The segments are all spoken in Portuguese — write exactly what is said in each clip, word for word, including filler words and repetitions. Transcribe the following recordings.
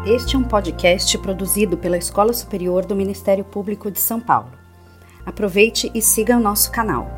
Este é um podcast produzido pela Escola Superior do Ministério Público de São Paulo. Aproveite e siga o nosso canal.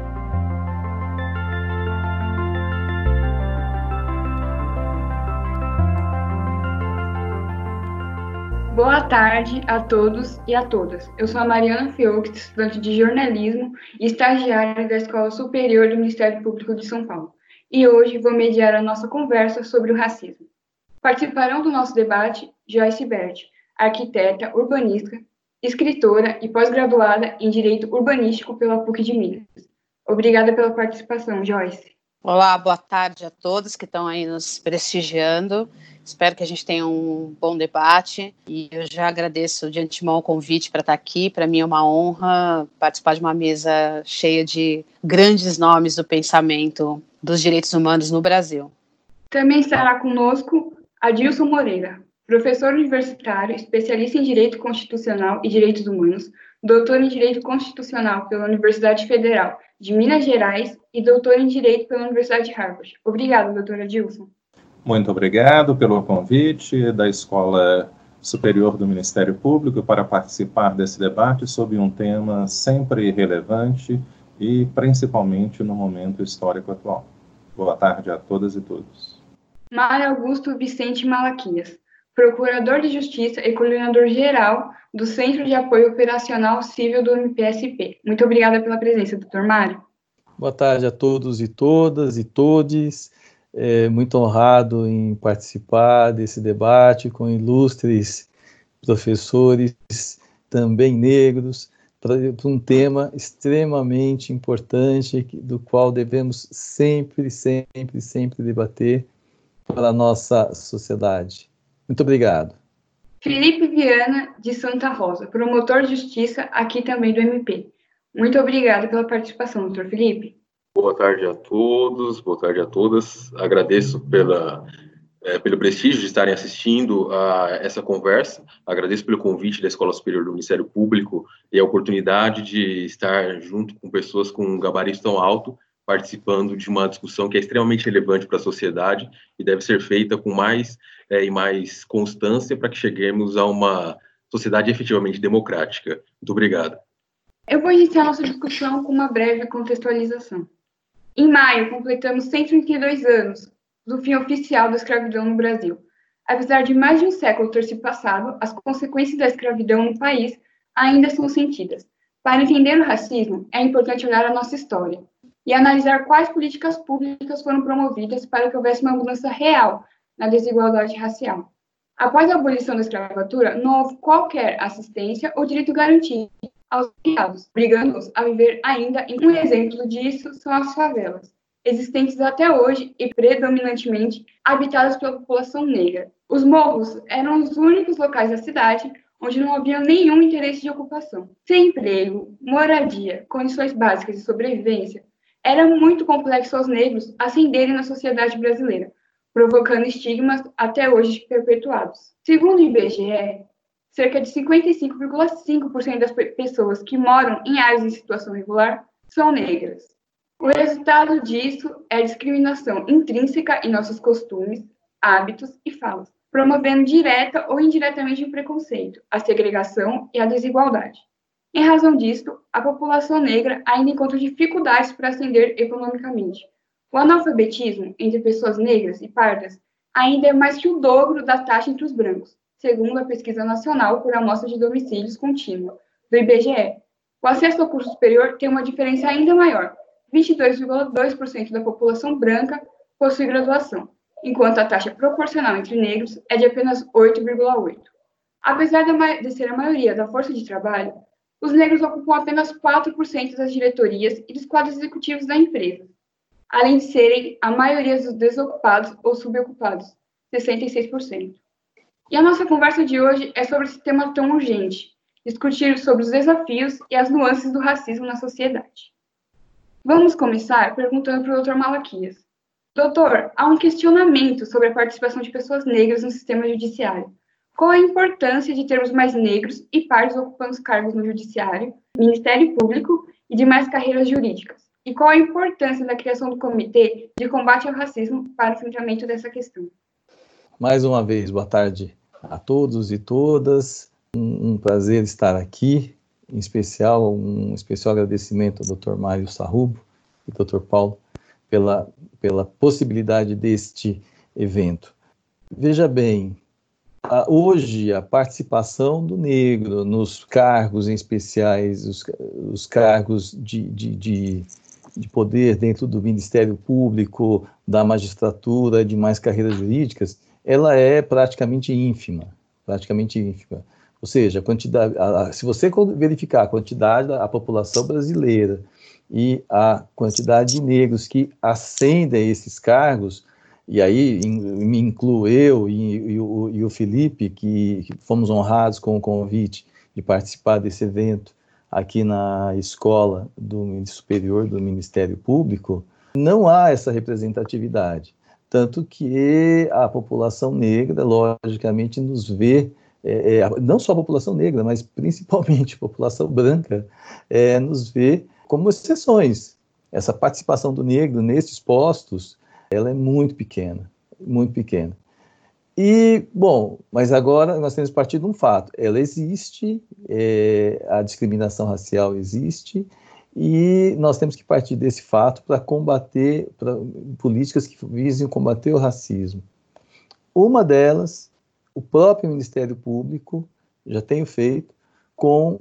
Boa tarde a todos e a todas. Eu sou a Mariana Fioux, estudante de jornalismo e estagiária da Escola Superior do Ministério Público de São Paulo. E hoje vou mediar a nossa conversa sobre o racismo. Participarão do nosso debate Joyce Bert, arquiteta, urbanista, escritora e pós-graduada em Direito Urbanístico pela PUC de Minas. Obrigada pela participação, Joyce. Olá, boa tarde a todos que estão aí nos prestigiando. Espero que a gente tenha um bom debate e eu já agradeço de antemão o convite para estar aqui. Para mim é uma honra participar de uma mesa cheia de grandes nomes do pensamento dos direitos humanos no Brasil. Também estará conosco Adilson Moreira, professor universitário, especialista em Direito Constitucional e Direitos Humanos, doutor em Direito Constitucional pela Universidade Federal de Minas Gerais e doutor em Direito pela Universidade de Harvard. Obrigada, doutora Adilson. Muito obrigado pelo convite da Escola Superior do Ministério Público para participar desse debate sobre um tema sempre relevante e principalmente no momento histórico atual. Boa tarde a todas e todos. Mário Augusto Vicente Malaquias, Procurador de Justiça e Coordenador-Geral do Centro de Apoio Operacional Civil do M P S P. Muito obrigada pela presença, doutor Mário. Boa tarde a todos e todas e todes. É, muito honrado em participar desse debate com ilustres professores, também negros, para um tema extremamente importante, do qual devemos sempre, sempre, sempre debater para a nossa sociedade. Muito obrigado. Felipe Viana de Santa Rosa, promotor de justiça aqui também do M P. Muito obrigada pela participação, doutor Felipe. Boa tarde a todos, boa tarde a todas. Agradeço pela, é, pelo prestígio de estarem assistindo a essa conversa. Agradeço pelo convite da Escola Superior do Ministério Público e a oportunidade de estar junto com pessoas com um gabarito tão alto, participando de uma discussão que é extremamente relevante para a sociedade e deve ser feita com mais é, e mais constância para que cheguemos a uma sociedade efetivamente democrática. Muito obrigado. Eu vou iniciar nossa discussão com uma breve contextualização. Em maio, completamos cento e trinta e dois anos do fim oficial da escravidão no Brasil. Apesar de mais de um século ter se passado, as consequências da escravidão no país ainda são sentidas. Para entender o racismo, é importante olhar a nossa história e analisar quais políticas públicas foram promovidas para que houvesse uma mudança real na desigualdade racial. Após a abolição da escravatura, não houve qualquer assistência ou direito garantido aos criados, obrigando-os a viver ainda em um exemplo disso são as favelas, existentes até hoje e predominantemente habitadas pela população negra. Os morros eram os únicos locais da cidade onde não havia nenhum interesse de ocupação. Sem emprego, moradia, condições básicas de sobrevivência, era muito complexo aos negros ascenderem na sociedade brasileira, provocando estigmas até hoje perpetuados. Segundo o I B G E, cerca de cinquenta e cinco vírgula cinco por cento das pessoas que moram em áreas em situação irregular são negras. O resultado disso é a discriminação intrínseca em nossos costumes, hábitos e falas, promovendo direta ou indiretamente o preconceito, a segregação e a desigualdade. Em razão disso, a população negra ainda encontra dificuldades para ascender economicamente. O analfabetismo entre pessoas negras e pardas ainda é mais que o dobro da taxa entre os brancos, segundo a Pesquisa Nacional por Amostra de Domicílios Contínua, do I B G E. O acesso ao curso superior tem uma diferença ainda maior. vinte e dois vírgula dois por cento da população branca possui graduação, enquanto a taxa proporcional entre negros é de apenas oito vírgula oito por cento. Apesar de ser a maioria da força de trabalho, os negros ocupam apenas quatro por cento das diretorias e dos quadros executivos da empresa, além de serem a maioria dos desocupados ou subocupados, sessenta e seis por cento. E a nossa conversa de hoje é sobre esse tema tão urgente, discutir sobre os desafios e as nuances do racismo na sociedade. Vamos começar perguntando para o doutor Malaquias. Doutor, há um questionamento sobre a participação de pessoas negras no sistema judiciário. Qual a importância de termos mais negros e pardos ocupando os cargos no Judiciário, Ministério Público e demais carreiras jurídicas? E qual a importância da criação do Comitê de Combate ao Racismo para o enfrentamento dessa questão? Mais uma vez, boa tarde a todos e todas. Um, um prazer estar aqui, em especial, um especial agradecimento ao doutor Mário Sarrubo e doutor Paulo pela, pela possibilidade deste evento. Veja bem, a, hoje a participação do negro nos cargos em especiais, os, os cargos de, de, de, de poder dentro do Ministério Público, da magistratura, de mais carreiras jurídicas, ela é praticamente ínfima, praticamente ínfima. Ou seja, a quantidade, a, a, se você verificar a quantidade da a população brasileira e a quantidade de negros que ascendem a esses cargos, e aí in, me incluo eu e, e, o, e o Felipe, que, que fomos honrados com o convite de participar desse evento aqui na Escola do Superior do Ministério Público, não há essa representatividade. Tanto que a população negra, logicamente, nos vê, é, é, não só a população negra, mas principalmente a população branca, é, nos vê como exceções. Essa participação do negro nesses postos, ela é muito pequena, muito pequena. E, bom, mas agora nós temos que partir de um fato. Ela existe, é, a discriminação racial existe, e nós temos que partir desse fato para combater pra, políticas que visem combater o racismo. Uma delas, o próprio Ministério Público já tem feito, com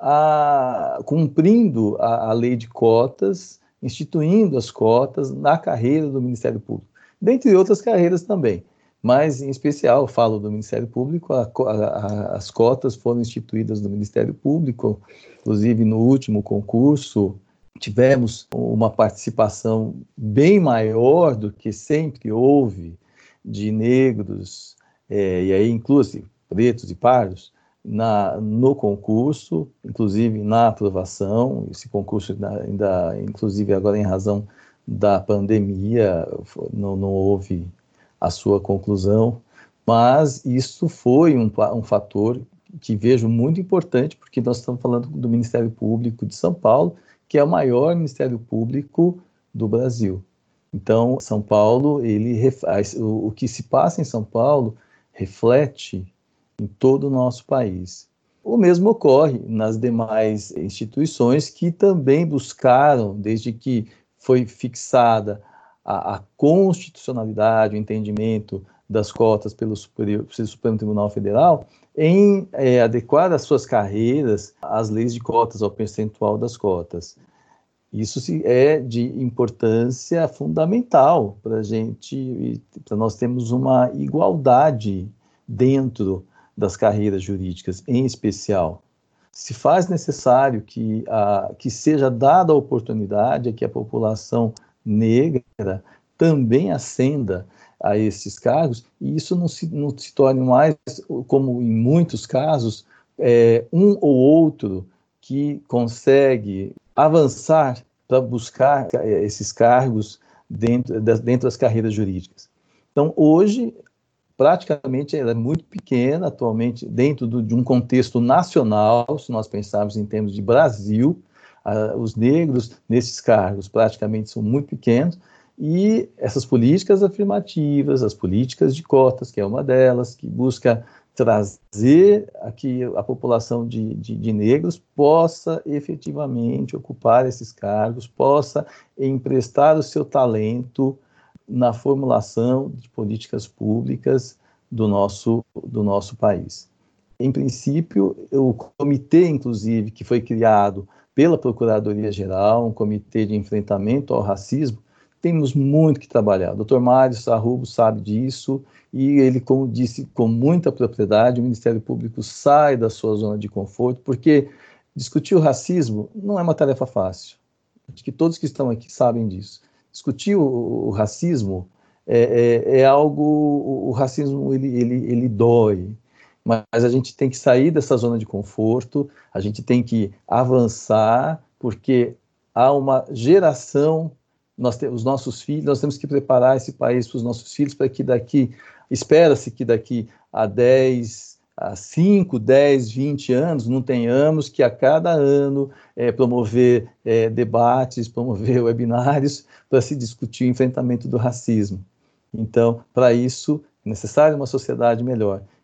a, cumprindo a, a lei de cotas, instituindo as cotas na carreira do Ministério Público, dentre outras carreiras também. Mas, em especial, eu falo do Ministério Público, a, a, a, as cotas foram instituídas no Ministério Público, inclusive no último concurso tivemos uma participação bem maior do que sempre houve de negros, é, e aí inclusive pretos e pardos, na, no concurso, inclusive na aprovação. Esse concurso ainda, inclusive agora em razão da pandemia, não, não houve a sua conclusão, mas isso foi um, um fator que vejo muito importante, porque nós estamos falando do Ministério Público de São Paulo, que é o maior Ministério Público do Brasil. Então, São Paulo, ele, o, o que se passa em São Paulo reflete em todo o nosso país. O mesmo ocorre nas demais instituições que também buscaram, desde que foi fixada a, a constitucionalidade, o entendimento das cotas pelo, Superior, pelo Supremo Tribunal Federal, em é, adequar as suas carreiras às leis de cotas, ao percentual das cotas. Isso é de importância fundamental para a gente, para nós termos uma igualdade dentro das carreiras jurídicas, em especial. Se faz necessário que, a, que seja dada a oportunidade a que a população negra também ascenda a esses cargos, e isso não se, não se torne mais, como em muitos casos, é, um ou outro que consegue avançar para buscar esses cargos dentro das, dentro das carreiras jurídicas. Então, hoje, praticamente, ela é muito pequena, atualmente, dentro do, de um contexto nacional, se nós pensarmos em termos de Brasil, ah, os negros nesses cargos praticamente são muito pequenos, e essas políticas afirmativas, as políticas de cotas, que é uma delas, que busca trazer a que a população de, de, de negros possa efetivamente ocupar esses cargos, possa emprestar o seu talento na formulação de políticas públicas do nosso, do nosso país. Em princípio, o comitê, inclusive, que foi criado pela Procuradoria-Geral, um comitê de enfrentamento ao racismo, temos muito que trabalhar. O doutor Mário Sarrubo sabe disso, e ele, como disse com muita propriedade, o Ministério Público sai da sua zona de conforto, porque discutir o racismo não é uma tarefa fácil. Acho que todos que estão aqui sabem disso. Discutir o, o racismo é, é, é algo... O, o racismo, ele, ele, ele dói, mas a gente tem que sair dessa zona de conforto, a gente tem que avançar, porque há uma geração... Nós temos os nossos filhos, nós temos que preparar esse país para os nossos filhos, para que daqui, espera-se que daqui a dez, a cinco, dez, vinte anos, não tenhamos que a cada ano é, promover é, debates, promover webinários para se discutir o enfrentamento do racismo. Então, para isso, é necessário uma sociedade melhor.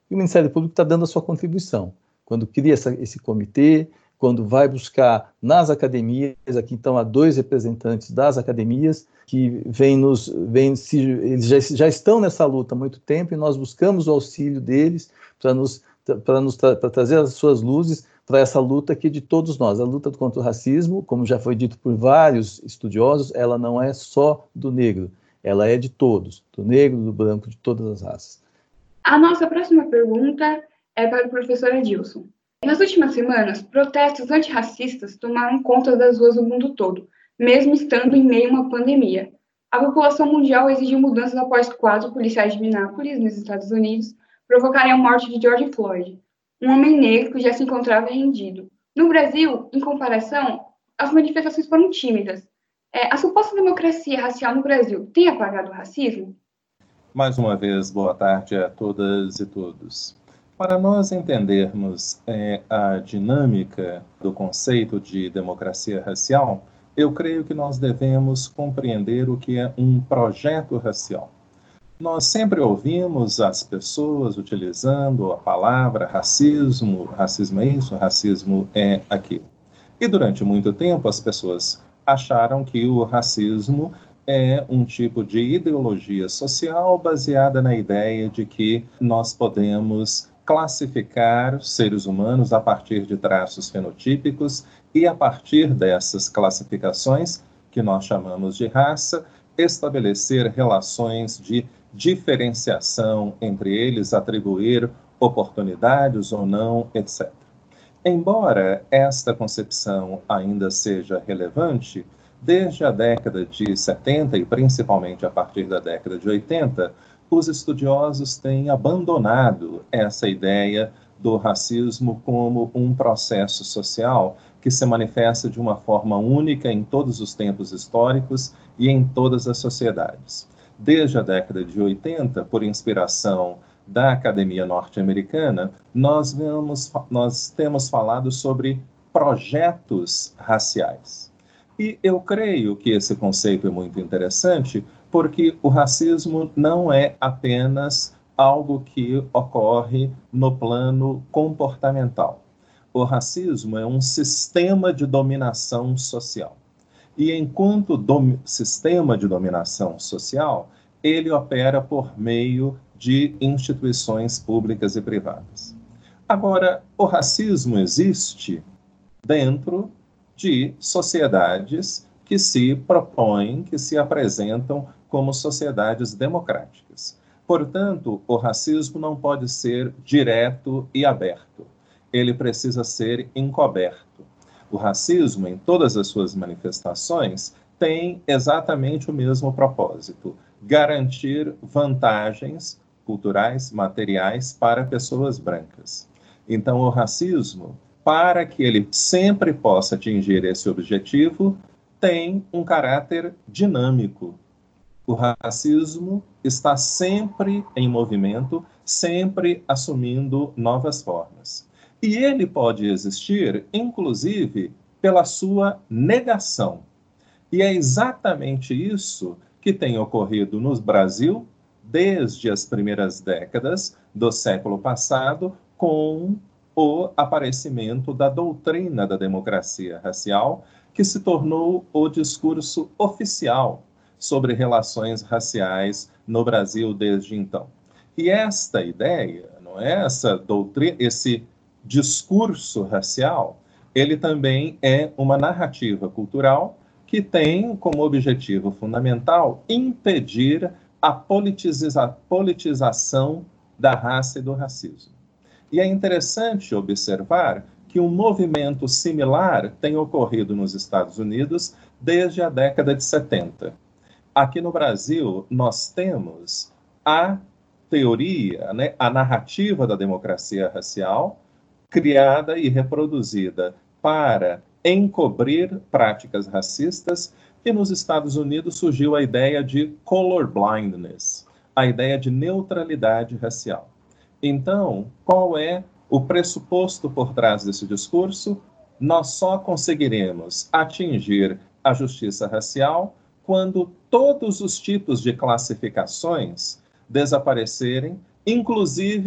E o Ministério Público está dando a sua contribuição. Quando cria essa, esse comitê, quando vai buscar nas academias, aqui então há dois representantes das academias que vêm nos, vêm, se, eles já, já estão nessa luta há muito tempo e nós buscamos o auxílio deles para nos, para nos tra para trazer as suas luzes para essa luta aqui de todos nós. A luta contra o racismo, como já foi dito por vários estudiosos, ela não é só do negro, ela é de todos, do negro, do branco, de todas as raças. A nossa próxima pergunta é para o professor Adilson. Nas últimas semanas, protestos antirracistas tomaram conta das ruas do mundo todo, mesmo estando em meio a uma pandemia. A população mundial exigiu mudanças após quatro policiais de Minneapolis, nos Estados Unidos, provocarem a morte de George Floyd, um homem negro que já se encontrava rendido. No Brasil, em comparação, as manifestações foram tímidas. É, a suposta democracia racial no Brasil tem apagado o racismo? Mais uma vez, boa tarde a todas e todos. Para nós entendermos é, a dinâmica do conceito de democracia racial, eu creio que nós devemos compreender o que é um projeto racial. Nós sempre ouvimos as pessoas utilizando a palavra racismo, racismo é isso, racismo é aquilo. E durante muito tempo as pessoas acharam que o racismo é um tipo de ideologia social baseada na ideia de que nós podemos classificar seres humanos a partir de traços fenotípicos e, a partir dessas classificações, que nós chamamos de raça, estabelecer relações de diferenciação entre eles, atribuir oportunidades ou não, etcétera. Embora esta concepção ainda seja relevante, desde a década de setenta e principalmente a partir da década de oitenta, os estudiosos têm abandonado essa ideia do racismo como um processo social que se manifesta de uma forma única em todos os tempos históricos e em todas as sociedades. Desde a década de oitenta, por inspiração da Academia Norte-Americana, nós, vemos, nós temos falado sobre projetos raciais. E eu creio que esse conceito é muito interessante, porque o racismo não é apenas algo que ocorre no plano comportamental. O racismo é um sistema de dominação social. E enquanto dom- sistema de dominação social, ele opera por meio de instituições públicas e privadas. Agora, o racismo existe dentro de sociedades que se propõem, que se apresentam como sociedades democráticas. Portanto, o racismo não pode ser direto e aberto. Ele precisa ser encoberto. O racismo, em todas as suas manifestações, tem exatamente o mesmo propósito: garantir vantagens culturais, materiais para pessoas brancas. Então, o racismo, para que ele sempre possa atingir esse objetivo, tem um caráter dinâmico. O racismo está sempre em movimento, sempre assumindo novas formas. E ele pode existir, inclusive, pela sua negação. E é exatamente isso que tem ocorrido no Brasil desde as primeiras décadas do século passado, com o aparecimento da doutrina da democracia racial, que se tornou o discurso oficial sobre relações raciais no Brasil desde então. E esta ideia, não é? Essa doutrina, esse discurso racial, ele também é uma narrativa cultural que tem como objetivo fundamental impedir a politiza- politização da raça e do racismo. E é interessante observar que um movimento similar tem ocorrido nos Estados Unidos desde a década de setenta. Aqui no Brasil, nós temos a teoria, né, a narrativa da democracia racial, criada e reproduzida para encobrir práticas racistas, e nos Estados Unidos surgiu a ideia de colorblindness, a ideia de neutralidade racial. Então, qual é o pressuposto por trás desse discurso? Nós só conseguiremos atingir a justiça racial quando todos os tipos de classificações desaparecerem, inclusive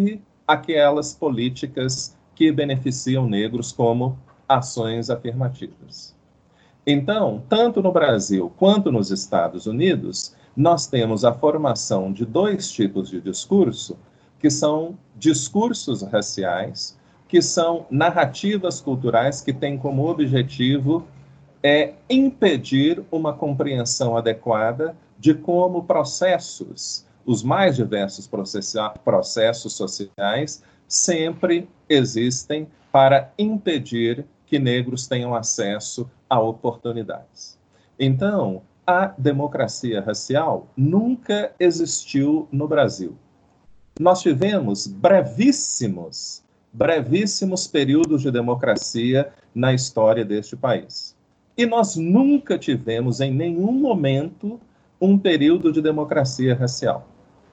aquelas políticas que beneficiam negros como ações afirmativas. Então, tanto no Brasil quanto nos Estados Unidos, nós temos a formação de dois tipos de discurso, que são discursos raciais, que são narrativas culturais que têm como objetivo é, impedir uma compreensão adequada de como processos, os mais diversos processos sociais, sempre existem para impedir que negros tenham acesso a oportunidades. Então, a democracia racial nunca existiu no Brasil. Nós tivemos brevíssimos, brevíssimos períodos de democracia na história deste país. E nós nunca tivemos, em nenhum momento, um período de democracia racial.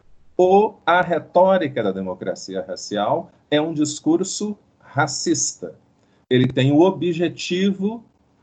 Ou a retórica da democracia racial é um discurso racista. Ele tem o objetivo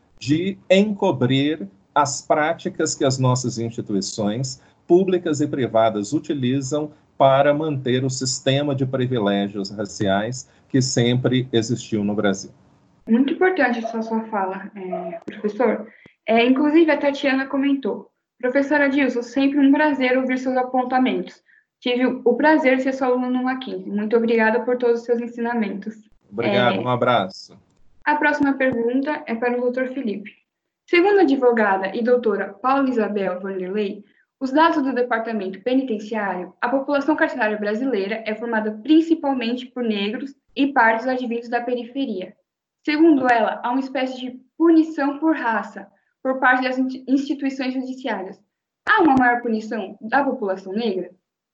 de encobrir as práticas que as nossas instituições públicas e privadas utilizam para manter o sistema de privilégios raciais que sempre existiu no Brasil. Muito importante essa sua fala, é, professor. É, inclusive, a Tatiana comentou: professora Adilson, sempre um prazer ouvir seus apontamentos. Tive o prazer de ser sua aluna no Mackenzie. Muito obrigada por todos os seus ensinamentos. Obrigado, é, um abraço. A próxima pergunta é para o doutor Felipe. Segundo a advogada e doutora Paula Isabel Vanderlei, os dados do Departamento Penitenciário, a população carcerária brasileira é formada principalmente por negros e pardos advindos da periferia. Segundo ela, há uma espécie de punição por raça por parte das instituições judiciárias. Há uma maior punição da população negra?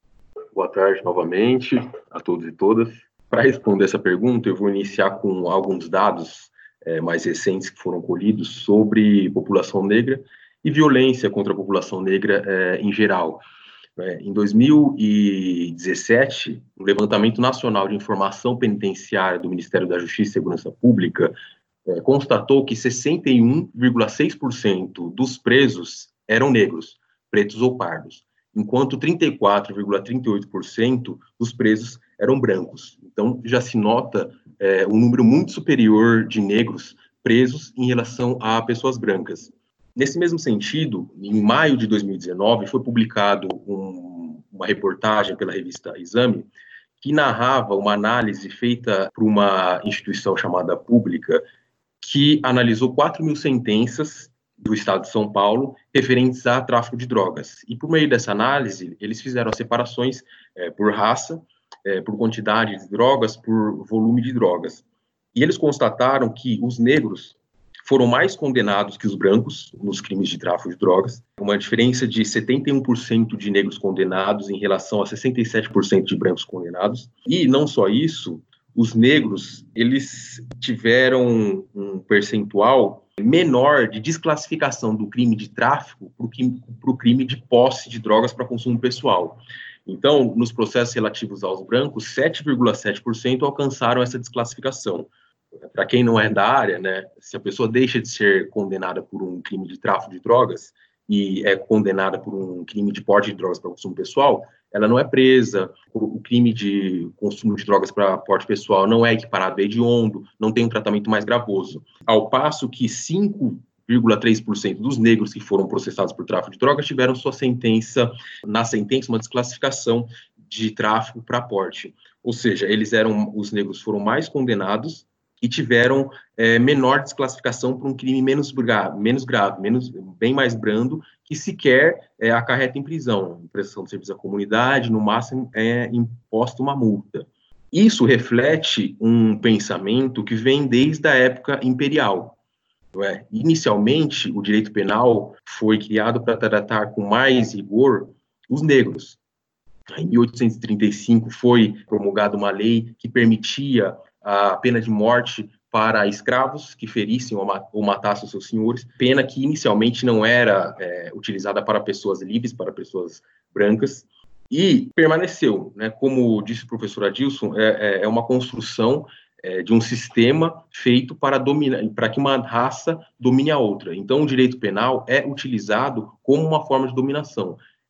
Boa tarde novamente a todos e todas. Para responder essa pergunta, eu vou iniciar com alguns dados é, mais recentes que foram colhidos sobre população negra e violência contra a população negra é, em geral. É, em dois mil e dezessete, o Levantamento Nacional de Informação Penitenciária do Ministério da Justiça e Segurança Pública é, constatou que sessenta e um vírgula seis por cento dos presos eram negros, pretos ou pardos, enquanto trinta e quatro vírgula trinta e oito por cento dos presos eram brancos. Então, já se nota é, um número muito superior de negros presos em relação a pessoas brancas. Nesse mesmo sentido, em maio de dois mil e dezenove, foi publicado um, uma reportagem pela revista Exame, que narrava uma análise feita por uma instituição chamada Pública, que analisou quatro mil sentenças do Estado de São Paulo referentes a tráfico de drogas. E por meio dessa análise, eles fizeram as separações é, por raça, é, por quantidade de drogas, por volume de drogas. E eles constataram que os negros foram mais condenados que os brancos nos crimes de tráfico de drogas, uma diferença de setenta e um por cento de negros condenados em relação a sessenta e sete por cento de brancos condenados. E não só isso, os negros, eles tiveram um percentual menor de desclassificação do crime de tráfico para o crime de posse de drogas para consumo pessoal. Então, nos processos relativos aos brancos, sete vírgula sete por cento alcançaram essa desclassificação. Para quem não é da área, né, se a pessoa deixa de ser condenada por um crime de tráfico de drogas e é condenada por um crime de porte de drogas para consumo pessoal, ela não é presa, o crime de consumo de drogas para porte pessoal não é equiparado a hediondo, não tem um tratamento mais gravoso. Ao passo que cinco vírgula três por cento dos negros que foram processados por tráfico de drogas tiveram sua sentença, na sentença, uma desclassificação de tráfico para porte. Ou seja, eles eram, os negros foram mais condenados e tiveram é, menor desclassificação para um crime menos grave, menos grave, menos, bem mais brando, que sequer é, acarreta em prisão, prestação de serviço à comunidade, no máximo é imposta uma multa. Isso reflete um pensamento que vem desde a época imperial. Não é? Inicialmente, o direito penal foi criado para tratar com mais rigor os negros. Em mil oitocentos e trinta e cinco foi promulgada uma lei que permitia a pena de morte para escravos que ferissem ou, ma ou matassem os seus senhores, pena que inicialmente não era é, utilizada para pessoas livres, para pessoas brancas, e permaneceu, né? Como disse o professor Adilson, é, é uma construção é, de um sistema feito para, dominar, para que uma raça domine a outra. Então, o direito penal é utilizado como uma forma de dominação.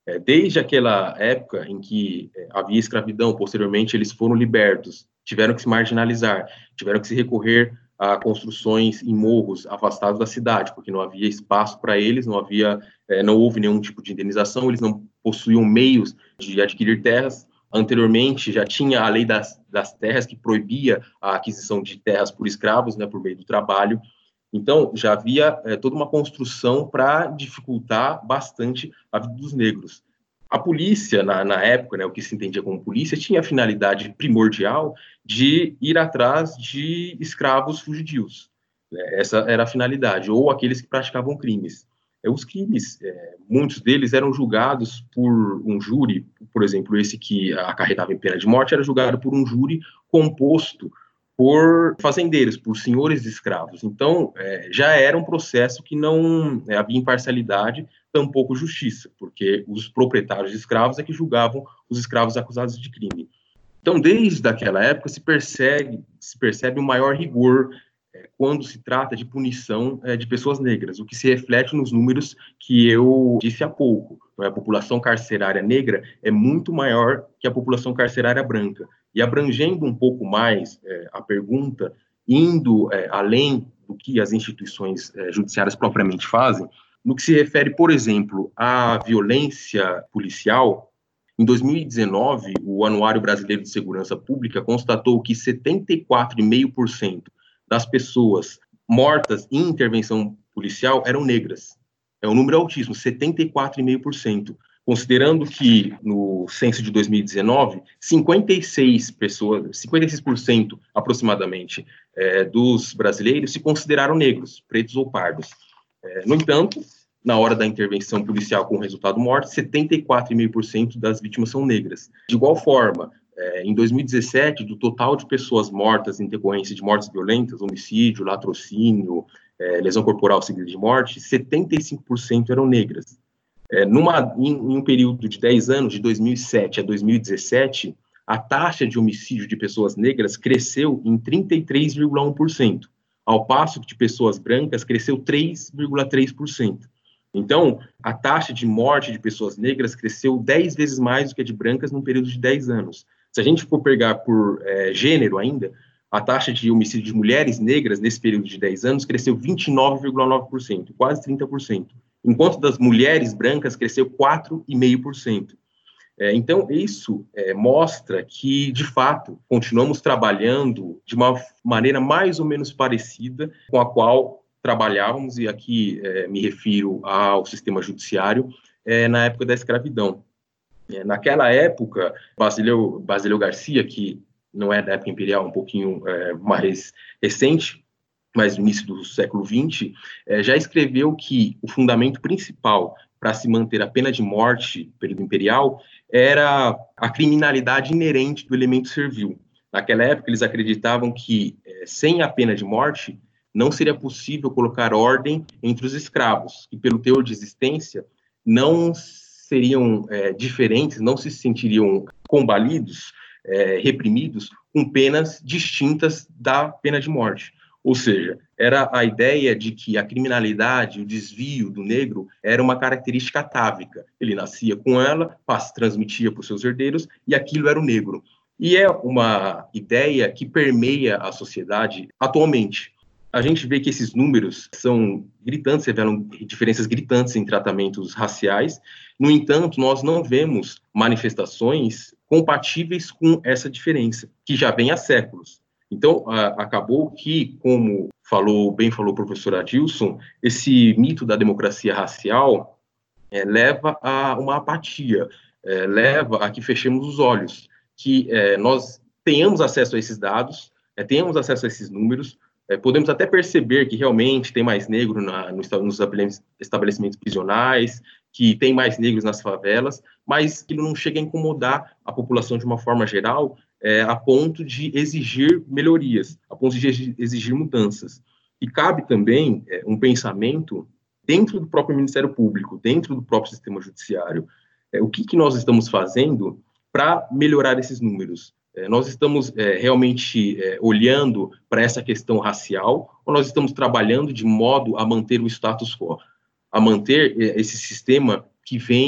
É, desde aquela época em que é, havia escravidão, posteriormente eles foram libertos, tiveram que se marginalizar, tiveram que se recorrer a construções em morros afastados da cidade, porque não havia espaço para eles, não havia, é, não houve nenhum tipo de indenização, eles não possuíam meios de adquirir terras. Anteriormente já tinha a lei das, das terras que proibia a aquisição de terras por escravos, né, por meio do trabalho. Então, já havia é, toda uma construção para dificultar bastante a vida dos negros. A polícia, na, na época, né, o que se entendia como polícia, tinha a finalidade primordial de ir atrás de escravos fugidios. Né? Essa era a finalidade, ou aqueles que praticavam crimes. É, os crimes, é, muitos deles eram julgados por um júri, por exemplo, esse que acarretava em pena de morte, era julgado por um júri composto por fazendeiros, por senhores de escravos. Então, é, já era um processo que não é, havia imparcialidade, tampouco justiça, porque os proprietários de escravos é que julgavam os escravos acusados de crime. Então, desde aquela época, se percebe, se percebe um maior rigor é, quando se trata de punição é, de pessoas negras, o que se reflete nos números que eu disse há pouco. A população carcerária negra é muito maior que a população carcerária branca. E abrangendo um pouco mais é, a pergunta, indo é, além do que as instituições é, judiciárias propriamente fazem, no que se refere, por exemplo, à violência policial, em dois mil e dezenove, o Anuário Brasileiro de Segurança Pública constatou que setenta e quatro vírgula cinco por cento das pessoas mortas em intervenção policial eram negras. É um número altíssimo, setenta e quatro vírgula cinco por cento. Considerando que no censo de dois mil e dezenove, cinquenta e seis pessoas, cinquenta e seis por cento aproximadamente é, dos brasileiros se consideraram negros, pretos ou pardos. É, no entanto, na hora da intervenção policial com resultado morte, setenta e quatro vírgula cinco por cento das vítimas são negras. De igual forma, é, em dois mil e dezessete, do total de pessoas mortas em decorrência de mortes violentas, homicídio, latrocínio, é, lesão corporal seguida de morte, setenta e cinco por cento eram negras. É, numa, em, em um período de dez anos, de dois mil e sete a dois mil e dezessete, a taxa de homicídio de pessoas negras cresceu em trinta e três vírgula um por cento, ao passo que de pessoas brancas cresceu três vírgula três por cento. Então, a taxa de morte de pessoas negras cresceu dez vezes mais do que a de brancas num período de dez anos. Se a gente for pegar por é, gênero ainda, a taxa de homicídio de mulheres negras nesse período de dez anos cresceu vinte e nove vírgula nove por cento, quase trinta por cento. Enquanto das mulheres brancas cresceu quatro vírgula cinco por cento. É, então, isso é, mostra que, de fato, continuamos trabalhando de uma maneira mais ou menos parecida com a qual trabalhávamos, e aqui é, me refiro ao sistema judiciário, é, na época da escravidão. É, naquela época, Basileu, Basileu Garcia, que não é da época imperial, um pouquinho é, mais recente, mas no início do século vinte, eh, já escreveu que o fundamento principal para se manter a pena de morte, período imperial, era a criminalidade inerente do elemento servil. Naquela época, eles acreditavam que, eh, sem a pena de morte, não seria possível colocar ordem entre os escravos, que, pelo teor de existência, não seriam eh, diferentes, não se sentiriam combalidos, eh, reprimidos, com penas distintas da pena de morte. Ou seja, era a ideia de que a criminalidade, o desvio do negro, era uma característica atávica. Ele nascia com ela, transmitia para os seus herdeiros, e aquilo era o negro. E é uma ideia que permeia a sociedade atualmente. A gente vê que esses números são gritantes, revelam diferenças gritantes em tratamentos raciais. No entanto, nós não vemos manifestações compatíveis com essa diferença, que já vem há séculos. Então, a, acabou que, como falou, bem falou o professor Adilson, esse mito da democracia racial é, leva a uma apatia, é, leva a que fechemos os olhos, que é, nós tenhamos acesso a esses dados, é, tenhamos acesso a esses números, é, podemos até perceber que realmente tem mais negro na, no, nos estabelecimentos prisionais, que tem mais negros nas favelas, mas aquilo não chega a incomodar a população de uma forma geral, É, a ponto de exigir melhorias, a ponto de exigir mudanças. E cabe também é, um pensamento dentro do próprio Ministério Público, dentro do próprio sistema judiciário. É, o que, que nós estamos fazendo para melhorar esses números? É, nós estamos é, realmente é, olhando para essa questão racial, ou nós estamos trabalhando de modo a manter o status quo, a manter é, esse sistema que vem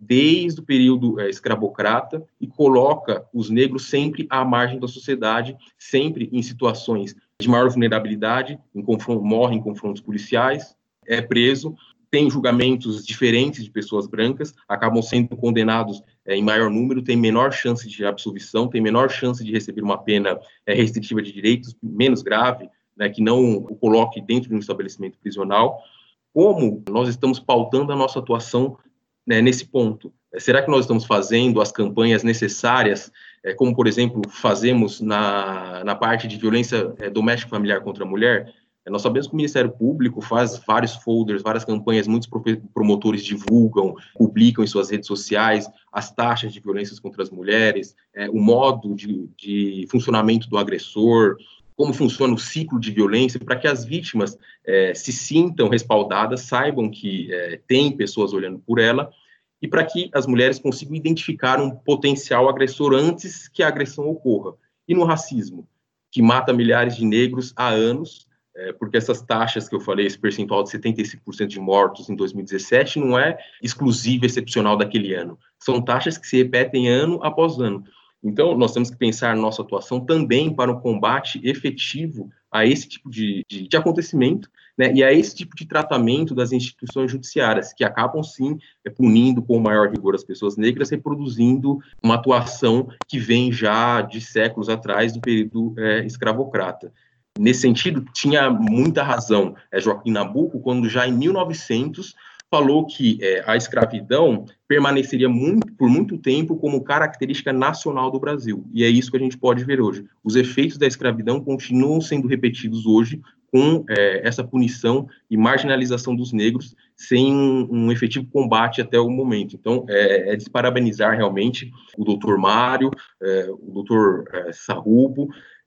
desde o período é, escravocrata e coloca os negros sempre à margem da sociedade, sempre em situações de maior vulnerabilidade, em confronto, morre em confrontos policiais, é preso, tem julgamentos diferentes de pessoas brancas, acabam sendo condenados é, em maior número, tem menor chance de absolvição, tem menor chance de receber uma pena é, restritiva de direitos, menos grave, né, que não o coloque dentro de um estabelecimento prisional. Como nós estamos pautando a nossa atuação, né, nesse ponto? Será que nós estamos fazendo as campanhas necessárias, é, como, por exemplo, fazemos na, na parte de violência é, doméstica e familiar contra a mulher? Nós sabemos que o Ministério Público faz vários folders, várias campanhas, muitos promotores divulgam, publicam em suas redes sociais as taxas de violências contra as mulheres, é, o modo de, de funcionamento do agressor, como funciona o ciclo de violência, para que as vítimas é, se sintam respaldadas, saibam que é, tem pessoas olhando por ela, e para que as mulheres consigam identificar um potencial agressor antes que a agressão ocorra. E no racismo, que mata milhares de negros há anos, É, porque essas taxas que eu falei, esse percentual de setenta e cinco por cento de mortos em dois mil e dezessete, não é exclusivo, excepcional daquele ano. São taxas que se repetem ano após ano. Então, nós temos que pensar nossa atuação também para um combate efetivo a esse tipo de, de, de acontecimento, né, e a esse tipo de tratamento das instituições judiciárias, que acabam, sim, é, punindo com maior rigor as pessoas negras, reproduzindo uma atuação que vem já de séculos atrás, do período é, escravocrata. Nesse sentido, tinha muita razão é, Joaquim Nabuco, quando já em mil e novecentos falou que é, a escravidão permaneceria muito, por muito tempo como característica nacional do Brasil. E é isso que a gente pode ver hoje. Os efeitos da escravidão continuam sendo repetidos hoje com é, essa punição e marginalização dos negros sem um, um efetivo combate até o momento. Então, é, é de parabenizar realmente o doutor Mário, é, o doutor é, Sarrubo,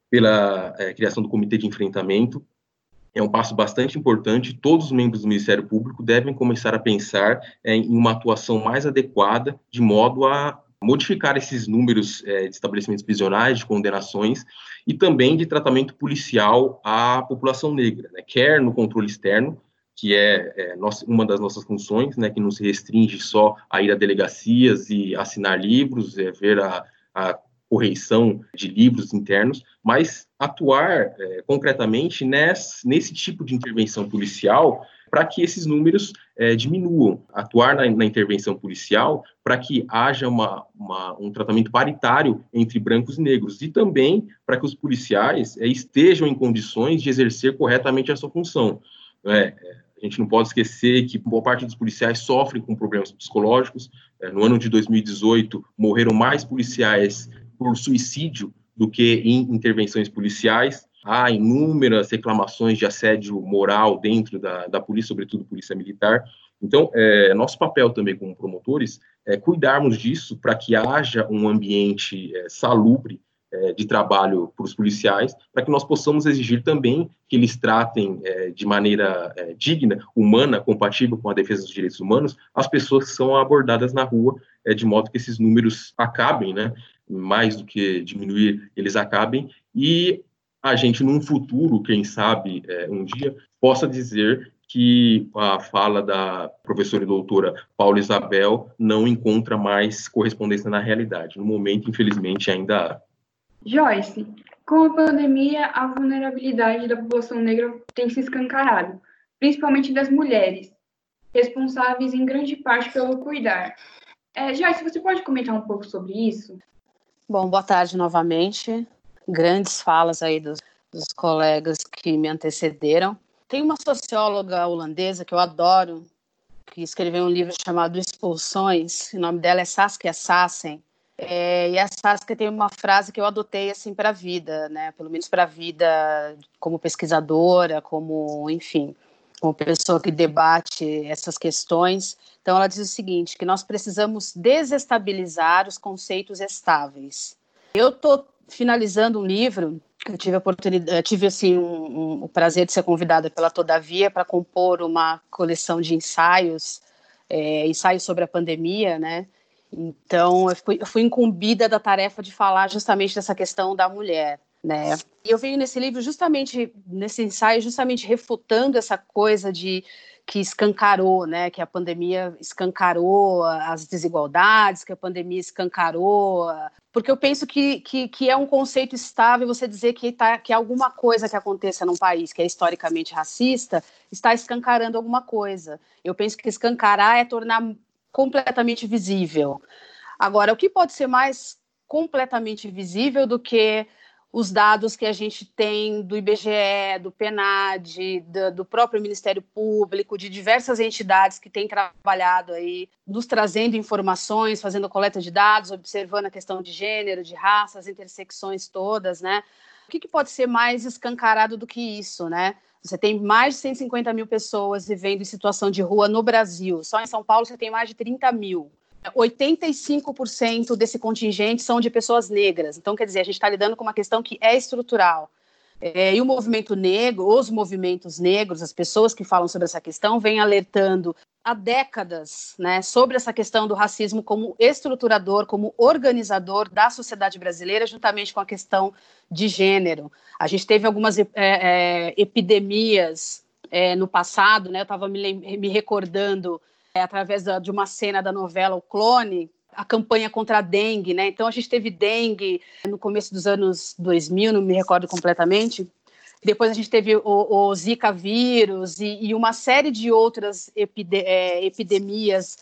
pela é, criação do Comitê de Enfrentamento. É um passo bastante importante. Todos os membros do Ministério Público devem começar a pensar é, em uma atuação mais adequada, de modo a modificar esses números é, de estabelecimentos prisionais, de condenações, e também de tratamento policial à população negra, né, quer no controle externo, que é, é nossa, uma das nossas funções, né, que não se restringe só a ir a delegacias e assinar livros, é, ver a, a correição de livros internos, mas atuar é, concretamente nesse, nesse tipo de intervenção policial para que esses números é, diminuam, atuar na, na intervenção policial para que haja uma, uma, um tratamento paritário entre brancos e negros, e também para que os policiais é, estejam em condições de exercer corretamente a sua função. É, a gente não pode esquecer que boa parte dos policiais sofrem com problemas psicológicos. É, no ano de dois mil e dezoito, morreram mais policiais por suicídio do que em intervenções policiais. Há inúmeras reclamações de assédio moral dentro da, da polícia, sobretudo polícia militar. Então, é, nosso papel também como promotores é cuidarmos disso para que haja um ambiente é, salubre é, de trabalho para os policiais, para que nós possamos exigir também que eles tratem é, de maneira é, digna, humana, compatível com a defesa dos direitos humanos, as pessoas que são abordadas na rua, é, de modo que esses números acabem, né? Mais do que diminuir, eles acabem, e a gente, num futuro, quem sabe, é, um dia, possa dizer que a fala da professora e doutora Paula Isabel não encontra mais correspondência na realidade. No momento, infelizmente, ainda há. Joyce, com a pandemia, a vulnerabilidade da população negra tem se escancarado, principalmente das mulheres, responsáveis em grande parte pelo cuidar. É, Joyce, você pode comentar um pouco sobre isso? Bom, boa tarde novamente. Grandes falas aí dos, dos colegas que me antecederam. Tem uma socióloga holandesa que eu adoro, que escreveu um livro chamado Expulsões. O nome dela é Saskia Sassen. É, e a Saskia tem uma frase que eu adotei assim para a vida, né? Pelo menos para a vida como pesquisadora, como, enfim, como pessoa que debate essas questões. Então, ela diz o seguinte, que nós precisamos desestabilizar os conceitos estáveis. Eu estou finalizando um livro, eu tive, a oportunidade, eu tive assim, um, um, o prazer de ser convidada pela Todavia para compor uma coleção de ensaios, é, ensaios sobre a pandemia, né? Então, eu fui, eu fui incumbida da tarefa de falar justamente dessa questão da mulher. né? E eu venho nesse livro justamente, nesse ensaio, justamente refutando essa coisa de que escancarou, né, que a pandemia escancarou as desigualdades, que a pandemia escancarou, porque eu penso que, que, que é um conceito estável você dizer que, tá, que alguma coisa que aconteça num país que é historicamente racista está escancarando alguma coisa. Eu penso que escancarar é tornar completamente visível. Agora, o que pode ser mais completamente visível do que os dados que a gente tem do I B G E, do PNAD, do, do próprio Ministério Público, de diversas entidades que têm trabalhado aí, nos trazendo informações, fazendo coleta de dados, observando a questão de gênero, de raça, as intersecções todas, né? O que, que pode ser mais escancarado do que isso, né? Você tem mais de cento e cinquenta mil pessoas vivendo em situação de rua no Brasil. Só em São Paulo você tem mais de trinta mil. oitenta e cinco por cento desse contingente são de pessoas negras. Então, quer dizer, a gente está lidando com uma questão que é estrutural. É, e o movimento negro, os movimentos negros, as pessoas que falam sobre essa questão, vêm alertando há décadas, né, sobre essa questão do racismo como estruturador, como organizador da sociedade brasileira, juntamente com a questão de gênero. A gente teve algumas é, é, epidemias é, no passado, né, eu estava me, me recordando, é, através da, de uma cena da novela O Clone, a campanha contra a dengue, né? Então a gente teve dengue no começo dos anos dois mil, não me recordo completamente. Depois a gente teve o, o Zika vírus e, e uma série de outras epide, é, epidemias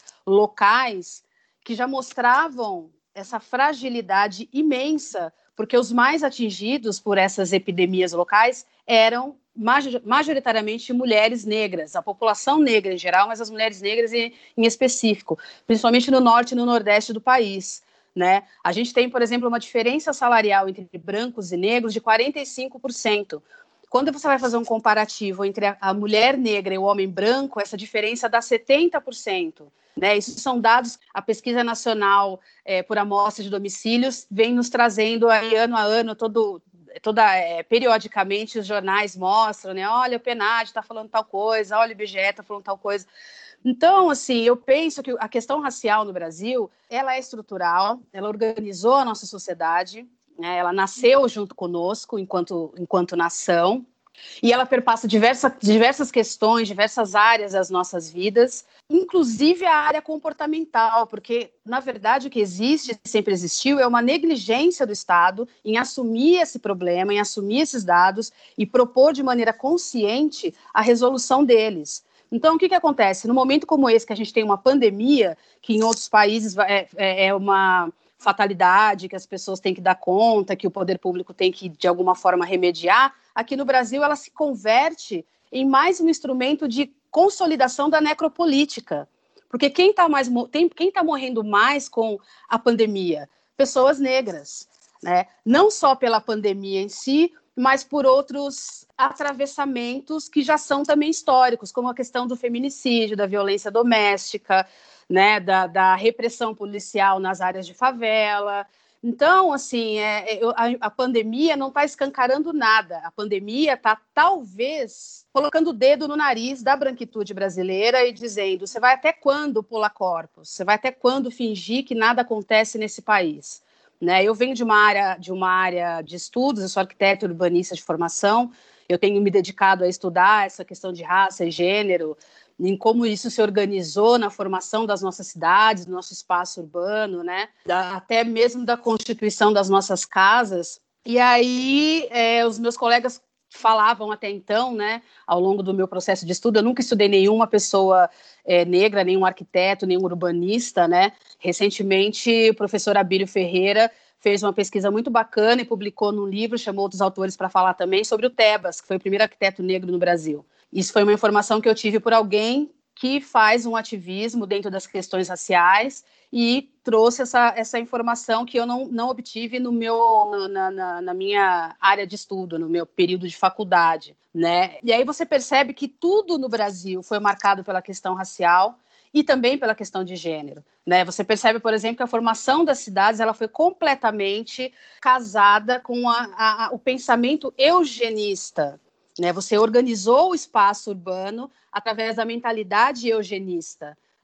locais que já mostravam essa fragilidade imensa, porque os mais atingidos por essas epidemias locais eram majoritariamente mulheres negras, a população negra em geral, mas as mulheres negras em, em específico, principalmente no norte e no nordeste do país, né? A gente tem, por exemplo, uma diferença salarial entre brancos e negros de quarenta e cinco por cento. Quando você vai fazer um comparativo entre a, a mulher negra e o homem branco, essa diferença dá setenta por cento. Né? Isso são dados, a Pesquisa Nacional é, por Amostra de Domicílios vem nos trazendo aí, ano a ano, todo... Toda, é, periodicamente os jornais mostram, né? Olha, o PNAD está falando tal coisa, olha, o I B G E está falando tal coisa. Então, assim, eu penso que a questão racial no Brasil, ela é estrutural, ela organizou a nossa sociedade, né? Ela nasceu junto conosco enquanto, enquanto nação, e ela perpassa diversa, diversas questões, diversas áreas das nossas vidas, inclusive a área comportamental, porque, na verdade, o que existe, sempre existiu, é uma negligência do Estado em assumir esse problema, em assumir esses dados e propor de maneira consciente a resolução deles. Então, o que, que acontece? No momento como esse, que a gente tem uma pandemia, que em outros países é, é, é uma fatalidade, que as pessoas têm que dar conta, que o poder público tem que, de alguma forma, remediar, aqui no Brasil ela se converte em mais um instrumento de consolidação da necropolítica. Porque quem está mais tem, quem está morrendo mais com a pandemia? Pessoas negras, né? Não só pela pandemia em si, mas por outros atravessamentos que já são também históricos, como a questão do feminicídio, da violência doméstica, né, da, da repressão policial nas áreas de favela. Então, assim, é, a, a pandemia não está escancarando nada. A pandemia está, talvez, colocando o dedo no nariz da branquitude brasileira e dizendo: você vai até quando pular corpos? Você vai até quando fingir que nada acontece nesse país? Né? Eu venho de uma área de, uma área de estudos, eu sou arquiteta urbanista de formação, eu tenho me dedicado a estudar essa questão de raça e gênero, em como isso se organizou na formação das nossas cidades, do nosso espaço urbano, né? Da, até mesmo da constituição das nossas casas. E aí, é, os meus colegas falavam até então, né, ao longo do meu processo de estudo, eu nunca estudei nenhuma pessoa é, negra, nenhum arquiteto, nenhum urbanista, né? Recentemente, o professor Abílio Ferreira fez uma pesquisa muito bacana e publicou num livro, chamou outros autores para falar também, sobre o Tebas, que foi o primeiro arquiteto negro no Brasil. Isso foi uma informação que eu tive por alguém que faz um ativismo dentro das questões raciais e trouxe essa, essa informação que eu não, não obtive no meu, na, na, na minha área de estudo, no meu período de faculdade, né? E aí você percebe que tudo no Brasil foi marcado pela questão racial e também pela questão de gênero, né? Você percebe, por exemplo, que a formação das cidades ela foi completamente casada com a, a, a, o pensamento eugenista, né? Você organizou o espaço urbano através da mentalidade eugenista,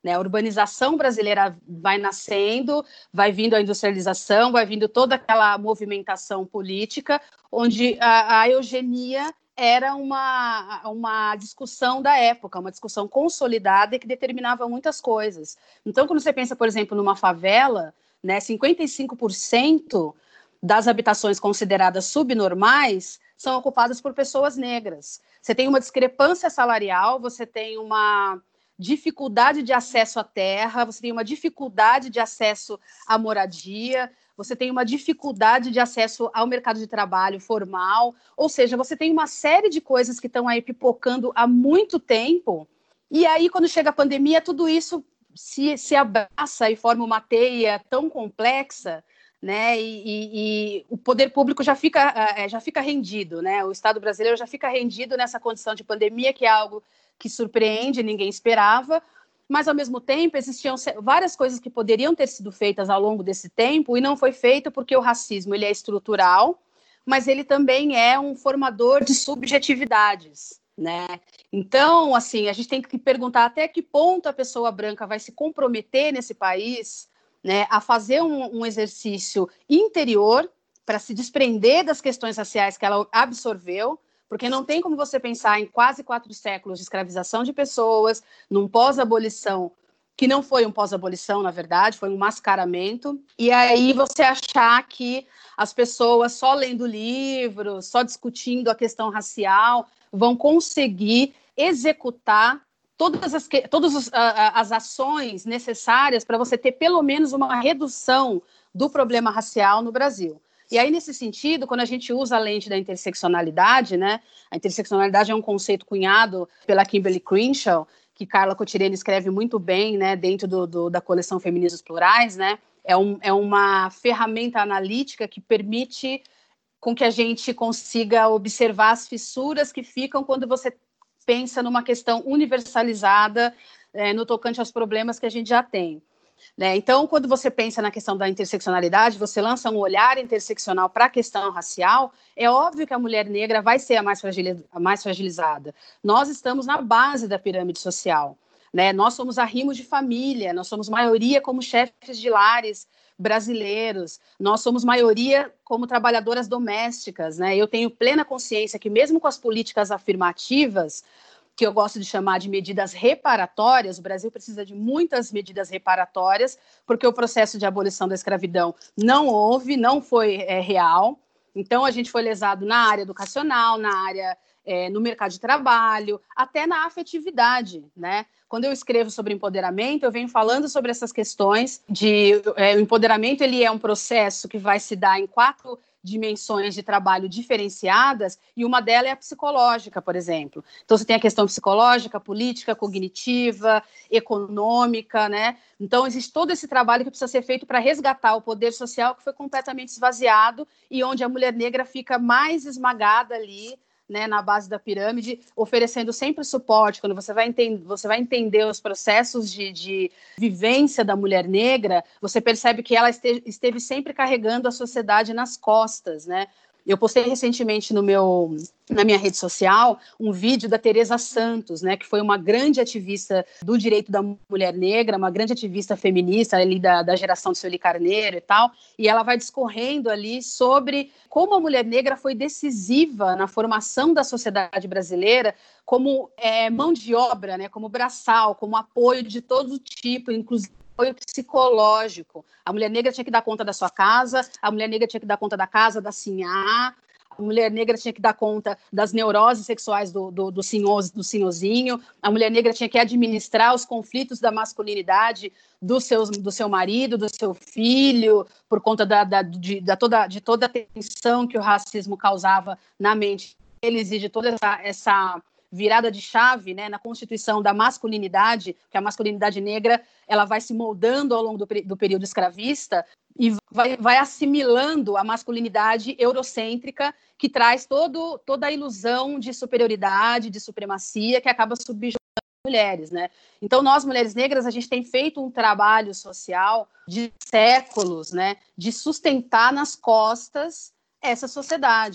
né? A urbanização brasileira vai nascendo, vai vindo a industrialização, vai vindo toda aquela movimentação política, onde a, a eugenia era uma, uma discussão da época, uma discussão consolidada e que determinava muitas coisas. Então, quando você pensa, por exemplo, numa favela, né, cinquenta e cinco por cento das habitações consideradas subnormais são ocupadas por pessoas negras. Você tem uma discrepância salarial, você tem uma dificuldade de acesso à terra, você tem uma dificuldade de acesso à moradia, você tem uma dificuldade de acesso ao mercado de trabalho formal, ou seja, você tem uma série de coisas que estão aí pipocando há muito tempo, e aí quando chega a pandemia, tudo isso se, se abraça e forma uma teia tão complexa, né, e, e, e o poder público já fica, já fica rendido, né, o Estado brasileiro já fica rendido nessa condição de pandemia, que é algo que surpreende, ninguém esperava, mas, ao mesmo tempo, existiam várias coisas que poderiam ter sido feitas ao longo desse tempo e não foi feito porque o racismo ele é estrutural, mas ele também é um formador de subjetividades, né? Então, assim, a gente tem que perguntar até que ponto a pessoa branca vai se comprometer nesse país, né, a fazer um, um exercício interior para se desprender das questões raciais que ela absorveu, porque não tem como você pensar em quase quatro séculos de escravização de pessoas, num pós-abolição, que não foi um pós-abolição, na verdade, foi um mascaramento, e aí você achar que as pessoas só lendo livros, só discutindo a questão racial, vão conseguir executar todas as, todas as, as ações necessárias para você ter pelo menos uma redução do problema racial no Brasil. E aí, nesse sentido, quando a gente usa a lente da interseccionalidade, né, a interseccionalidade é um conceito cunhado pela Kimberly Crenshaw, que Carla Cotirene escreve muito bem, né, dentro do, do, da coleção Feminismos Plurais, né, é, um, é uma ferramenta analítica que permite com que a gente consiga observar as fissuras que ficam quando você pensa numa questão universalizada é, no tocante aos problemas que a gente já tem. Né? Então, quando você pensa na questão da interseccionalidade, você lança um olhar interseccional para a questão racial, é óbvio que a mulher negra vai ser a mais, fragiliz- a mais fragilizada. Nós estamos na base da pirâmide social, né? Nós somos arrimos de família, nós somos maioria como chefes de lares brasileiros, nós somos maioria como trabalhadoras domésticas, né? Eu tenho plena consciência que mesmo com as políticas afirmativas, que eu gosto de chamar de medidas reparatórias, o Brasil precisa de muitas medidas reparatórias, porque o processo de abolição da escravidão não houve, não foi é, real. Então, a gente foi lesado na área educacional, na área, é, no mercado de trabalho, até na afetividade, né? Quando eu escrevo sobre empoderamento, eu venho falando sobre essas questões de... É, o empoderamento, ele é um processo que vai se dar em quatro dimensões de trabalho diferenciadas, e uma delas é a psicológica, por exemplo. Então, você tem a questão psicológica, política, cognitiva, econômica, né? Então, existe todo esse trabalho que precisa ser feito para resgatar o poder social que foi completamente esvaziado e onde a mulher negra fica mais esmagada ali, né, na base da pirâmide, oferecendo sempre suporte. Quando você vai, entend- você vai entender os processos de, de vivência da mulher negra, você percebe que ela este- esteve sempre carregando a sociedade nas costas, né? Eu postei recentemente no meu, na minha rede social um vídeo da Teresa Santos, né, que foi uma grande ativista do direito da mulher negra, uma grande ativista feminista ali da, da geração de Sueli Carneiro e tal, e ela vai discorrendo ali sobre como a mulher negra foi decisiva na formação da sociedade brasileira como é, mão de obra, né, como braçal, como apoio de todo tipo, inclusive apoio psicológico. A mulher negra tinha que dar conta da sua casa, a mulher negra tinha que dar conta da casa da sinhá, a mulher negra tinha que dar conta das neuroses sexuais do, do, do, senhor, do senhorzinho, a mulher negra tinha que administrar os conflitos da masculinidade do, seus, do seu marido, do seu filho, por conta da, da, de, da toda, de toda a tensão que o racismo causava na mente deles e de toda essa... essa virada de chave, né, na constituição da masculinidade, que a masculinidade negra ela vai se moldando ao longo do, do período escravista e vai, vai assimilando a masculinidade eurocêntrica que traz todo, toda a ilusão de superioridade, de supremacia que acaba subjugando as mulheres, né? Então, nós, mulheres negras, a gente tem feito um trabalho social de séculos, né, de sustentar nas costas essa sociedade.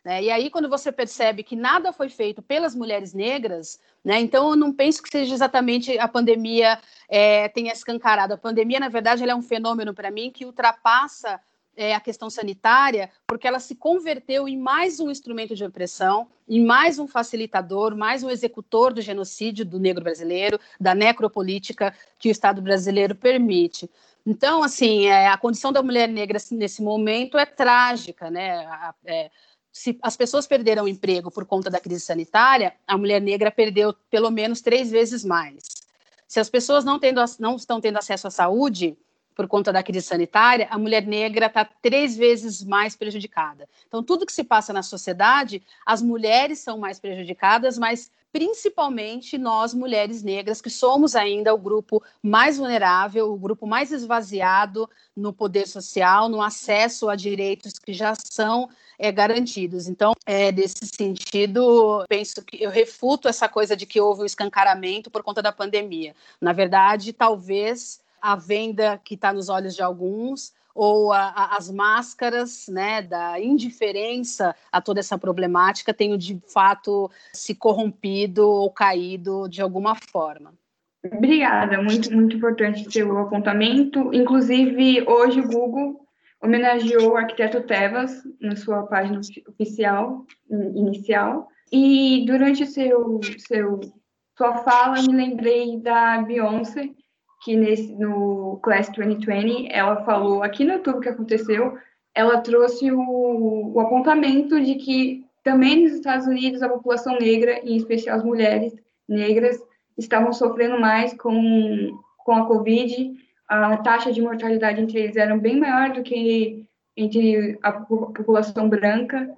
né? E aí, quando você percebe que nada foi feito pelas mulheres negras, né? Então, eu não penso que seja exatamente a pandemia é, tenha escancarado. A pandemia, na verdade, ela é um fenômeno, para mim, que ultrapassa é, a questão sanitária, porque ela se converteu em mais um instrumento de opressão, em mais um facilitador, mais um executor do genocídio do negro brasileiro, da necropolítica que o Estado brasileiro permite. Então, assim, é, a condição da mulher negra nesse momento é trágica, né? É, se as pessoas perderam o emprego por conta da crise sanitária, a mulher negra perdeu pelo menos três vezes mais. Se as pessoas não, tendo, não estão tendo acesso à saúde por conta da crise sanitária, a mulher negra está três vezes mais prejudicada. Então, tudo que se passa na sociedade, as mulheres são mais prejudicadas, mas principalmente nós, mulheres negras, que somos ainda o grupo mais vulnerável, o grupo mais esvaziado no poder social, no acesso a direitos que já são é, garantidos. Então, é, nesse sentido, penso que eu refuto essa coisa de que houve um escancaramento por conta da pandemia. Na verdade, talvez a venda que está nos olhos de alguns, ou a, a, as máscaras, né, da indiferença a toda essa problemática tenham de fato se corrompido ou caído de alguma forma. Obrigada, muito, muito importante seu apontamento. Inclusive, hoje o Google homenageou o arquiteto Tebas na sua página oficial, inicial, e durante seu, seu, sua fala me lembrei da Beyoncé, que nesse, no Class dois mil e vinte, ela falou aqui no YouTube que aconteceu, ela trouxe o, o apontamento de que também nos Estados Unidos a população negra, em especial as mulheres negras, estavam sofrendo mais com, com a Covid, a taxa de mortalidade entre eles era bem maior do que entre a população branca,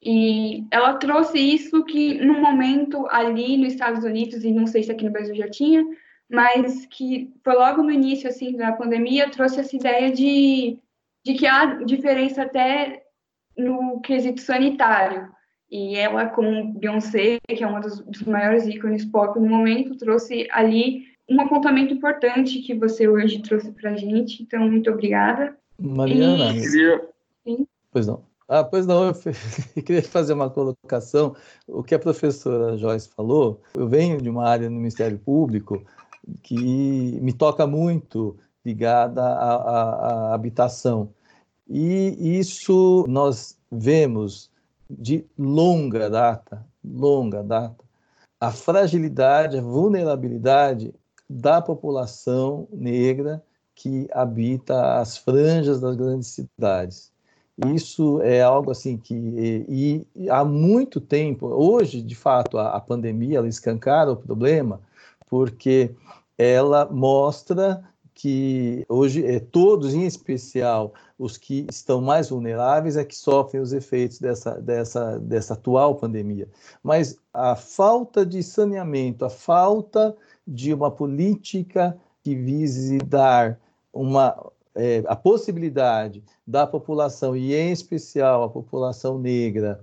e ela trouxe isso que, no momento, ali nos Estados Unidos, e não sei se aqui no Brasil já tinha, mas que foi logo no início, assim, da pandemia, trouxe essa ideia de, de que há diferença até no quesito sanitário. E ela, como Beyoncé, que é uma dos, dos maiores ícones pop no momento, trouxe ali um apontamento importante que você hoje trouxe para a gente. Então, muito obrigada. Mariana, e... Sim? Pois não. Ah, pois não, eu queria fazer uma colocação. O que a professora Joyce falou, eu venho de uma área no Ministério Público que me toca muito, ligada à, à, à habitação. E isso nós vemos de longa data, longa data, a fragilidade, a vulnerabilidade da população negra que habita as franjas das grandes cidades. Isso é algo assim que e, e há muito tempo, hoje, de fato, a, a pandemia ela escancara o problema, porque ela mostra que hoje é, todos, em especial os que estão mais vulneráveis, é que sofrem os efeitos dessa, dessa, dessa atual pandemia. Mas a falta de saneamento, a falta de uma política que vise dar uma, é, a possibilidade da população, e em especial a população negra,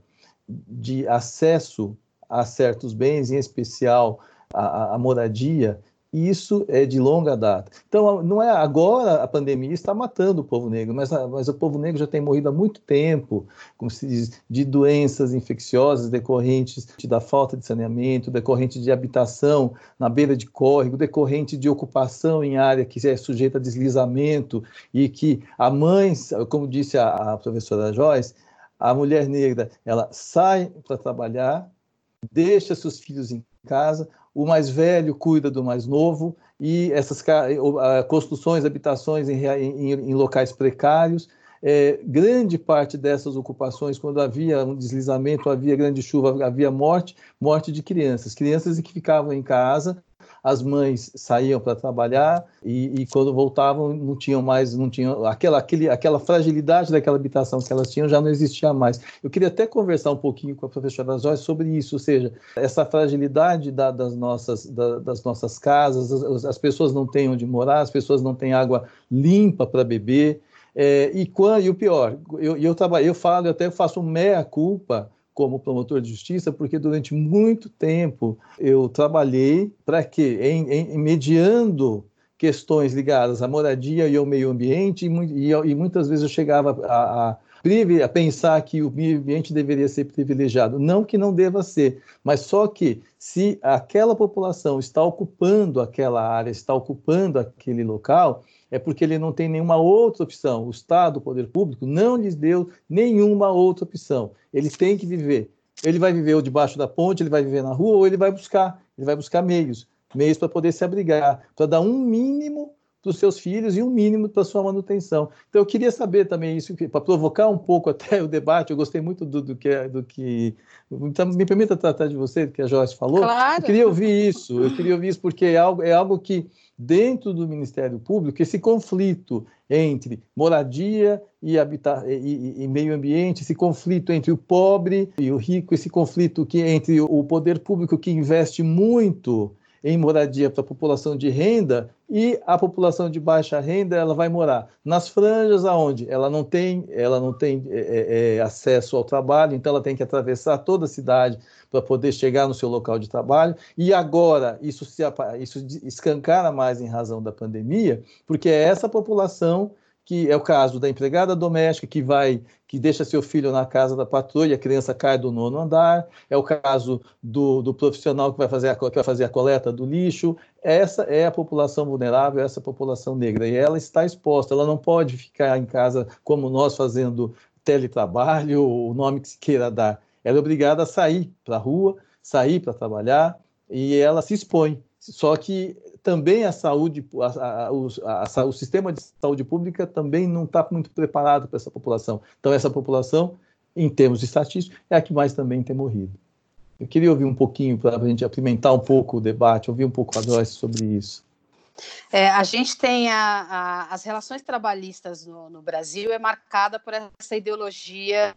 de acesso a certos bens, em especial a, a moradia, isso é de longa data. Então, não é agora a pandemia está matando o povo negro, mas, mas o povo negro já tem morrido há muito tempo, como se diz, de doenças infecciosas decorrentes da falta de saneamento, decorrente de habitação na beira de córrego, decorrente de ocupação em área que é sujeita a deslizamento e que a mãe, como disse a, a professora Joyce, a mulher negra, ela sai para trabalhar, deixa seus filhos em casa, o mais velho cuida do mais novo, e essas construções, habitações em, em, em locais precários, é, grande parte dessas ocupações, quando havia um deslizamento, havia grande chuva, havia morte, morte de crianças, crianças que ficavam em casa, as mães saíam para trabalhar e, e quando voltavam não tinham mais, não tinham aquela, aquele, aquela fragilidade daquela habitação que elas tinham já não existia mais. Eu queria até conversar um pouquinho com a professora Joyce sobre isso, ou seja, essa fragilidade da, das, nossas, da, das nossas casas, as, as pessoas não têm onde morar, as pessoas não têm água limpa para beber, é, e, quando, e o pior, eu, eu, trabalho, eu falo, eu até faço um meia-culpa como promotor de justiça, porque durante muito tempo eu trabalhei para quê? Em, em, mediando questões ligadas à moradia e ao meio ambiente, e, e, e muitas vezes eu chegava a, a, a pensar que o meio ambiente deveria ser privilegiado. Não que não deva ser, mas só que se aquela população está ocupando aquela área, está ocupando aquele local, é porque ele não tem nenhuma outra opção. O Estado, o poder público, não lhes deu nenhuma outra opção. Eles têm que viver. Ele vai viver ou debaixo da ponte, ele vai viver na rua, ou ele vai buscar, ele vai buscar meios, meios para poder se abrigar, para dar um mínimo para os seus filhos e um mínimo para a sua manutenção. Então, eu queria saber também isso, para provocar um pouco até o debate. Eu gostei muito do, do que... Do que então, me permita tratar de você, do que a Joyce falou. Claro. Eu queria ouvir isso, eu queria ouvir isso porque é algo, é algo que, dentro do Ministério Público, esse conflito entre moradia e, habita e, e, e meio ambiente, esse conflito entre o pobre e o rico, esse conflito que, entre o poder público que investe muito em moradia para a população de renda e a população de baixa renda, ela vai morar nas franjas aonde ela não tem, ela não tem é, é, acesso ao trabalho, então ela tem que atravessar toda a cidade para poder chegar no seu local de trabalho. E agora isso se isso escancara mais em razão da pandemia, porque é essa população que é o caso da empregada doméstica que vai, que deixa seu filho na casa da patroa e a criança cai do nono andar, é o caso do, do profissional que vai, fazer a, que vai fazer a coleta do lixo. Essa é a população vulnerável, essa população negra, e ela está exposta, ela não pode ficar em casa como nós fazendo teletrabalho, o nome que se queira dar. Ela é obrigada a sair para a rua, sair para trabalhar, e ela se expõe. Só que também a saúde, a, a, a, a, o sistema de saúde pública também não está muito preparado para essa população. Então, essa população, em termos estatísticos, é a que mais também tem morrido. Eu queria ouvir um pouquinho, para a gente apimentar um pouco o debate, ouvir um pouco a Joyce sobre isso. É, a gente tem a, a, as relações trabalhistas no, no Brasil é marcada por essa ideologia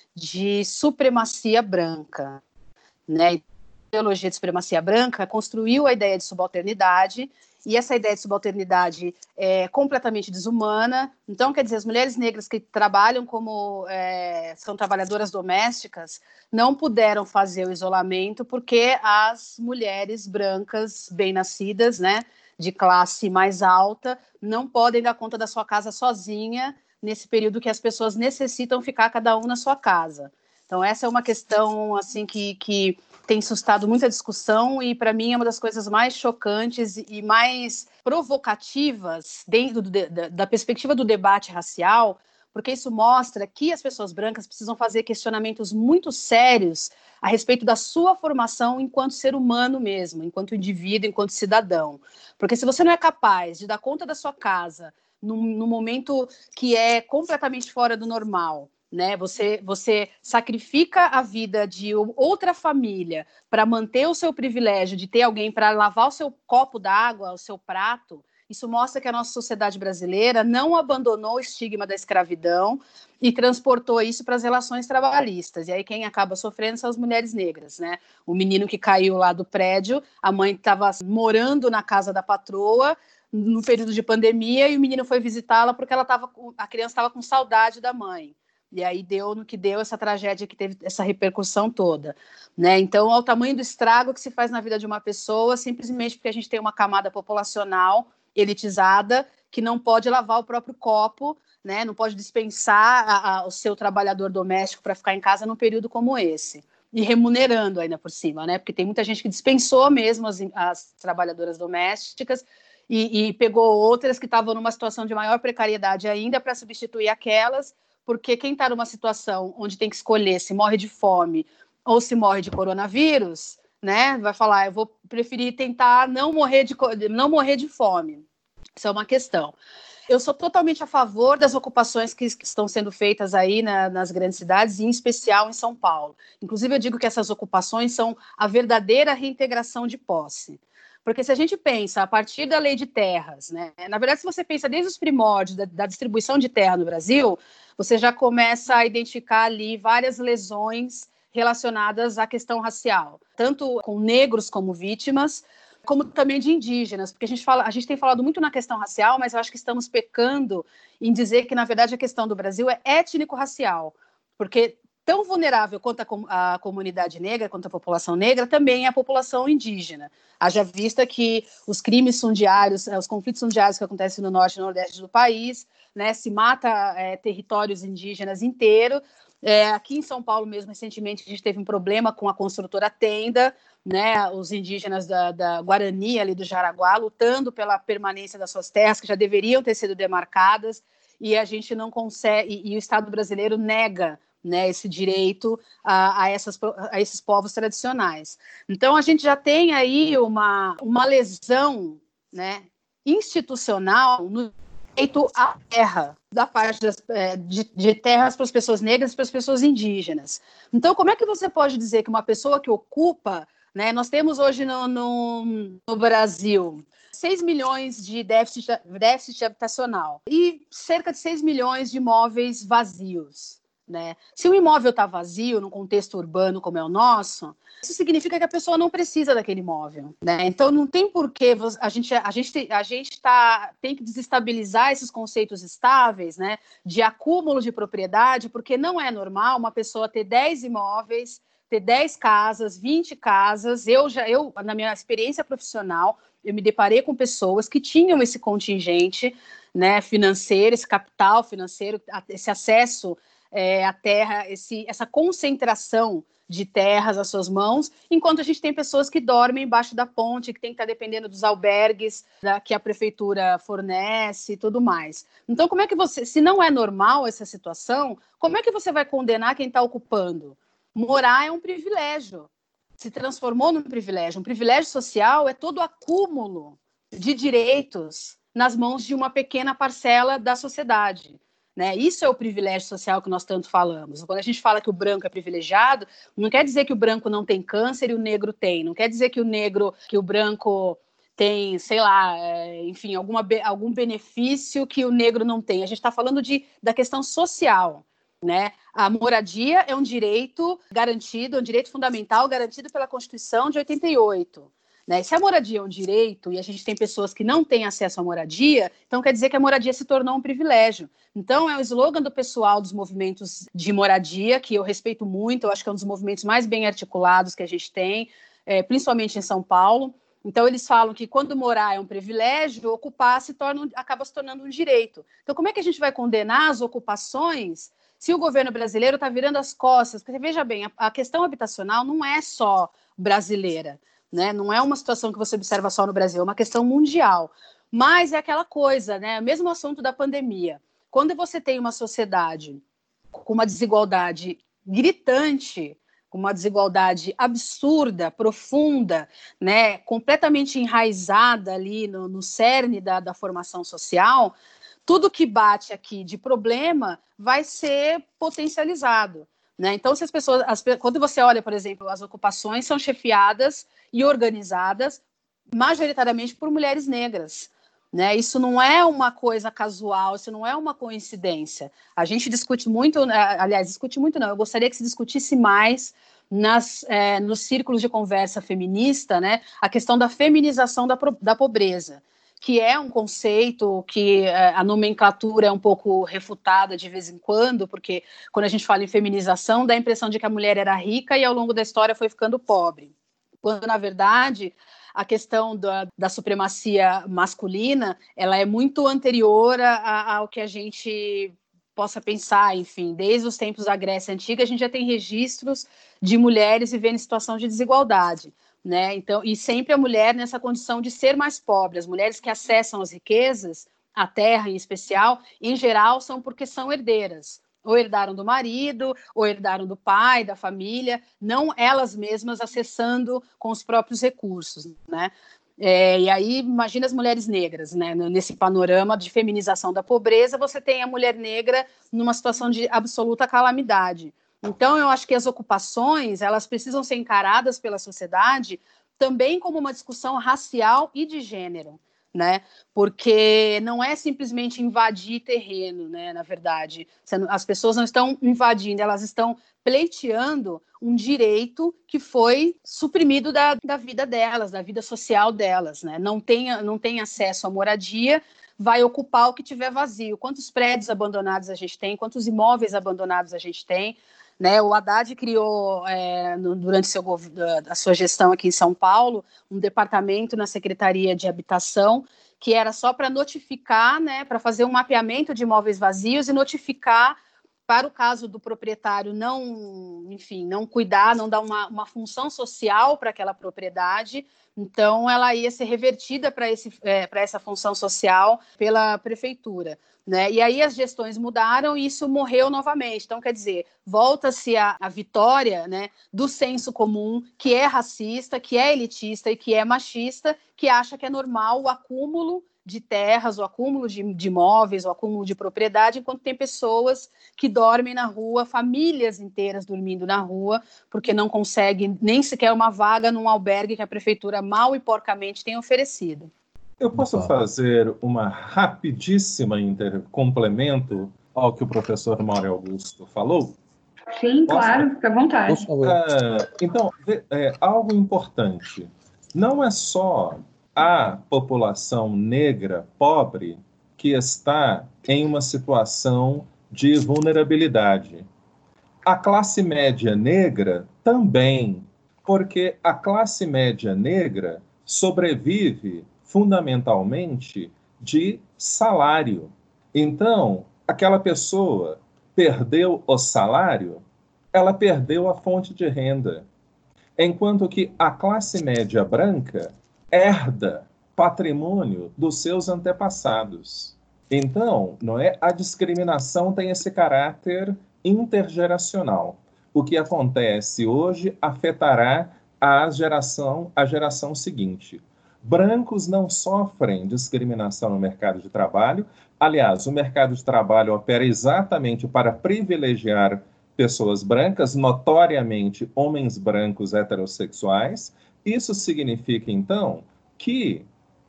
de supremacia branca, né? A ideologia de supremacia branca construiu a ideia de subalternidade, e essa ideia de subalternidade é completamente desumana. Então, quer dizer, as mulheres negras que trabalham como é, são trabalhadoras domésticas não puderam fazer o isolamento porque as mulheres brancas bem-nascidas, né, de classe mais alta, não podem dar conta da sua casa sozinha nesse período que as pessoas necessitam ficar cada um na sua casa. Então, essa é uma questão assim, que, que tem suscitado muita discussão e, para mim, é uma das coisas mais chocantes e mais provocativas dentro do, da, da perspectiva do debate racial, porque isso mostra que as pessoas brancas precisam fazer questionamentos muito sérios a respeito da sua formação enquanto ser humano mesmo, enquanto indivíduo, enquanto cidadão. Porque se você não é capaz de dar conta da sua casa num, num momento que é completamente fora do normal, né? Você, você sacrifica a vida de outra família para manter o seu privilégio de ter alguém para lavar o seu copo d'água, o seu prato. Isso mostra que a nossa sociedade brasileira não abandonou o estigma da escravidão e transportou isso para as relações trabalhistas. E aí quem acaba sofrendo são as mulheres negras, né? O menino que caiu lá do prédio, a mãe estava morando na casa da patroa no período de pandemia e o menino foi visitá-la porque ela tava, a criança estava com saudade da mãe. E aí deu no que deu essa tragédia que teve essa repercussão toda, né? Então, ao tamanho do estrago que se faz na vida de uma pessoa, simplesmente porque a gente tem uma camada populacional elitizada que não pode lavar o próprio copo, né? Não pode dispensar a, a, o seu trabalhador doméstico para ficar em casa num período como esse. E remunerando ainda por cima, né? Porque tem muita gente que dispensou mesmo as, as trabalhadoras domésticas e, e pegou outras que estavam numa situação de maior precariedade ainda para substituir aquelas, porque quem está numa situação onde tem que escolher se morre de fome ou se morre de coronavírus, né, vai falar, eu vou preferir tentar não morrer de, não morrer de fome. Isso é uma questão. Eu sou totalmente a favor das ocupações que estão sendo feitas aí na, nas grandes cidades, em especial em São Paulo. Inclusive, eu digo que essas ocupações são a verdadeira reintegração de posse. Porque se a gente pensa a partir da lei de terras, né, na verdade, se você pensa desde os primórdios da, da distribuição de terra no Brasil, você já começa a identificar ali várias lesões relacionadas à questão racial, tanto com negros como vítimas, como também de indígenas, porque a gente, fala, a gente tem falado muito na questão racial, mas eu acho que estamos pecando em dizer que, na verdade, a questão do Brasil é étnico-racial, porque tão vulnerável quanto a, com, a comunidade negra, quanto a população negra, também é a população indígena. Haja vista que os crimes fundiários, os conflitos fundiários que acontecem no norte e nordeste do país, né, se mata é, territórios indígenas inteiros. É, aqui em São Paulo mesmo, recentemente, a gente teve um problema com a construtora Tenda, né, os indígenas da, da Guarani, ali do Jaraguá, lutando pela permanência das suas terras, que já deveriam ter sido demarcadas, e a gente não consegue, e, e o Estado brasileiro nega, né, esse direito a, a, essas, a esses povos tradicionais. Então, a gente já tem aí uma, uma lesão, né, institucional no direito à terra, da parte das, de, de terras para as pessoas negras e para as pessoas indígenas. Então, como é que você pode dizer que uma pessoa que ocupa, né, nós temos hoje no, no, no Brasil seis milhões de déficit, déficit habitacional e cerca de seis milhões de imóveis vazios, né? Se o imóvel está vazio, num contexto urbano como é o nosso, isso significa que a pessoa não precisa daquele imóvel, né? Então, não tem porquê a gente, a gente, a gente tá, tem que desestabilizar esses conceitos estáveis, né, de acúmulo de propriedade, porque não é normal uma pessoa ter dez imóveis, ter dez casas, vinte casas. Eu, já, eu, na minha experiência profissional, eu me deparei com pessoas que tinham esse contingente, né, financeiro, esse capital financeiro, esse acesso é, à terra, esse, essa concentração de terras às suas mãos, enquanto a gente tem pessoas que dormem embaixo da ponte, que tem que estar dependendo dos albergues da, que a prefeitura fornece e tudo mais. Então, como é que você, se não é normal essa situação, como é que você vai condenar quem está ocupando? Morar é um privilégio, se transformou num privilégio. Um privilégio social é todo o acúmulo de direitos nas mãos de uma pequena parcela da sociedade, né? Isso é o privilégio social que nós tanto falamos. Quando a gente fala que o branco é privilegiado, não quer dizer que o branco não tem câncer e o negro tem. Não quer dizer que o negro, que o branco tem, sei lá, enfim, alguma, algum benefício que o negro não tem. A gente está falando de, da questão social, né? A moradia é um direito garantido, é um direito fundamental garantido pela Constituição de oitenta e oito. Né? Se a moradia é um direito e a gente tem pessoas que não têm acesso à moradia, então quer dizer que a moradia se tornou um privilégio. Então é o slogan do pessoal dos movimentos de moradia, que eu respeito muito, eu acho que é um dos movimentos mais bem articulados que a gente tem, é, principalmente em São Paulo. Então eles falam que quando morar é um privilégio, ocupar se torna, acaba se tornando um direito. Então como é que a gente vai condenar as ocupações se o governo brasileiro está virando as costas? Porque, veja bem, a, a questão habitacional não é só brasileira, né? Não é uma situação que você observa só no Brasil, é uma questão mundial. Mas é aquela coisa, né? Mesmo assunto da pandemia. Quando você tem uma sociedade com uma desigualdade gritante, com uma desigualdade absurda, profunda, né? Completamente enraizada ali no, no cerne da, da formação social, tudo que bate aqui de problema vai ser potencializado, né? Então, se as pessoas, as, quando você olha, por exemplo, as ocupações são chefiadas e organizadas majoritariamente por mulheres negras, né? Isso não é uma coisa casual, isso não é uma coincidência. A gente discute muito, aliás, discute muito não, eu gostaria que se discutisse mais nas, é, nos círculos de conversa feminista, né, a questão da feminização da, da pobreza, que é um conceito que a nomenclatura é um pouco refutada de vez em quando, porque quando a gente fala em feminização, dá a impressão de que a mulher era rica e ao longo da história foi ficando pobre. Quando, na verdade, a questão da, da supremacia masculina, ela é muito anterior a, ao que a gente possa pensar, enfim, desde os tempos da Grécia Antiga, a gente já tem registros de mulheres vivendo em situação de desigualdade. Né? Então, e sempre a mulher nessa condição de ser mais pobre. As mulheres que acessam as riquezas, a terra em especial, em geral são porque são herdeiras, ou herdaram do marido, ou herdaram do pai, da família, não elas mesmas acessando com os próprios recursos, né? É, e aí imagina as mulheres negras, né? Nesse panorama de feminização da pobreza, você tem a mulher negra numa situação de absoluta calamidade. Então, eu acho que as ocupações, elas precisam ser encaradas pela sociedade também como uma discussão racial e de gênero, né? Porque não é simplesmente invadir terreno, né? Na verdade, as pessoas não estão invadindo, elas estão pleiteando um direito que foi suprimido da, da vida delas, da vida social delas, né? Não tem, não tem acesso à moradia, vai ocupar o que tiver vazio. Quantos prédios abandonados a gente tem, quantos imóveis abandonados a gente tem, né? O Haddad criou, é, no, durante seu, a sua gestão aqui em São Paulo, um departamento na Secretaria de Habitação, que era só para notificar, né, para fazer um mapeamento de imóveis vazios e notificar para o caso do proprietário não, enfim, não cuidar, não dar uma, uma função social para aquela propriedade, então ela ia ser revertida para esse, é, para essa função social pela prefeitura, né? E aí as gestões mudaram e isso morreu novamente. Então, quer dizer, volta-se a, a vitória, né, do senso comum, que é racista, que é elitista e que é machista, que acha que é normal o acúmulo de terras, o acúmulo de, de imóveis, o acúmulo de propriedade, enquanto tem pessoas que dormem na rua, famílias inteiras dormindo na rua, porque não conseguem nem sequer uma vaga num albergue que a prefeitura mal e porcamente tem oferecido. Eu posso fazer uma rapidíssima inter... complemento ao que o professor Mauro Augusto falou? Sim, Posso? claro, fica à vontade. Uh, então, é, algo importante. Não é só a população negra pobre que está em uma situação de vulnerabilidade. A classe média negra também, porque a classe média negra sobrevive fundamentalmente de salário. Então, aquela pessoa perdeu o salário, ela perdeu a fonte de renda. Enquanto que a classe média branca herda patrimônio dos seus antepassados. Então, não é, a discriminação tem esse caráter intergeracional. O que acontece hoje afetará a geração, a geração seguinte. Brancos não sofrem discriminação no mercado de trabalho. Aliás, o mercado de trabalho opera exatamente para privilegiar pessoas brancas, notoriamente homens brancos heterossexuais. Isso significa, então, que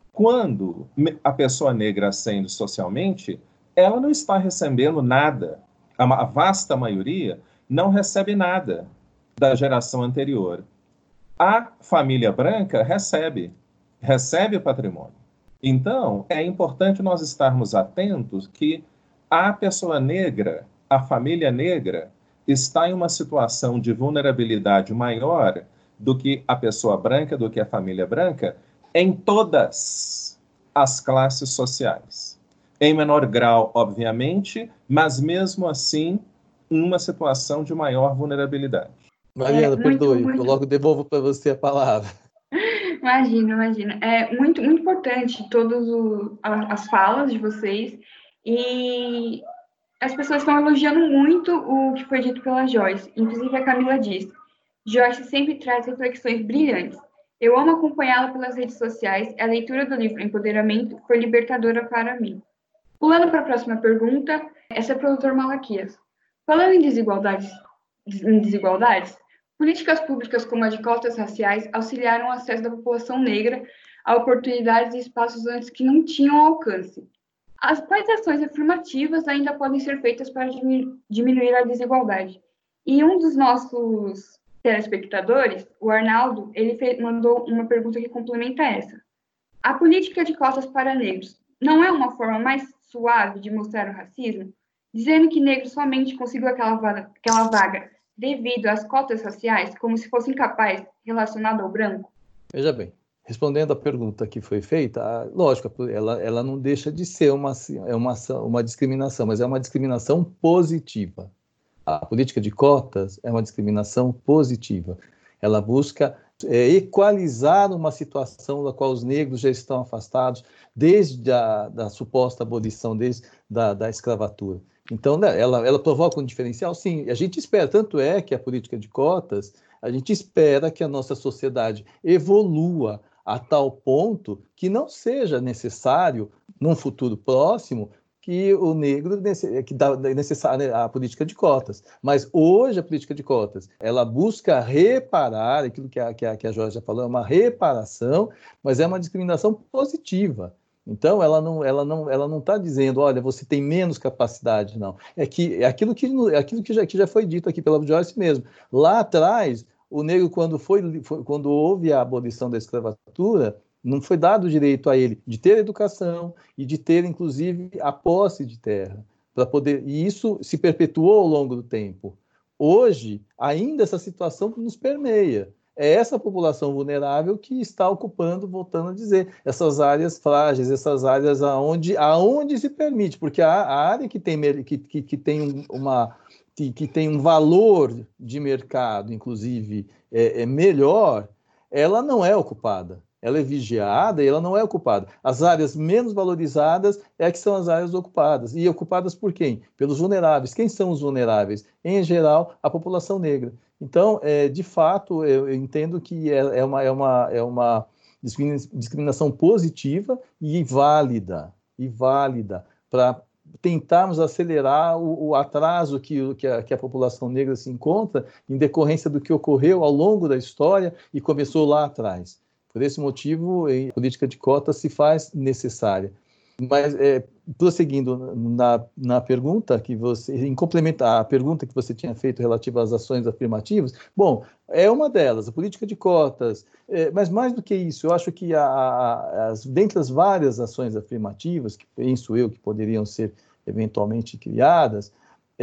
quando a pessoa negra ascende socialmente, ela não está recebendo nada. A vasta maioria não recebe nada da geração anterior. A família branca recebe, recebe patrimônio. Então, é importante nós estarmos atentos que a pessoa negra, a família negra, está em uma situação de vulnerabilidade maior do que a pessoa branca, do que a família branca, em todas as classes sociais. Em menor grau, obviamente, mas mesmo assim, em uma situação de maior vulnerabilidade. Mariana, é, muito, perdoe, muito... eu logo devolvo para você a palavra. Imagina, imagina. É muito, muito importante todas as falas de vocês e as pessoas estão elogiando muito o que foi dito pela Joyce. Inclusive, a Camila disse, Joyce sempre traz reflexões brilhantes. Eu amo acompanhá-la pelas redes sociais. A leitura do livro Empoderamento foi libertadora para mim. Pulando para a próxima pergunta, essa é para o doutor Malaquias. Falando em desigualdades, em desigualdades, políticas públicas como a de cotas raciais auxiliaram o acesso da população negra a oportunidades e espaços antes que não tinham alcance. As quais ações afirmativas ainda podem ser feitas para diminuir a desigualdade? E um dos nossos telespectadores, o Arnaldo, ele fez, mandou uma pergunta que complementa essa. A política de cotas para negros não é uma forma mais suave de mostrar o racismo? Dizendo que negros somente conseguiu aquela vaga, aquela vaga devido às cotas raciais, como se fosse incapaz relacionado ao branco? Veja bem, respondendo à pergunta que foi feita, lógico, ela, ela não deixa de ser uma, é uma, uma discriminação, mas é uma discriminação positiva. A política de cotas é uma discriminação positiva. Ela busca é, equalizar uma situação da qual os negros já estão afastados desde a da suposta abolição, desde da, da escravatura. Então, né, ela, ela provoca um diferencial? Sim, a gente espera, tanto é que a política de cotas, a gente espera que a nossa sociedade evolua a tal ponto que não seja necessário, num futuro próximo, que o negro que dá necessária a política de cotas. Mas hoje a política de cotas, ela busca reparar, aquilo que a, que a, que a Jorge já falou, é uma reparação, mas é uma discriminação positiva. Então, ela não ela não ela não está dizendo, olha, você tem menos capacidade, não. É, que, é aquilo, que, é aquilo que, já, que já foi dito aqui pela Joyce mesmo. Lá atrás, o negro, quando, foi, foi, quando houve a abolição da escravatura, não foi dado o direito a ele de ter educação e de ter, inclusive, a posse de terra. Para poder, e isso se perpetuou ao longo do tempo. hoje, ainda essa situação nos permeia. É essa população vulnerável que está ocupando, voltando a dizer, essas áreas frágeis, essas áreas aonde, aonde se permite, porque a, a área que tem, que, que, que tem uma... Que, que tem um valor de mercado, inclusive, é, é melhor, ela não é ocupada. Ela é vigiada e ela não é ocupada. As áreas menos valorizadas é que são as áreas ocupadas. E ocupadas por quem? Pelos vulneráveis. Quem são os vulneráveis? Em geral, a população negra. Então, é, de fato, eu, eu entendo que é, é, uma, é, uma, é uma discriminação positiva e válida, e válida para tentarmos acelerar o, o atraso que, que, a, que a população negra se encontra em decorrência do que ocorreu ao longo da história e começou lá atrás. Por esse motivo, a política de cotas se faz necessária. Mas, é, prosseguindo na, na pergunta que você, em complementar a pergunta que você tinha feito relativa às ações afirmativas, bom, é uma delas, a política de cotas, é, mas mais do que isso, eu acho que a, a, as, dentre as várias ações afirmativas, que penso eu que poderiam ser eventualmente criadas,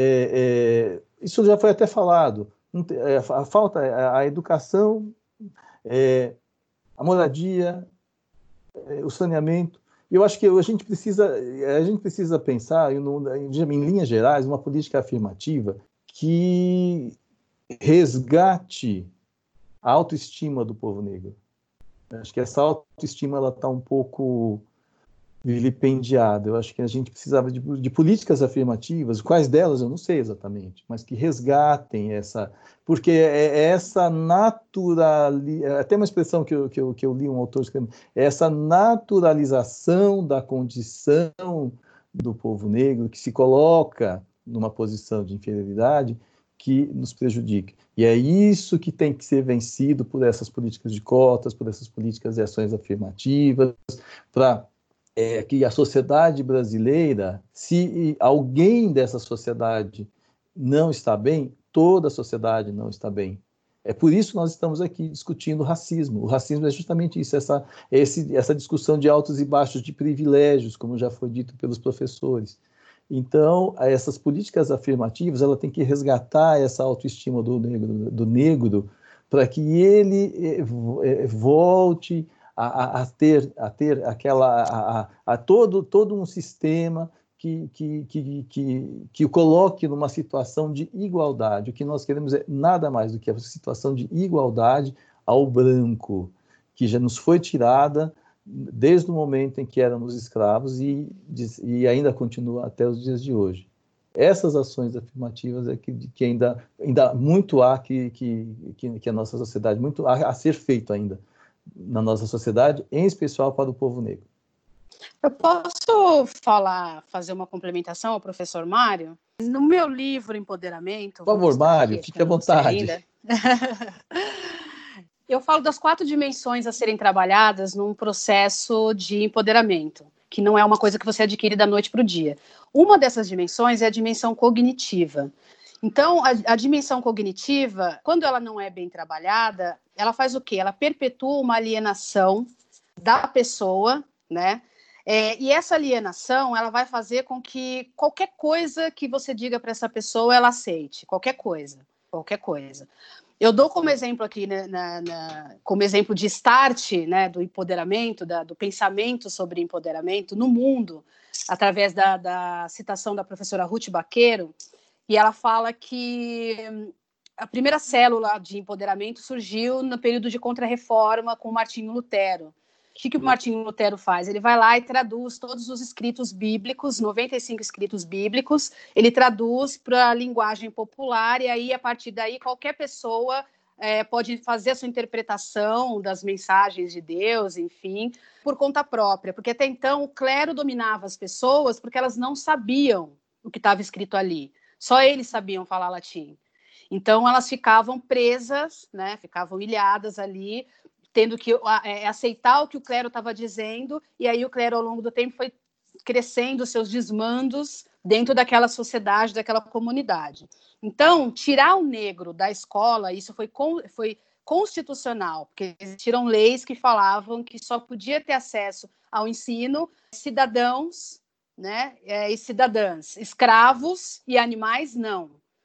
é, é, isso já foi até falado, a, a falta, a, a educação, é, a moradia, é, o saneamento. Eu acho que a gente precisa, a gente precisa pensar, em, em linhas gerais, uma política afirmativa que resgate a autoestima do povo negro. Acho que essa autoestima está um pouco vilipendiada. Eu acho que a gente precisava de, de políticas afirmativas, quais delas eu não sei exatamente, mas que resgatem essa... Porque é essa naturalização... Até uma expressão que eu, que eu, que eu li um autor escrevendo, é essa naturalização da condição do povo negro que se coloca numa posição de inferioridade que nos prejudica. E é isso que tem que ser vencido por essas políticas de cotas, por essas políticas de ações afirmativas, para... É que a sociedade brasileira, se alguém dessa sociedade não está bem, toda a sociedade não está bem. É por isso que nós estamos aqui discutindo racismo. O racismo é justamente isso, essa, esse, essa discussão de altos e baixos, de privilégios, como já foi dito pelos professores. Então, essas políticas afirmativas, ela tem que resgatar essa autoestima do negro, do negro, para que ele volte A, a, ter, a ter aquela, a, a, a todo, todo um sistema que, que, que, que, que o coloque numa situação de igualdade. O que nós queremos é nada mais do que a situação de igualdade ao branco, que já nos foi tirada desde o momento em que éramos escravos e, e ainda continua até os dias de hoje. Essas ações afirmativas é que, que ainda, ainda muito há que, que, que a nossa sociedade, muito há a ser feito ainda na nossa sociedade, em especial para o povo negro. Eu posso falar, fazer uma complementação ao professor Mário? No meu livro Empoderamento... Por favor, Mário, fique à vontade. Eu falo das quatro dimensões a serem trabalhadas num processo de empoderamento, que não é uma coisa que você adquire da noite para o dia. Uma dessas dimensões é a dimensão cognitiva. Então, a, a dimensão cognitiva, quando ela não é bem trabalhada, ela faz o quê? Ela perpetua uma alienação da pessoa, né? É, e essa alienação, ela vai fazer com que qualquer coisa que você diga para essa pessoa, ela aceite. Qualquer coisa, qualquer coisa. Eu dou como exemplo aqui, né, na, na, como exemplo de start, né, do empoderamento, da, do pensamento sobre empoderamento no mundo, através da, da citação da professora Ruth Baqueiro. E ela fala que a primeira célula de empoderamento surgiu no período de Contra-Reforma com Martinho Lutero. O que, que o Martinho Lutero faz? Ele vai lá e traduz todos os escritos bíblicos, noventa e cinco escritos bíblicos, ele traduz para a linguagem popular, e aí, a partir daí, qualquer pessoa é, pode fazer a sua interpretação das mensagens de Deus, enfim, por conta própria. Porque até então o clero dominava as pessoas porque elas não sabiam o que estava escrito ali. Só eles sabiam falar latim. Então, elas ficavam presas, né, ficavam ilhadas ali, tendo que é, aceitar o que o clero estava dizendo, e aí o clero, ao longo do tempo, foi crescendo seus desmandos dentro daquela sociedade, daquela comunidade. Então, tirar o negro da escola, isso foi, foi constitucional, porque existiram leis que falavam que só podia ter acesso ao ensino cidadãos, né, e cidadãs, escravos e animais não.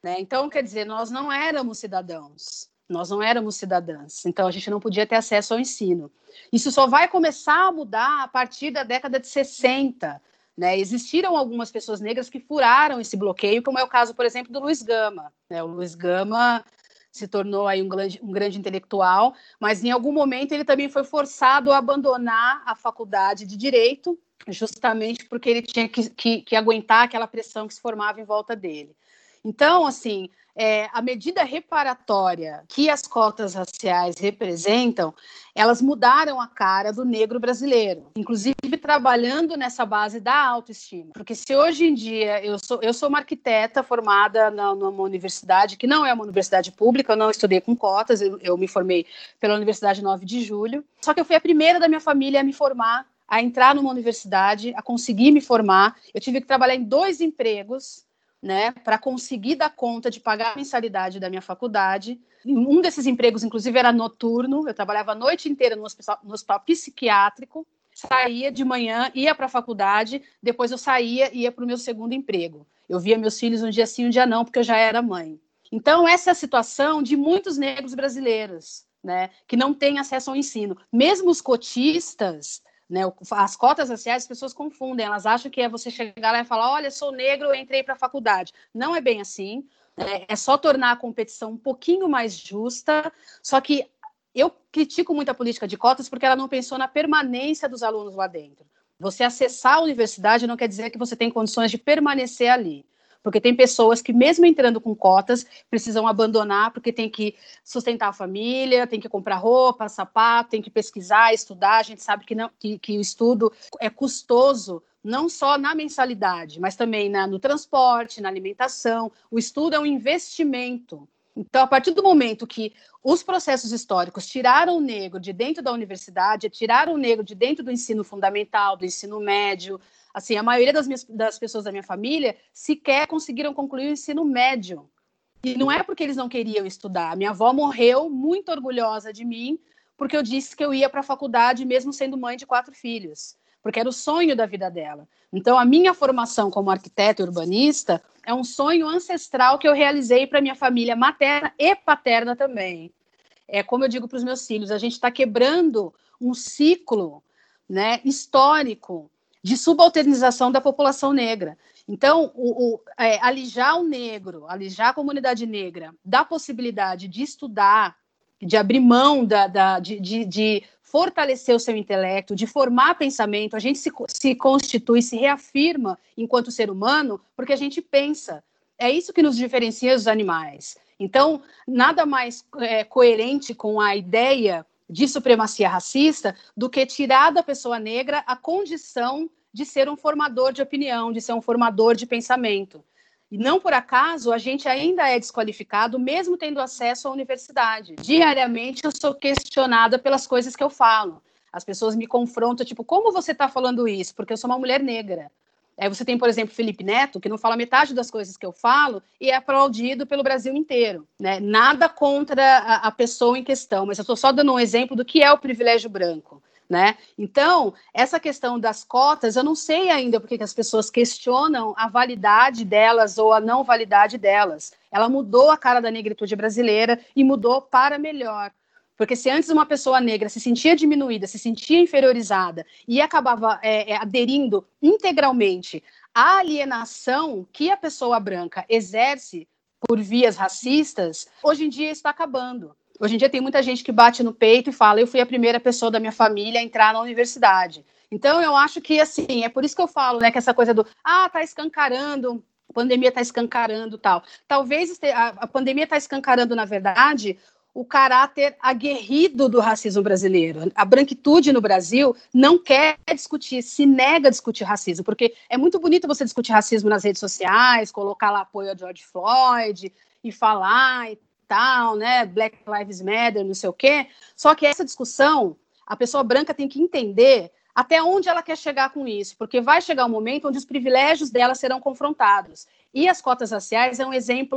né? Então, quer dizer, nós não éramos cidadãos, nós não éramos cidadãs, então a gente não podia ter acesso ao ensino. Isso só vai começar a mudar a partir da década de sessenta, né? Existiram algumas pessoas negras que furaram esse bloqueio, como é o caso, por exemplo, do Luiz Gama, né? O Luiz Gama se tornou aí um grande, um grande intelectual, mas em algum momento ele também foi forçado a abandonar a faculdade de Direito, justamente porque ele tinha que, que, que aguentar aquela pressão que se formava em volta dele. Então, assim, é, a medida reparatória que as cotas raciais representam, elas mudaram a cara do negro brasileiro, inclusive trabalhando nessa base da autoestima. Porque se hoje em dia eu sou, eu sou uma arquiteta formada na, numa universidade que não é uma universidade pública, eu não estudei com cotas, eu, eu me formei pela Universidade nove de julho, só que eu fui a primeira da minha família a me formar, a entrar numa universidade, a conseguir me formar. Eu tive que trabalhar em dois empregos, né, para conseguir dar conta de pagar a mensalidade da minha faculdade. Um desses empregos, inclusive, era noturno. Eu trabalhava a noite inteira no hospital, no hospital psiquiátrico, saía de manhã, ia para a faculdade, depois eu saía e ia para o meu segundo emprego. Eu via meus filhos um dia sim, um dia não, porque eu já era mãe. Então, essa é a situação de muitos negros brasileiros, né, que não têm acesso ao ensino. Mesmo os cotistas, né, as cotas raciais, as pessoas confundem, elas acham que é você chegar lá e falar, olha, sou negro, eu entrei para a faculdade. Não é bem assim, né? É só tornar a competição um pouquinho mais justa, só que eu critico muito a política de cotas porque ela não pensou na permanência dos alunos lá dentro. Você acessar a universidade não quer dizer que você tem condições de permanecer ali. Porque tem pessoas que, mesmo entrando com cotas, precisam abandonar porque tem que sustentar a família, tem que comprar roupa, sapato, tem que pesquisar, estudar. A gente sabe que, não, que, que o estudo é custoso, não só na mensalidade, mas também na, no transporte, na alimentação. O estudo é um investimento. Então, a partir do momento que os processos históricos tiraram o negro de dentro da universidade, tiraram o negro de dentro do ensino fundamental, do ensino médio, assim, a maioria das, minhas, das pessoas da minha família sequer conseguiram concluir o ensino médio. E não é porque eles não queriam estudar. Minha avó morreu muito orgulhosa de mim, porque eu disse que eu ia para a faculdade, mesmo sendo mãe de quatro filhos, porque era o sonho da vida dela. Então, a minha formação como arquiteta e urbanista é um sonho ancestral que eu realizei para minha família materna e paterna também. É como eu digo para os meus filhos, a gente está quebrando um ciclo, né, histórico de subalternização da população negra. Então, o, o, é, alijar o negro, alijar a comunidade negra da possibilidade de estudar, de abrir mão, da, da, de, de, de fortalecer o seu intelecto, de formar pensamento, a gente se, se constitui, se reafirma enquanto ser humano, porque a gente pensa. É isso que nos diferencia dos animais. Então, nada mais é, coerente com a ideia de supremacia racista do que tirar da pessoa negra a condição de ser um formador de opinião, de ser um formador de pensamento. E não por acaso a gente ainda é desqualificado, mesmo tendo acesso à universidade. Diariamente eu sou questionada pelas coisas que eu falo. As pessoas me confrontam, tipo, como você está falando isso? Porque eu sou uma mulher negra. Aí você tem, por exemplo, Felipe Neto, que não fala metade das coisas que eu falo e é aplaudido pelo Brasil inteiro, né? Nada contra a, a pessoa em questão, mas eu estou só dando um exemplo do que é o privilégio branco, né? Então, essa questão das cotas, eu não sei ainda porque que as pessoas questionam a validade delas ou a não validade delas. Ela mudou a cara da negritude brasileira e mudou para melhor. Porque se antes uma pessoa negra se sentia diminuída, se sentia inferiorizada e acabava é, aderindo integralmente à alienação que a pessoa branca exerce por vias racistas, hoje em dia isso está acabando. Hoje em dia tem muita gente que bate no peito e fala, eu fui a primeira pessoa da minha família a entrar na universidade. Então eu acho que, assim, é por isso que eu falo, né, que essa coisa do, ah, tá escancarando, a pandemia tá escancarando tal. Talvez a, a pandemia tá escancarando, na verdade, o caráter aguerrido do racismo brasileiro. A branquitude no Brasil não quer discutir, se nega a discutir racismo, porque é muito bonito você discutir racismo nas redes sociais, colocar lá apoio a George Floyd e falar e tal, né, Black Lives Matter, não sei o quê. Só que essa discussão, a pessoa branca tem que entender até onde ela quer chegar com isso, porque vai chegar um momento onde os privilégios dela serão confrontados. E as cotas raciais é um exemplo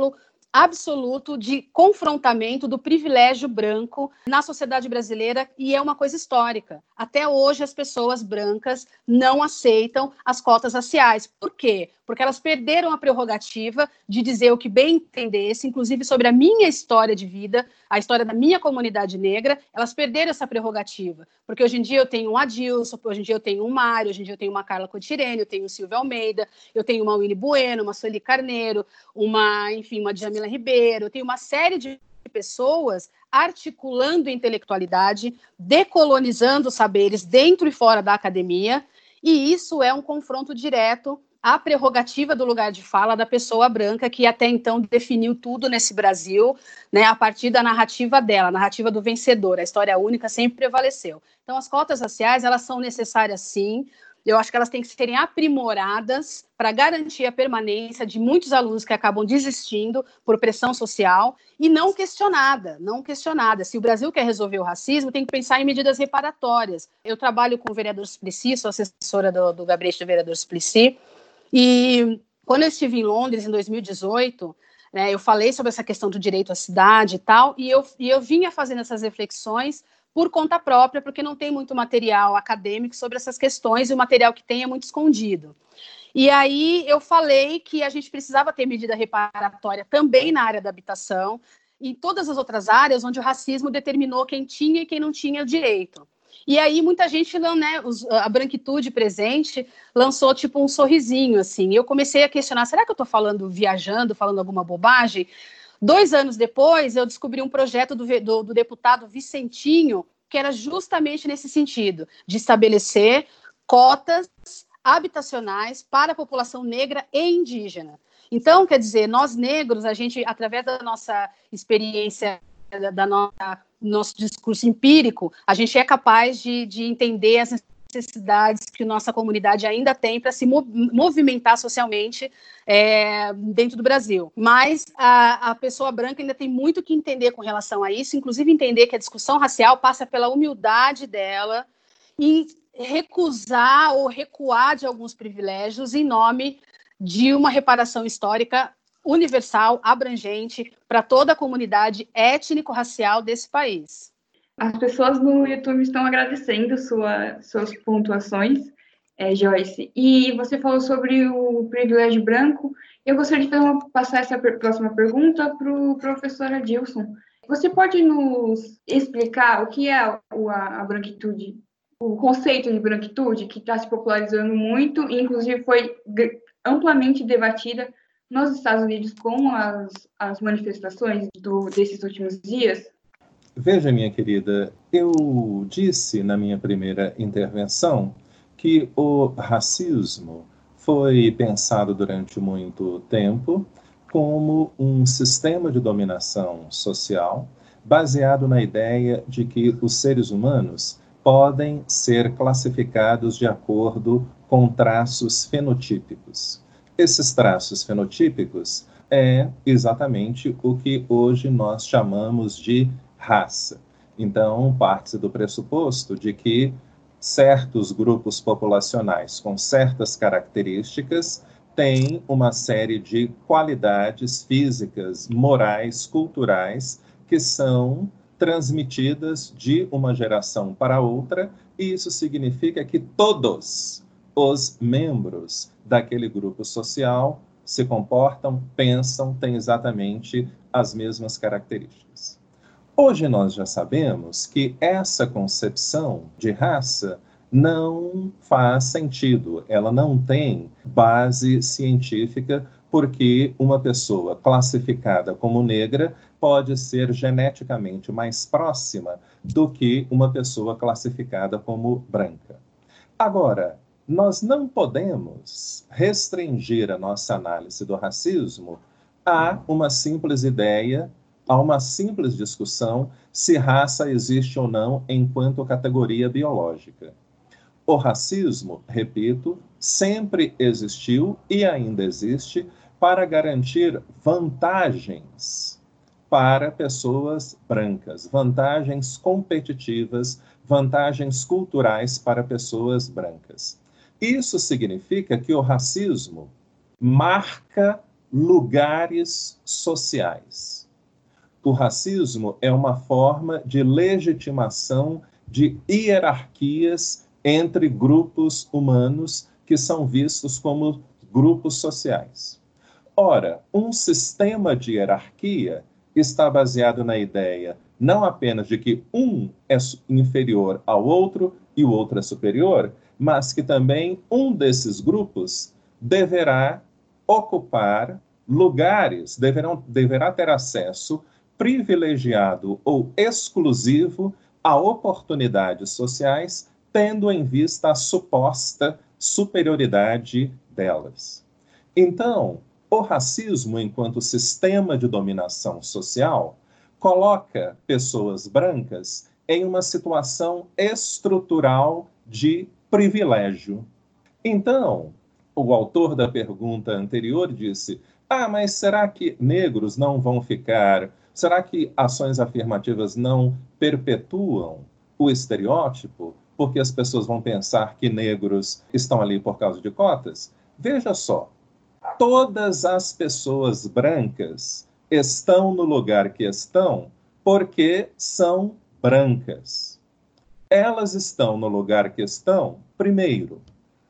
absoluto de confrontamento do privilégio branco na sociedade brasileira, e é uma coisa histórica. Até hoje as pessoas brancas não aceitam as cotas raciais. Por quê? Porque elas perderam a prerrogativa de dizer o que bem entendesse, inclusive sobre a minha história de vida, a história da minha comunidade negra. Elas perderam essa prerrogativa, porque hoje em dia eu tenho um Adilson, hoje em dia eu tenho um Mário, hoje em dia eu tenho uma Carla Cotirene, eu tenho um Silvio Almeida, eu tenho uma Winnie Bueno, uma Sueli Carneiro, uma, enfim, uma Djamila Ribeiro, eu tenho uma série de pessoas articulando intelectualidade, decolonizando saberes dentro e fora da academia, e isso é um confronto direto à prerrogativa do lugar de fala da pessoa branca, que até então definiu tudo nesse Brasil, né, a partir da narrativa dela, a narrativa do vencedor. A história única sempre prevaleceu. Então, as cotas raciais, elas são necessárias, sim. Eu acho que elas têm que serem aprimoradas para garantir a permanência de muitos alunos que acabam desistindo por pressão social, e não questionada, não questionada. Se o Brasil quer resolver o racismo, tem que pensar em medidas reparatórias. Eu trabalho com o vereador Suplicy, sou assessora do, do gabinete do vereador Suplicy, e quando eu estive em Londres, em dois mil e dezoito, né, eu falei sobre essa questão do direito à cidade e tal, e eu, e eu vinha fazendo essas reflexões por conta própria, porque não tem muito material acadêmico sobre essas questões, e o material que tem é muito escondido. E aí eu falei que a gente precisava ter medida reparatória também na área da habitação, e em todas as outras áreas onde o racismo determinou quem tinha e quem não tinha direito. E aí muita gente, né, a branquitude presente lançou tipo um sorrisinho, assim. Eu comecei a questionar, será que eu estou falando, viajando, falando alguma bobagem? Dois anos depois, eu descobri um projeto do, do, do deputado Vicentinho, que era justamente nesse sentido, de estabelecer cotas habitacionais para a população negra e indígena. Então, quer dizer, nós negros, a gente, através da nossa experiência, da, da nossa, nosso discurso empírico, a gente é capaz de, de entender as necessidades que nossa comunidade ainda tem para se movimentar socialmente é, dentro do Brasil. Mas a, a pessoa branca ainda tem muito que entender com relação a isso, inclusive entender que a discussão racial passa pela humildade dela e recusar ou recuar de alguns privilégios em nome de uma reparação histórica universal, abrangente, para toda a comunidade étnico-racial desse país. As pessoas no YouTube estão agradecendo sua, suas pontuações, é, Joyce. E você falou sobre o privilégio branco. Eu gostaria de uma, passar essa per, próxima pergunta para o professor Adilson. Você pode nos explicar o que é a, a, a branquitude, o conceito de branquitude, que está se popularizando muito, e inclusive foi amplamente debatida nos Estados Unidos com as, as manifestações do, desses últimos dias? Veja, minha querida, eu disse na minha primeira intervenção que o racismo foi pensado durante muito tempo como um sistema de dominação social baseado na ideia de que os seres humanos podem ser classificados de acordo com traços fenotípicos. Esses traços fenotípicos é exatamente o que hoje nós chamamos de raça. Então, parte-se do pressuposto de que certos grupos populacionais com certas características têm uma série de qualidades físicas, morais, culturais, que são transmitidas de uma geração para outra, e isso significa que todos os membros daquele grupo social se comportam, pensam, têm exatamente as mesmas características. Hoje nós já sabemos que essa concepção de raça não faz sentido, ela não tem base científica, porque uma pessoa classificada como negra pode ser geneticamente mais próxima do que uma pessoa classificada como branca. Agora, nós não podemos restringir a nossa análise do racismo a uma simples ideia, a uma simples discussão se raça existe ou não enquanto categoria biológica. O racismo, repito, sempre existiu e ainda existe para garantir vantagens para pessoas brancas, vantagens competitivas, vantagens culturais para pessoas brancas. Isso significa que o racismo marca lugares sociais. O racismo é uma forma de legitimação de hierarquias entre grupos humanos que são vistos como grupos sociais. Ora, um sistema de hierarquia está baseado na ideia não apenas de que um é inferior ao outro e o outro é superior, mas que também um desses grupos deverá ocupar lugares, deverão, deverá ter acesso privilegiado ou exclusivo a oportunidades sociais, tendo em vista a suposta superioridade delas. Então, o racismo, enquanto sistema de dominação social, coloca pessoas brancas em uma situação estrutural de privilégio. Então, o autor da pergunta anterior disse: ah, mas será que negros não vão ficar? Será que ações afirmativas não perpetuam o estereótipo? Porque as pessoas vão pensar que negros estão ali por causa de cotas? Veja só, todas as pessoas brancas estão no lugar que estão porque são brancas. Elas estão no lugar que estão, primeiro,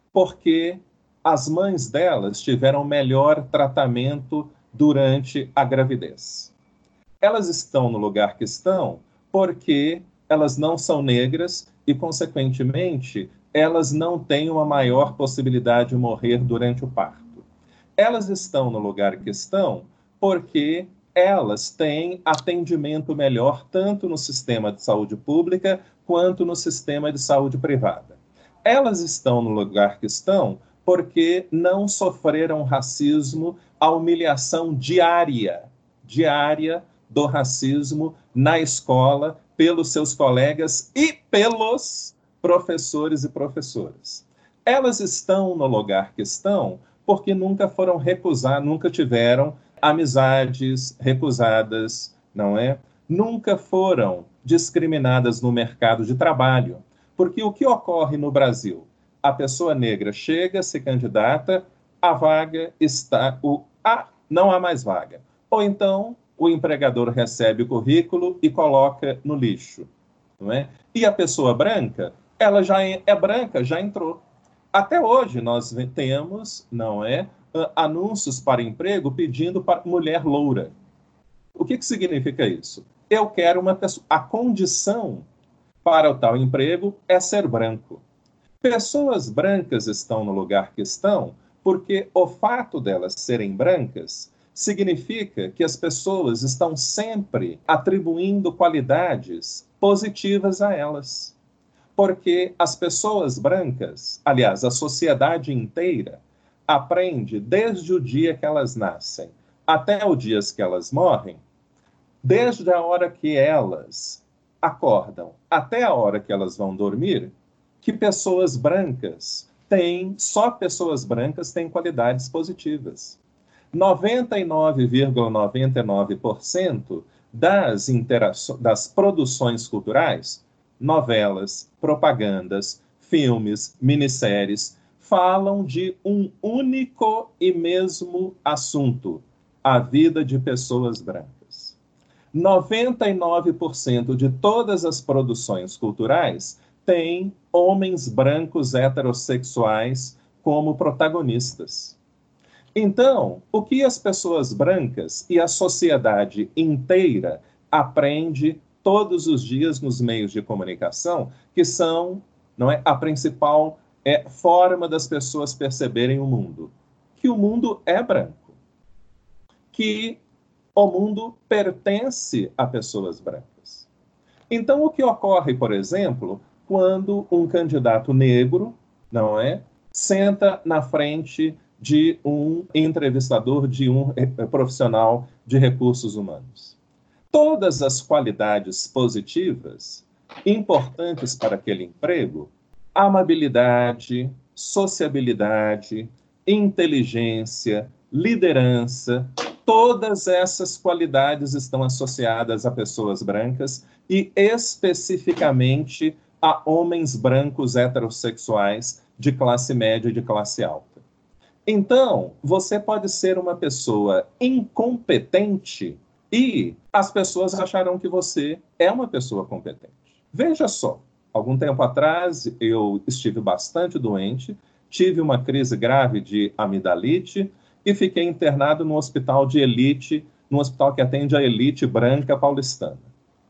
porque as mães delas tiveram melhor tratamento durante a gravidez. Elas estão no lugar que estão porque elas não são negras e, consequentemente, elas não têm uma maior possibilidade de morrer durante o parto. Elas estão no lugar que estão porque elas têm atendimento melhor tanto no sistema de saúde pública quanto no sistema de saúde privada. Elas estão no lugar que estão porque não sofreram racismo, a humilhação diária, diária do racismo na escola, pelos seus colegas e pelos professores e professoras. Elas estão no lugar que estão porque nunca foram recusadas, nunca tiveram amizades recusadas, não é? Nunca foram discriminadas no mercado de trabalho. Porque o que ocorre no Brasil? A pessoa negra chega, se candidata, a vaga está, o, ah, não há mais vaga. Ou então, o empregador recebe o currículo e coloca no lixo, não é? E a pessoa branca, ela já é, é branca, já entrou. Até hoje nós temos, não é, anúncios para emprego pedindo para mulher loura. O que que significa isso? Eu quero uma pessoa... A condição para o tal emprego é ser branco. Pessoas brancas estão no lugar que estão porque o fato delas serem brancas significa que as pessoas estão sempre atribuindo qualidades positivas a elas. Porque as pessoas brancas, aliás, a sociedade inteira, aprende desde o dia que elas nascem até o dia que elas morrem, desde a hora que elas acordam até a hora que elas vão dormir, que pessoas brancas têm, só pessoas brancas têm qualidades positivas. noventa e nove vírgula noventa e nove por cento das, interações, das produções culturais, novelas, propagandas, filmes, minisséries, falam de um único e mesmo assunto, a vida de pessoas brancas. noventa e nove por cento de todas as produções culturais têm homens brancos heterossexuais como protagonistas. Então, o que as pessoas brancas e a sociedade inteira aprende todos os dias nos meios de comunicação, que são, não é, a principal é, forma das pessoas perceberem o mundo? Que o mundo é branco. Que o mundo pertence a pessoas brancas. Então, o que ocorre, por exemplo, quando um candidato negro, não é, senta na frente de um entrevistador, de um profissional de recursos humanos? Todas as qualidades positivas importantes para aquele emprego, amabilidade, sociabilidade, inteligência, liderança, todas essas qualidades estão associadas a pessoas brancas e especificamente a homens brancos heterossexuais de classe média e de classe alta. Então, você pode ser uma pessoa incompetente e as pessoas acharão que você é uma pessoa competente. Veja só, algum tempo atrás eu estive bastante doente, tive uma crise grave de amidalite e fiquei internado num hospital de elite, num hospital que atende a elite branca paulistana.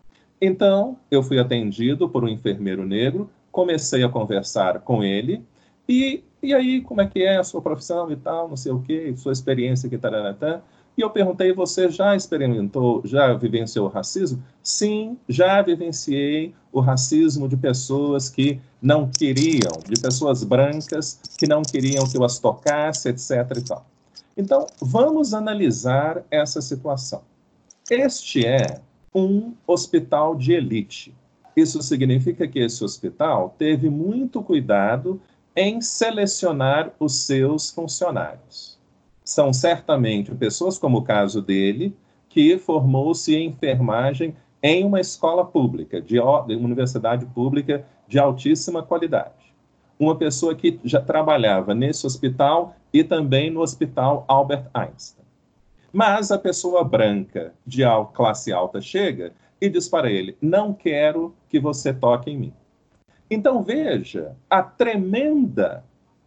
Então, eu fui atendido por um enfermeiro negro, comecei a conversar com ele, e, e aí, como é que é a sua profissão e tal, não sei o quê, sua experiência, que taranatã. E eu perguntei, você já experimentou, já vivenciou o racismo? Sim, já vivenciei o racismo de pessoas que não queriam, de pessoas brancas que não queriam que eu as tocasse, etc e tal. Então, vamos analisar essa situação. Este é um hospital de elite. Isso significa que esse hospital teve muito cuidado em selecionar os seus funcionários. São certamente pessoas, como o caso dele, que formou-se em enfermagem em uma escola pública, de uma universidade pública de altíssima qualidade. Uma pessoa que já trabalhava nesse hospital e também no Hospital Albert Einstein. Mas a pessoa branca de classe alta chega e diz para ele, não quero que você toque em mim. Então veja a tremenda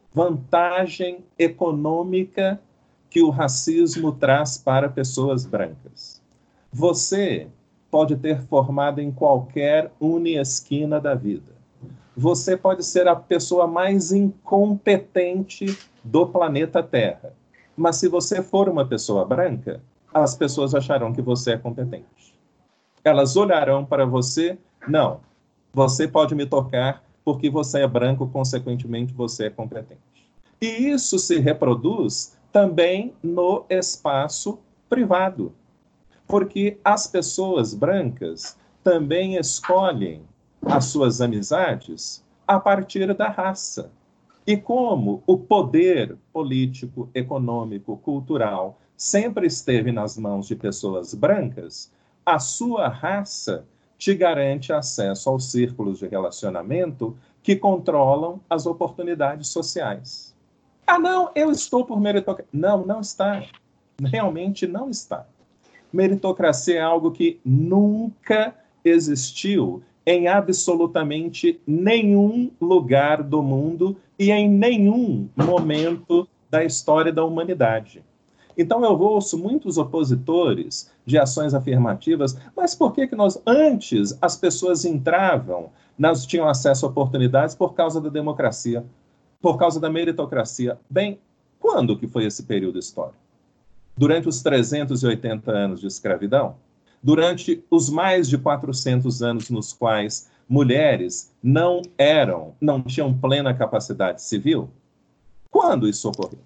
vantagem econômica que o racismo traz para pessoas brancas. Você pode ter formado em qualquer uni-esquina da vida. Você pode ser a pessoa mais incompetente do planeta Terra. Mas se você for uma pessoa branca, as pessoas acharão que você é competente. Elas olharão para você, não, você pode me tocar porque você é branco, consequentemente você é competente. E isso se reproduz também no espaço privado, porque as pessoas brancas também escolhem as suas amizades a partir da raça. E como o poder político, econômico, cultural sempre esteve nas mãos de pessoas brancas, a sua raça te garante acesso aos círculos de relacionamento que controlam as oportunidades sociais. Ah, não, eu estou por meritocracia. Não, não está. Realmente não está. Meritocracia é algo que nunca existiu em absolutamente nenhum lugar do mundo e em nenhum momento da história da humanidade. Então eu ouço muitos opositores de ações afirmativas, mas por que que nós, antes, as pessoas entravam, nós tinham acesso a oportunidades por causa da democracia, por causa da meritocracia? Bem, quando que foi esse período histórico? Durante os trezentos e oitenta anos de escravidão? Durante os mais de quatrocentos anos nos quais mulheres não eram, não tinham plena capacidade civil? Quando isso ocorreu?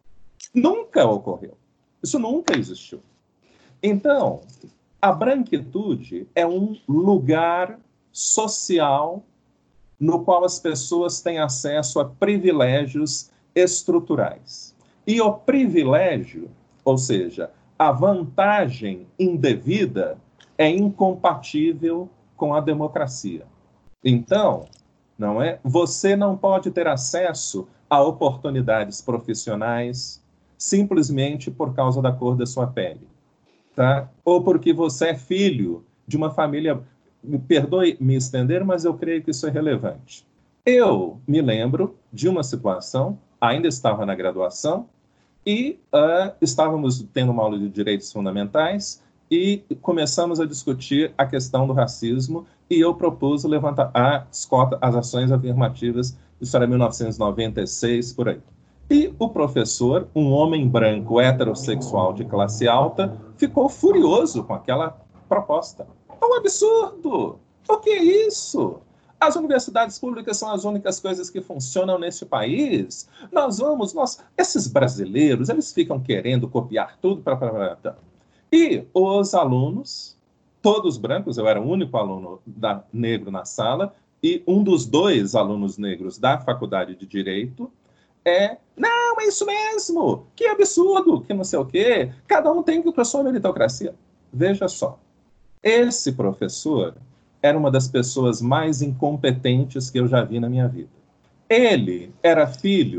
Nunca ocorreu. Isso nunca existiu. Então, a branquitude é um lugar social no qual as pessoas têm acesso a privilégios estruturais. E o privilégio, ou seja, a vantagem indevida, é incompatível com a democracia. Então, não é? Você não pode ter acesso a oportunidades profissionais simplesmente por causa da cor da sua pele, tá? Ou porque você é filho de uma família... Me perdoe me estender, mas eu creio que isso é relevante. Eu me lembro de uma situação, ainda estava na graduação, e uh, estávamos tendo uma aula de direitos fundamentais e começamos a discutir a questão do racismo e eu propus levantar as, cotas, as ações afirmativas, isso era mil novecentos e noventa e seis, por aí. E o professor, um homem branco heterossexual de classe alta, ficou furioso com aquela proposta. É um absurdo! O que é isso? As universidades públicas são as únicas coisas que funcionam neste país. Nós vamos, nós, esses brasileiros, eles ficam querendo copiar tudo para... E os alunos, todos brancos, eu era o único aluno da, negro na sala, e um dos dois alunos negros da faculdade de Direito é, não, é isso mesmo, que absurdo, que não sei o quê, cada um tem que ir para a sua meritocracia. Veja só, esse professor era uma das pessoas mais incompetentes que eu já vi na minha vida. Ele era filho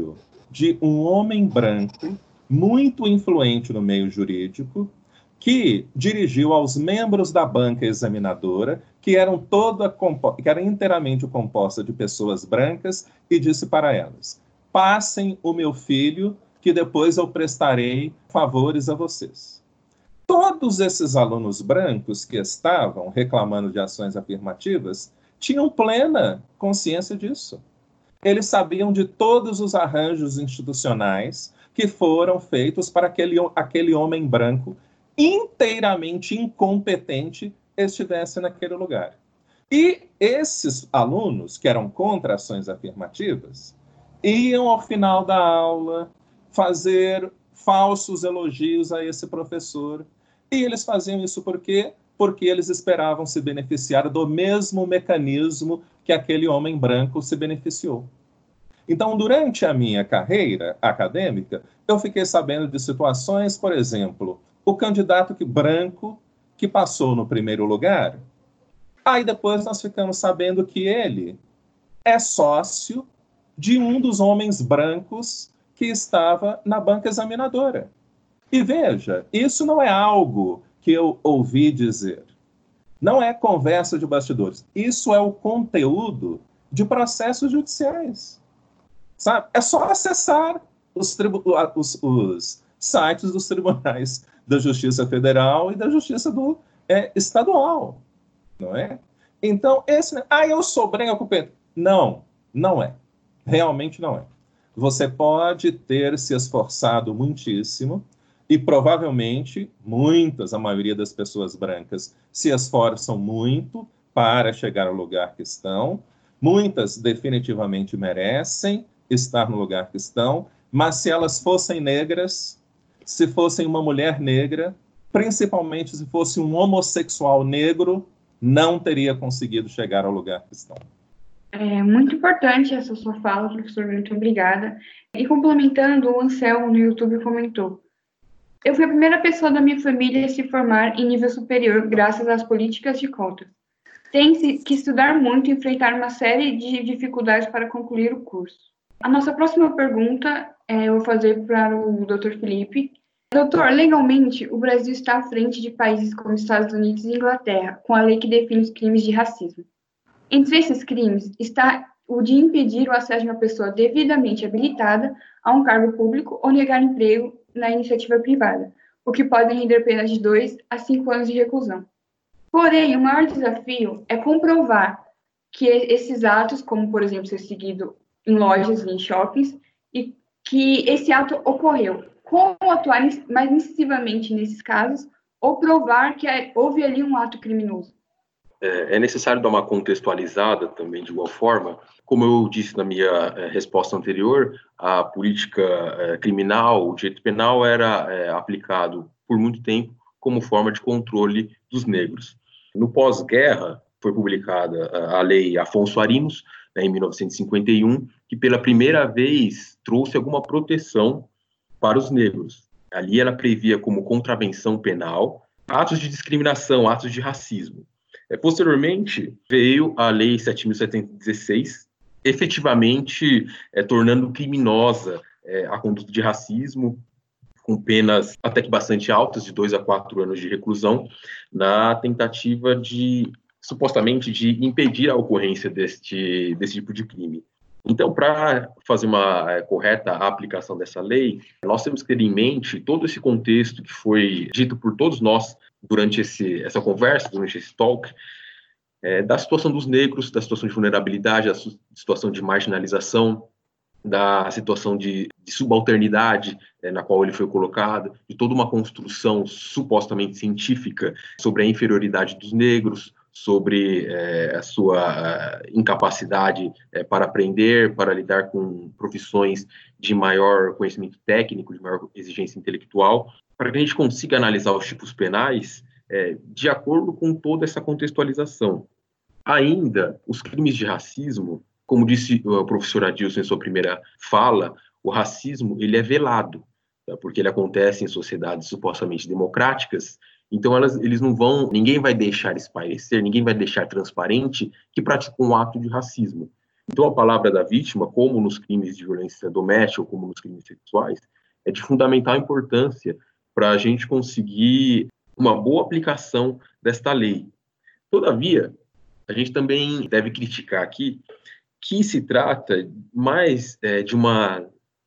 de um homem branco, muito influente no meio jurídico, que dirigiu aos membros da banca examinadora, que eram toda que era inteiramente composta de pessoas brancas, e disse para elas: passem o meu filho, que depois eu prestarei favores a vocês. Todos esses alunos brancos que estavam reclamando de ações afirmativas tinham plena consciência disso. Eles sabiam de todos os arranjos institucionais que foram feitos para que aquele, aquele homem branco inteiramente incompetente estivesse naquele lugar. E esses alunos, que eram contra ações afirmativas, iam ao final da aula fazer falsos elogios a esse professor. E eles faziam isso por quê? Porque eles esperavam se beneficiar do mesmo mecanismo que aquele homem branco se beneficiou. Então, durante a minha carreira acadêmica, eu fiquei sabendo de situações, por exemplo, o candidato que, branco que passou no primeiro lugar, aí depois nós ficamos sabendo que ele é sócio de um dos homens brancos que estava na banca examinadora. E veja, isso não é algo que eu ouvi dizer. Não é conversa de bastidores. Isso é o conteúdo de processos judiciais. Sabe? É só acessar os, tribu- os, os sites dos tribunais da Justiça Federal e da Justiça do, é, Estadual. Não é? Então, esse... Ah, eu sou branco competente. Não, não é. Realmente não é. Você pode ter se esforçado muitíssimo e provavelmente muitas, a maioria das pessoas brancas, se esforçam muito para chegar ao lugar que estão. Muitas definitivamente merecem estar no lugar que estão, mas se elas fossem negras, se fossem uma mulher negra, principalmente se fosse um homossexual negro, não teria conseguido chegar ao lugar que estão. É muito importante essa sua fala, professor, muito obrigada. E complementando, o Anselmo no YouTube comentou: eu fui a primeira pessoa da minha família a se formar em nível superior graças às políticas de cotas. Tem que estudar muito e enfrentar uma série de dificuldades para concluir o curso. A nossa próxima pergunta é, eu vou fazer para o doutor Felipe. Doutor, legalmente, o Brasil está à frente de países como Estados Unidos e Inglaterra, com a lei que define os crimes de racismo. Entre esses crimes está o de impedir o acesso de uma pessoa devidamente habilitada a um cargo público ou negar emprego na iniciativa privada, o que pode render penas de dois a cinco anos de reclusão. Porém, o maior desafio é comprovar que esses atos, como, por exemplo, ser seguido em lojas e em shoppings, e que esse ato ocorreu. Como atuar mais incisivamente nesses casos ou provar que houve ali um ato criminoso? É necessário dar uma contextualizada também, de igual forma. Como eu disse na minha resposta anterior, a política criminal, o direito penal era aplicado por muito tempo como forma de controle dos negros. No pós-guerra, foi publicada a Lei Afonso Arinos, né, em mil novecentos e cinquenta e um, que pela primeira vez trouxe alguma proteção para os negros. Ali ela previa como contravenção penal atos de discriminação, atos de racismo. É, posteriormente, veio a Lei sete mil setecentos e dezesseis, efetivamente é, tornando criminosa é, a conduta de racismo, com penas até que bastante altas, de dois a quatro anos de reclusão, na tentativa de, supostamente, de impedir a ocorrência deste, desse tipo de crime. Então, para fazer uma é, correta aplicação dessa lei, nós temos que ter em mente todo esse contexto que foi dito por todos nós durante esse, essa conversa, durante esse talk, é, da situação dos negros, da situação de vulnerabilidade, da situação de marginalização, da situação de, de subalternidade é, na qual ele foi colocado, de toda uma construção supostamente científica sobre a inferioridade dos negros, sobre é, a sua incapacidade é, para aprender, para lidar com profissões de maior conhecimento técnico, de maior exigência intelectual, para que a gente consiga analisar os tipos penais é, de acordo com toda essa contextualização. Ainda, os crimes de racismo, como disse o professor Adilson em sua primeira fala, o racismo ele é velado, tá? Porque ele acontece em sociedades supostamente democráticas. Então, elas, eles não vão, ninguém vai deixar espairecer, ninguém vai deixar transparente que praticou um ato de racismo. Então, a palavra da vítima, como nos crimes de violência doméstica ou como nos crimes sexuais, é de fundamental importância para a gente conseguir uma boa aplicação desta lei. Todavia, a gente também deve criticar aqui que se trata mais é, de uma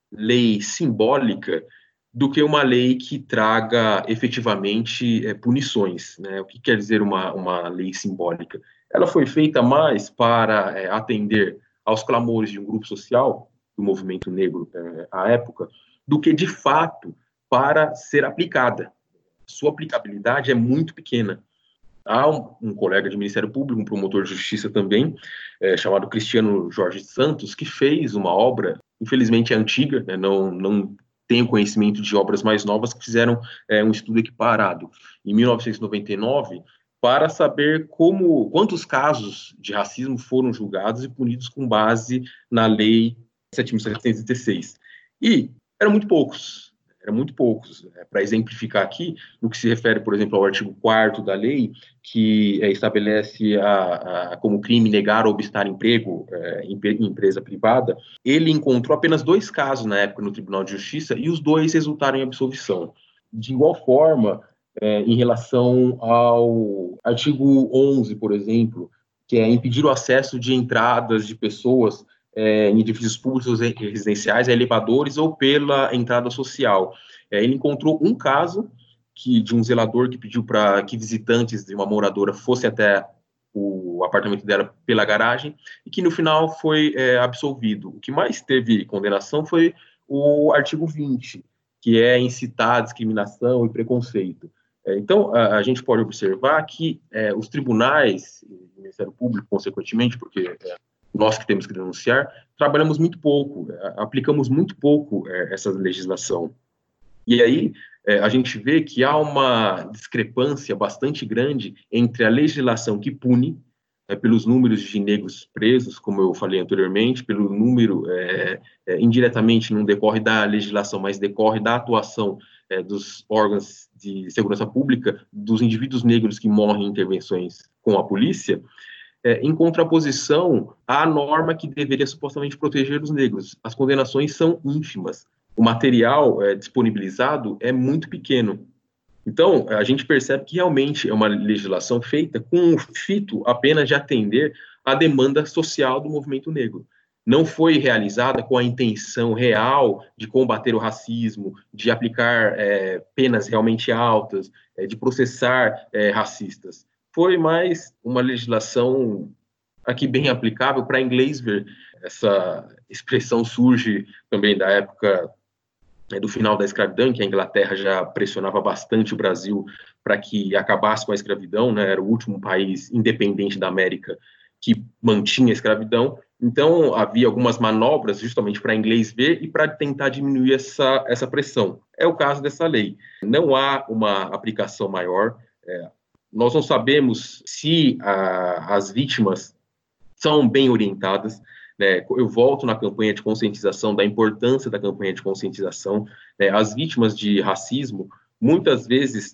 lei simbólica do que uma lei que traga efetivamente é, punições, né? O que quer dizer uma, uma lei simbólica? Ela foi feita mais para é, atender aos clamores de um grupo social, do movimento negro é, à época, do que, de fato, para ser aplicada. Sua aplicabilidade é muito pequena. Há um, um colega de Ministério Público, um promotor de justiça também, é, chamado Cristiano Jorge Santos, que fez uma obra, infelizmente é antiga, né, não, não tenho conhecimento de obras mais novas, que fizeram é, um estudo equiparado, em mil novecentos e noventa e nove, para saber como, quantos casos de racismo foram julgados e punidos com base na Lei sete mil setecentos e dezesseis. E eram muito poucos, eram muito poucos. Né? Para exemplificar aqui, no que se refere, por exemplo, ao artigo quarto da lei, que é, estabelece a, a, como crime negar ou obstar emprego é, em, em empresa privada, ele encontrou apenas dois casos na época no Tribunal de Justiça e os dois resultaram em absolvição. De igual forma, é, em relação ao artigo onze, por exemplo, que é impedir o acesso de entradas de pessoas é, em edifícios públicos e residenciais, a elevadores ou pela entrada social. É, ele encontrou um caso que, de um zelador que pediu para que visitantes de uma moradora fossem até o apartamento dela pela garagem e que no final foi é, absolvido. O que mais teve condenação foi o artigo vinte, que é incitar discriminação e preconceito. É, então, a, a gente pode observar que é, os tribunais, o Ministério Público, consequentemente, porque é, nós que temos que denunciar, trabalhamos muito pouco, é, aplicamos muito pouco é, essa legislação. E aí, é, a gente vê que há uma discrepância bastante grande entre a legislação que pune, é, pelos números de negros presos, como eu falei anteriormente, pelo número, é, é, indiretamente não decorre da legislação, mas decorre da atuação é, dos órgãos de segurança pública, dos indivíduos negros que morrem em intervenções com a polícia, é, em contraposição à norma que deveria supostamente proteger os negros. As condenações são ínfimas. O material é, disponibilizado é muito pequeno. Então, a gente percebe que realmente é uma legislação feita com o fito apenas de atender à demanda social do movimento negro. Não foi realizada com a intenção real de combater o racismo, de aplicar é, penas realmente altas, é, de processar é, racistas. Foi mais uma legislação aqui bem aplicável para inglês ver. Essa expressão surge também da época do final da escravidão, em que a Inglaterra já pressionava bastante o Brasil para que acabasse com a escravidão, né? Era o último país independente da América que mantinha a escravidão. Então, havia algumas manobras justamente para inglês ver e para tentar diminuir essa, essa pressão. É o caso dessa lei. Não há uma aplicação maior. É, nós não sabemos se a, as vítimas são bem orientadas. Né? Eu volto na campanha de conscientização, da importância da campanha de conscientização. Né? As vítimas de racismo, muitas vezes,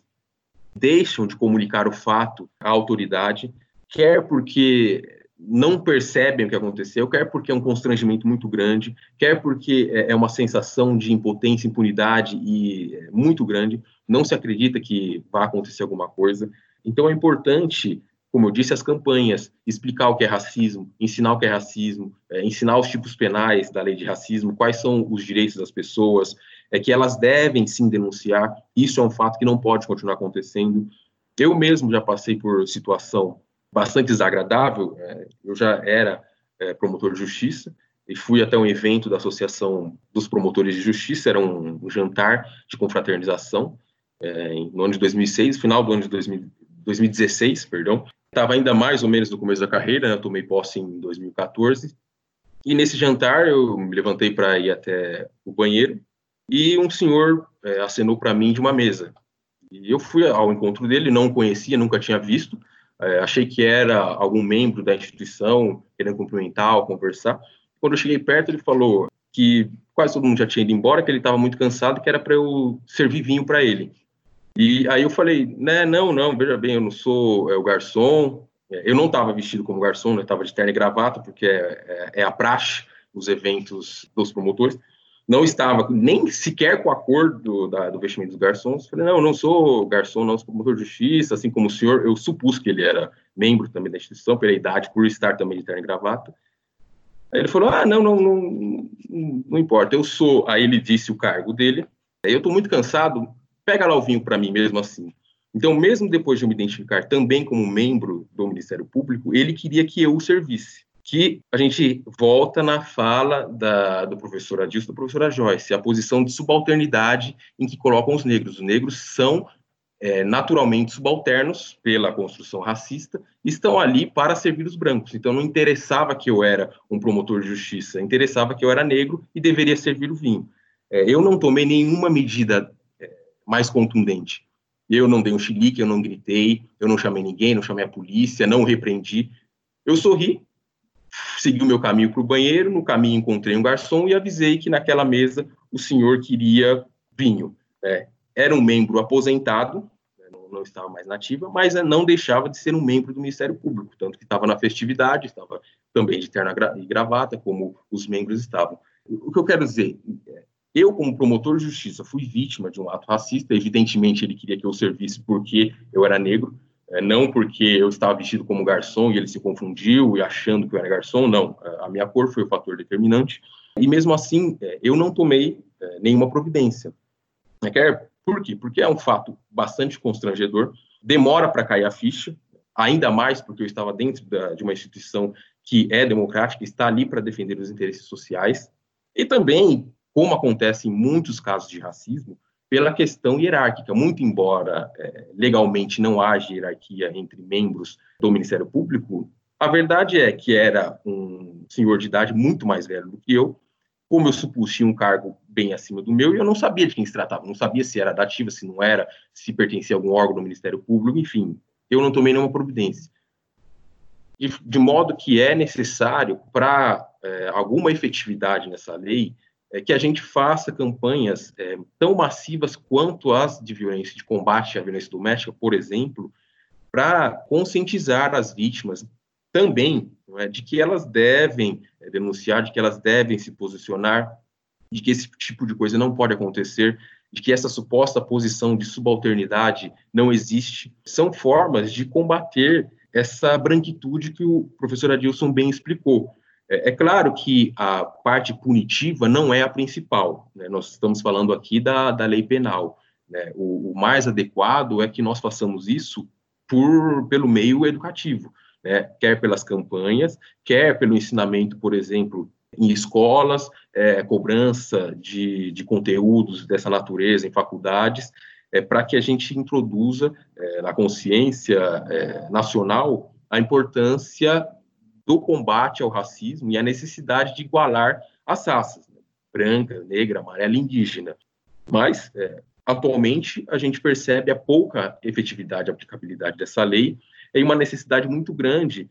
deixam de comunicar o fato à autoridade, quer porque não percebem o que aconteceu, quer porque é um constrangimento muito grande, quer porque é uma sensação de impotência, impunidade e muito grande, não se acredita que vai acontecer alguma coisa. Então é importante, como eu disse, as campanhas, explicar o que é racismo, ensinar o que é racismo, é, ensinar os tipos penais da lei de racismo, quais são os direitos das pessoas, é que elas devem sim denunciar, isso é um fato que não pode continuar acontecendo. Eu mesmo já passei por situação bastante desagradável, é, eu já era é, promotor de justiça e fui até um evento da Associação dos Promotores de Justiça, era um, um jantar de confraternização, é, no ano de dois mil e seis, final do ano de dois mil, dois mil e dezesseis, perdão, estava ainda mais ou menos no começo da carreira, né, eu tomei posse em dois mil e quatorze, e nesse jantar eu me levantei para ir até o banheiro, e um senhor é, acenou para mim de uma mesa, e eu fui ao encontro dele, não o conhecia, nunca tinha visto. É, achei que era algum membro da instituição, querendo cumprimentar, conversar. Quando eu cheguei perto, ele falou que quase todo mundo já tinha ido embora, que ele estava muito cansado, que era para eu servir vinho para ele. E aí eu falei, né, não, não, veja bem, eu não sou é, o garçom, Eu não estava vestido como garçom, eu estava de terno e gravata, porque é, é, é a praxe, os eventos dos promotores. Não estava nem sequer com a cor do, da, do vestimento dos garçons. Falei, não, eu não sou garçom, não sou promotor de justiça, assim como o senhor. Eu supus que ele era membro também da instituição, pela idade, por estar também de terno e gravata. Aí ele falou, ah, não, não, não, não importa, eu sou... Aí ele disse o cargo dele. Aí eu estou muito cansado, pega lá o vinho para mim mesmo assim. Então, mesmo depois de eu me identificar também como membro do Ministério Público, ele queria que eu o servisse. Que a gente volta na fala da, do professor Adilson e da professora Joyce, a posição de subalternidade em que colocam os negros. Os negros são é, naturalmente subalternos pela construção racista, estão ali para servir os brancos. Então não interessava que eu era um promotor de justiça, interessava que eu era negro e deveria servir o vinho. É, eu não tomei nenhuma medida é, mais contundente. Eu não dei um chilique, eu não gritei, eu não chamei ninguém, não chamei a polícia, não repreendi. Eu sorri, segui o meu caminho para o banheiro, no caminho encontrei um garçom e avisei que naquela mesa o senhor queria vinho. É, era um membro aposentado, não, não estava mais na ativa, mas não deixava de ser um membro do Ministério Público, tanto que estava na festividade, estava também de terno e gravata, como os membros estavam. O que eu quero dizer, eu como promotor de justiça fui vítima de um ato racista, evidentemente ele queria que eu servisse porque eu era negro, não porque eu estava vestido como garçom e ele se confundiu e achando que eu era garçom, não. A minha cor foi o fator determinante. E mesmo assim, eu não tomei nenhuma providência. Por quê? Porque é um fato bastante constrangedor, demora para cair a ficha, ainda mais porque eu estava dentro da, de uma instituição que é democrática, está ali para defender os interesses sociais, e também, como acontece em muitos casos de racismo, pela questão hierárquica. Muito embora é, legalmente não haja hierarquia entre membros do Ministério Público, a verdade é que era um senhor de idade muito mais velho do que eu, como eu supus, tinha um cargo bem acima do meu, e eu não sabia de quem se tratava, não sabia se era da ativa, se não era, se pertencia a algum órgão do Ministério Público, enfim, eu não tomei nenhuma providência. De, de modo que é necessário, para é, alguma efetividade nessa lei, é que a gente faça campanhas é, tão massivas quanto as de violência, de combate à violência doméstica, por exemplo, para conscientizar as vítimas também, não é, de que elas devem é, denunciar, de que elas devem se posicionar, de que esse tipo de coisa não pode acontecer, de que essa suposta posição de subalternidade não existe. São formas de combater essa branquitude que o professor Adilson bem explicou. É claro que a parte punitiva não é a principal, né? Nós estamos falando aqui da, da lei penal, né? O, o mais adequado é que nós façamos isso por, pelo meio educativo, né? Quer pelas campanhas, quer pelo ensinamento, por exemplo, em escolas, é, cobrança de, de conteúdos dessa natureza em faculdades, é, para que a gente introduza é, na consciência é, nacional a importância do combate ao racismo e a necessidade de igualar as raças, né? Branca, negra, amarela, indígena. Mas, é, atualmente, a gente percebe a pouca efetividade e aplicabilidade dessa lei e uma necessidade muito grande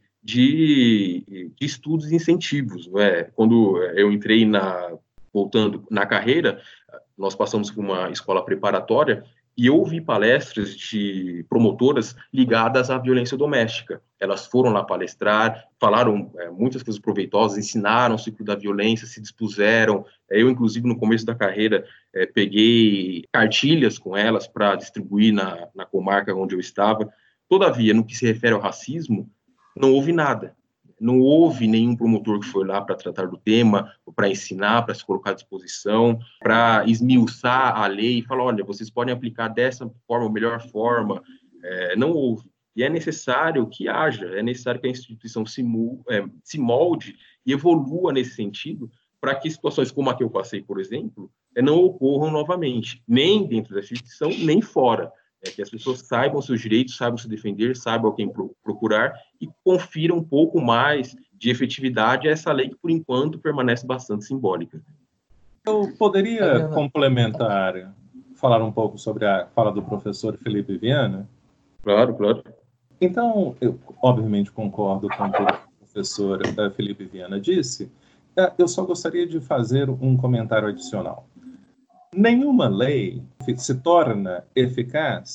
de, de estudos e incentivos. Não é? Quando eu entrei, na, voltando na carreira, nós passamos por uma escola preparatória e eu ouvi palestras de promotoras ligadas à violência doméstica. Elas foram lá palestrar, falaram é, muitas coisas proveitosas, ensinaram o ciclo da violência, se dispuseram. Eu, inclusive, no começo da carreira, é, peguei cartilhas com elas para distribuir na, na comarca onde eu estava. Todavia, no que se refere ao racismo, não houve nada. Não houve nenhum promotor que foi lá para tratar do tema, para ensinar, para se colocar à disposição, para esmiuçar a lei e falar, olha, vocês podem aplicar dessa forma, a melhor forma. É, não houve. E é necessário que haja, é necessário que a instituição se, é, se molde e evolua nesse sentido, para que situações como a que eu passei, por exemplo, é, não ocorram novamente, nem dentro da instituição, nem fora. É, que as pessoas saibam seus direitos, saibam se defender, saibam quem procurar e confiram um pouco mais de efetividade a essa lei que, por enquanto, permanece bastante simbólica. Eu poderia complementar, falar um pouco sobre a fala do professor Felipe Viana? Claro, claro. Então, eu obviamente concordo com o que o professor uh, Felipe Viana disse. Uh, eu só gostaria de fazer um comentário adicional. Nenhuma lei se torna eficaz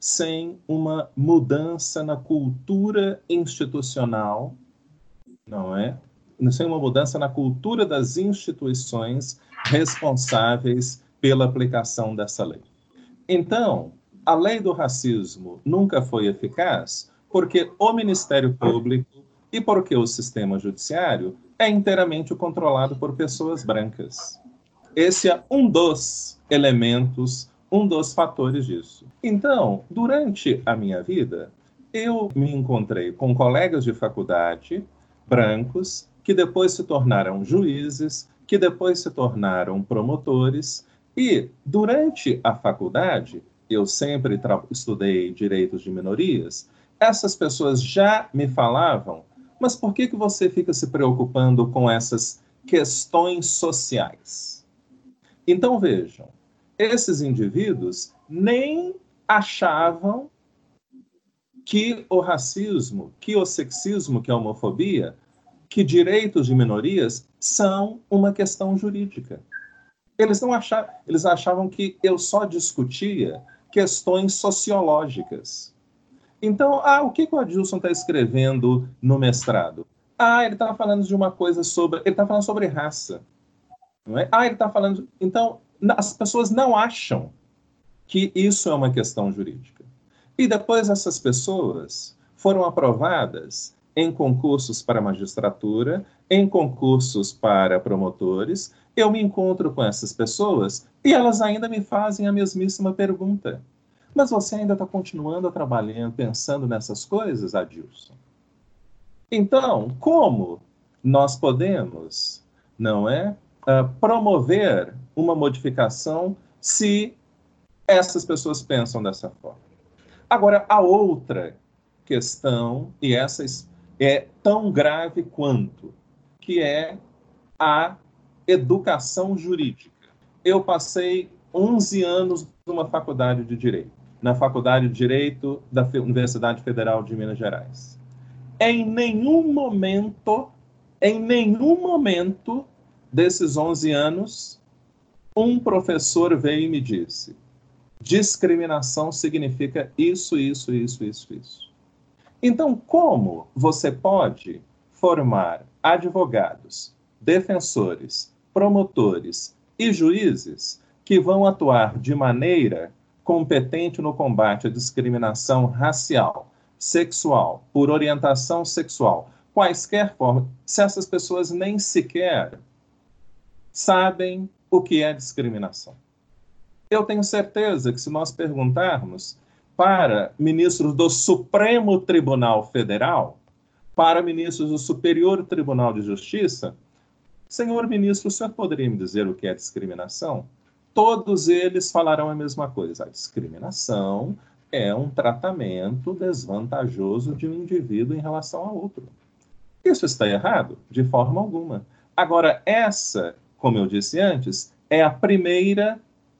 sem uma mudança na cultura institucional, não é? Sem uma mudança na cultura das instituições responsáveis pela aplicação dessa lei. Então, a lei do racismo nunca foi eficaz porque o Ministério Público e porque o sistema judiciário é inteiramente controlado por pessoas brancas. Esse é um dos elementos, um dos fatores disso. Então, durante a minha vida, eu me encontrei com colegas de faculdade brancos que depois se tornaram juízes, que depois se tornaram promotores, e durante a faculdade, eu sempre estudei direitos de minorias, essas pessoas já me falavam, mas por que que você fica se preocupando com essas questões sociais? Então, vejam, esses indivíduos nem achavam que o racismo, que o sexismo, que a homofobia, que direitos de minorias são uma questão jurídica. Eles não achavam, eles achavam que eu só discutia questões sociológicas. Então, ah, o que, que o Adilson está escrevendo no mestrado? Ah, ele está falando de uma coisa sobre... Ele está falando sobre raça. Não é? Ah, ele está falando... Então, as pessoas não acham que isso é uma questão jurídica. E depois essas pessoas foram aprovadas em concursos para magistratura, em concursos para promotores. Eu me encontro com essas pessoas e elas ainda me fazem a mesmíssima pergunta. Mas você ainda está continuando a trabalhar, pensando nessas coisas, Adilson? Então, como nós podemos, não é, uh, promover uma modificação se essas pessoas pensam dessa forma? Agora, a outra questão, e essa é tão grave quanto, que é a educação jurídica. Eu passei onze anos numa faculdade de Direito, na Faculdade de Direito da Universidade Federal de Minas Gerais. Em nenhum momento, em nenhum momento desses onze anos, um professor veio e me disse: discriminação significa isso, isso, isso, isso, isso. Então, como você pode formar advogados, defensores, promotores e juízes que vão atuar de maneira competente no combate à discriminação racial, sexual, por orientação sexual, quaisquer formas, se essas pessoas nem sequer sabem o que é discriminação? Eu tenho certeza que se nós perguntarmos para ministros do Supremo Tribunal Federal, para ministros do Superior Tribunal de Justiça, senhor ministro, o senhor poderia me dizer o que é discriminação? Todos eles falarão a mesma coisa. A discriminação é um tratamento desvantajoso de um indivíduo em relação a outro. Isso está errado? De forma alguma. Agora, essa, como eu disse antes, é a primeira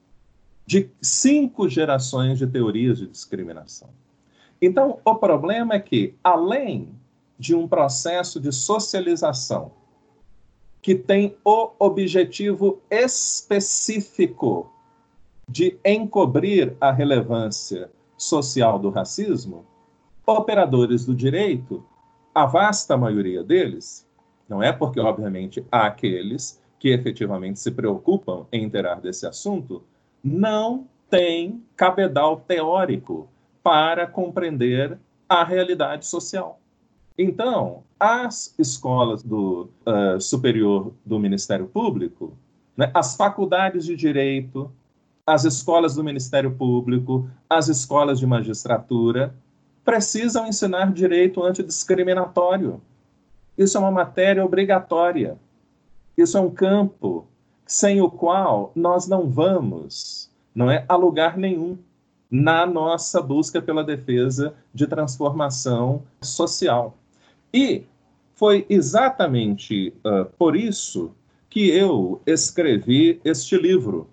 de cinco gerações de teorias de discriminação. Então, o problema é que, além de um processo de socialização que tem o objetivo específico de encobrir a relevância social do racismo, operadores do direito, a vasta maioria deles, não é porque, obviamente, há aqueles que efetivamente se preocupam em inteirar desse assunto, não tem cabedal teórico para compreender a realidade social. Então, as escolas do uh, superior do Ministério Público, né, as faculdades de direito, as escolas do Ministério Público, as escolas de magistratura, precisam ensinar direito antidiscriminatório. Isso é uma matéria obrigatória. Isso é um campo sem o qual nós não vamos, não é, a lugar nenhum na nossa busca pela defesa de transformação social. E foi exatamente uh, por isso que eu escrevi este livro,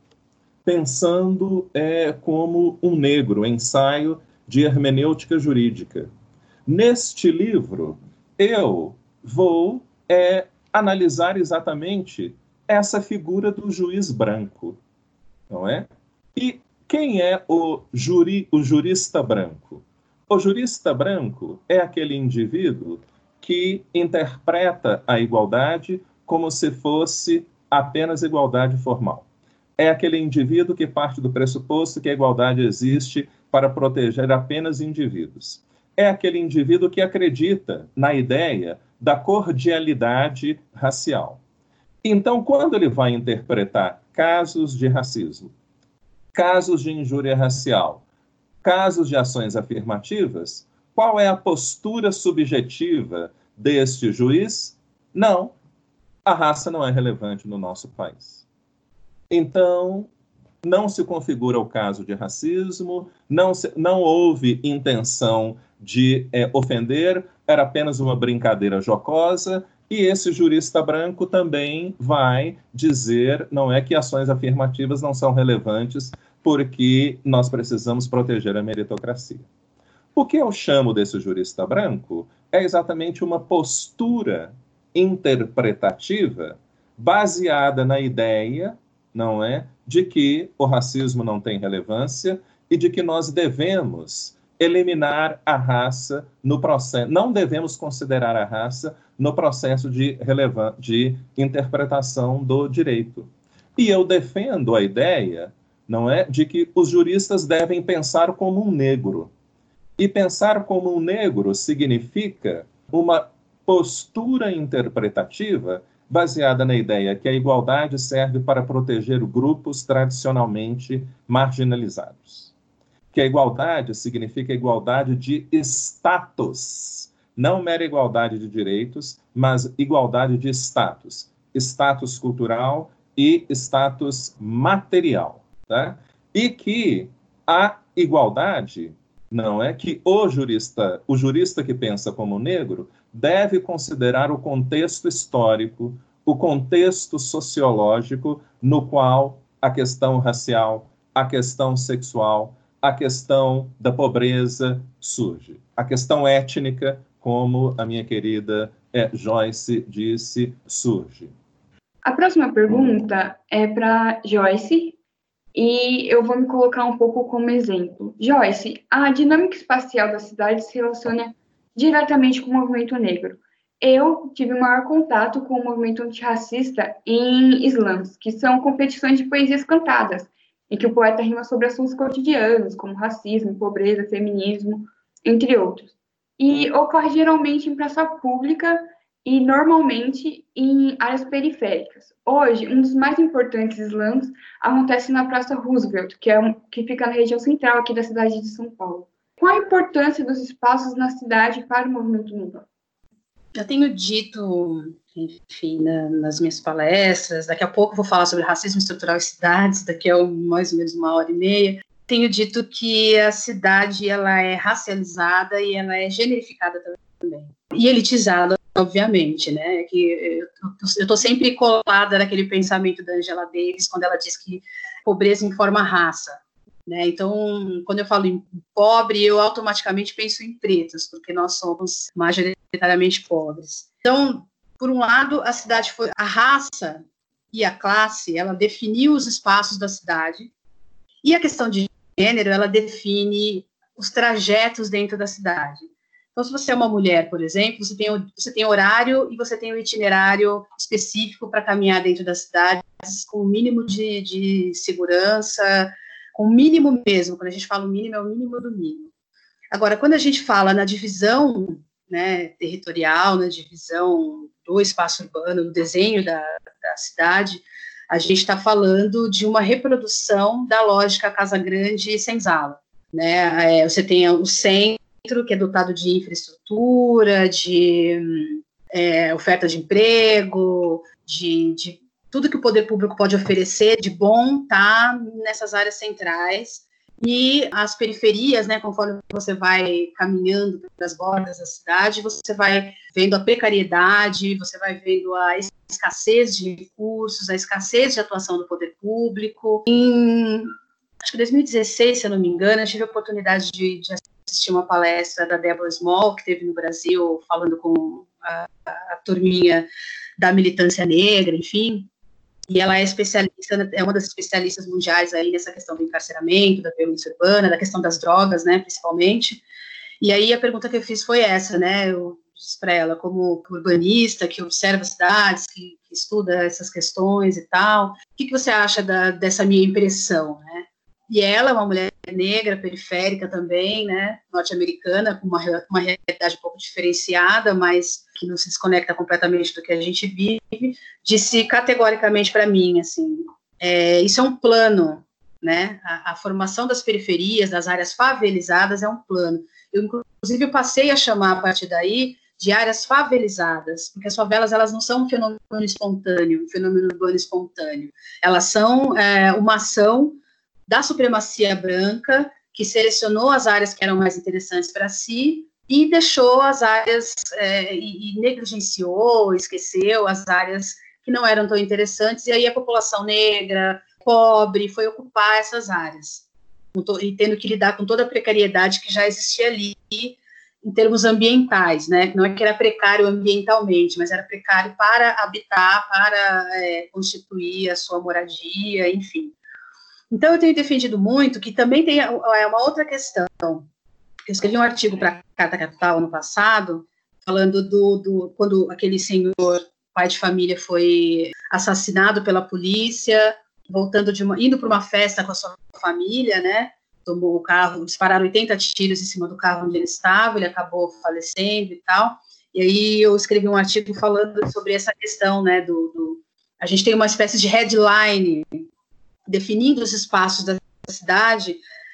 Pensando é, como um Negro, ensaio de hermenêutica jurídica. Neste livro, eu vou é, analisar exatamente essa figura do juiz branco, não é? E que Quem é o, juri, o jurista branco? O jurista branco é aquele indivíduo que interpreta a igualdade como se fosse apenas igualdade formal. É aquele indivíduo que parte do pressuposto que a igualdade existe para proteger apenas indivíduos. É aquele indivíduo que acredita na ideia da cordialidade racial. Então, quando ele vai interpretar casos de racismo, casos de injúria racial, casos de ações afirmativas, qual é a postura subjetiva deste juiz? Não, a raça não é relevante no nosso país. Então, não se configura o caso de racismo, não, se, não houve intenção de é, ofender, era apenas uma brincadeira jocosa, e esse jurista branco também vai dizer, não é que ações afirmativas não são relevantes, porque nós precisamos proteger a meritocracia. O que eu chamo desse jurista branco é exatamente uma postura interpretativa baseada na ideia, não é, de que o racismo não tem relevância e de que nós devemos eliminar a raça no processo, não devemos considerar a raça no processo de, relevan- de interpretação do direito. E eu defendo a ideia, não é, de que os juristas devem pensar como um negro. E pensar como um negro significa uma postura interpretativa baseada na ideia que a igualdade serve para proteger grupos tradicionalmente marginalizados. Que a igualdade significa igualdade de status, não mera igualdade de direitos, mas igualdade de status, status cultural e status material, tá? E que a igualdade, não é que o jurista, o jurista que pensa como negro, deve considerar o contexto histórico, o contexto sociológico no qual a questão racial, a questão sexual, a questão da pobreza surge. A questão étnica, como a minha querida é, Joyce disse, surge. A próxima pergunta é para Joyce, e eu vou me colocar um pouco como exemplo. Joyce, a dinâmica espacial da cidade se relaciona diretamente com o movimento negro. Eu tive o maior contato com o movimento antirracista em slams, que são competições de poesias cantadas, em que o poeta rima sobre assuntos cotidianos, como racismo, pobreza, feminismo, entre outros. E ocorre geralmente em praça pública e, normalmente, em áreas periféricas. Hoje, um dos mais importantes slams acontece na Praça Roosevelt, que, é um, que fica na região central aqui da cidade de São Paulo. Qual a importância dos espaços na cidade para o movimento negro? Eu tenho dito, enfim, na, nas minhas palestras, daqui a pouco vou falar sobre racismo estrutural em cidades, daqui a mais ou menos uma hora e meia, tenho dito que a cidade ela é racializada e ela é generificada também, e elitizada, obviamente, né, que eu estou sempre colada naquele pensamento da Angela Davis, quando ela diz que pobreza informa raça. Né? Então, quando eu falo em pobre, eu automaticamente penso em pretos, porque nós somos majoritariamente pobres. Então, por um lado, a cidade foi a raça e a classe, ela definiu os espaços da cidade, e a questão de gênero, ela define os trajetos dentro da cidade. Então, se você é uma mulher, por exemplo, você tem, você tem horário e você tem um itinerário específico para caminhar dentro da cidade, com o mínimo de, de segurança, com o mínimo mesmo. Quando a gente fala o mínimo, é o mínimo do mínimo. Agora, quando a gente fala na divisão, né, territorial, na divisão do espaço urbano, no desenho da, da cidade, a gente está falando de uma reprodução da lógica Casa Grande e Senzala. Né? É, você tem o centro, que é dotado de infraestrutura, de é, oferta de emprego, de, de tudo que o poder público pode oferecer de bom tá nessas áreas centrais, e as periferias, né, conforme você vai caminhando pelas bordas da cidade, você vai vendo a precariedade, você vai vendo a escassez de recursos, a escassez de atuação do poder público. Em, acho que em dois mil e dezesseis, se eu não me engano, eu tive a oportunidade de, de assistir uma palestra da Deborah Small, que teve no Brasil, falando com a, a turminha da militância negra, enfim. e ela é especialista, é uma das especialistas mundiais aí nessa questão do encarceramento, da violência urbana, da questão das drogas, né, principalmente. E aí a pergunta que eu fiz foi essa, né, eu disse para ela, como urbanista, que observa cidades, que, que estuda essas questões e tal, o que, que você acha da, dessa minha impressão, né? E ela é uma mulher negra, periférica também, né, norte-americana, com uma, uma realidade um pouco diferenciada, mas que não se desconecta completamente do que a gente vive, disse categoricamente para mim, assim, é, isso é um plano, né, a, a formação das periferias, das áreas favelizadas é um plano. Eu, inclusive, eu passei a chamar, a partir daí, de áreas favelizadas, porque as favelas, elas não são um fenômeno espontâneo, um fenômeno urbano espontâneo, elas são é, uma ação da supremacia branca, que selecionou as áreas que eram mais interessantes para si e deixou as áreas, é, e, e negligenciou, esqueceu as áreas que não eram tão interessantes, e aí a população negra, pobre, foi ocupar essas áreas, e tendo que lidar com toda a precariedade que já existia ali, em termos ambientais, né? Não é que era precário ambientalmente, mas era precário para habitar, para é, constituir a sua moradia, enfim. Então, eu tenho defendido muito que também tem é uma outra questão. Eu escrevi um artigo para a Carta Capital no passado, falando do, do quando aquele senhor, pai de família, foi assassinado pela polícia, voltando de uma, indo para uma festa com a sua família, né? Tomou o carro, dispararam oitenta tiros em cima do carro onde ele estava, ele acabou falecendo e tal. E aí eu escrevi um artigo falando sobre essa questão, né? Do, do a gente tem uma espécie de headline definindo os espaços da cidade,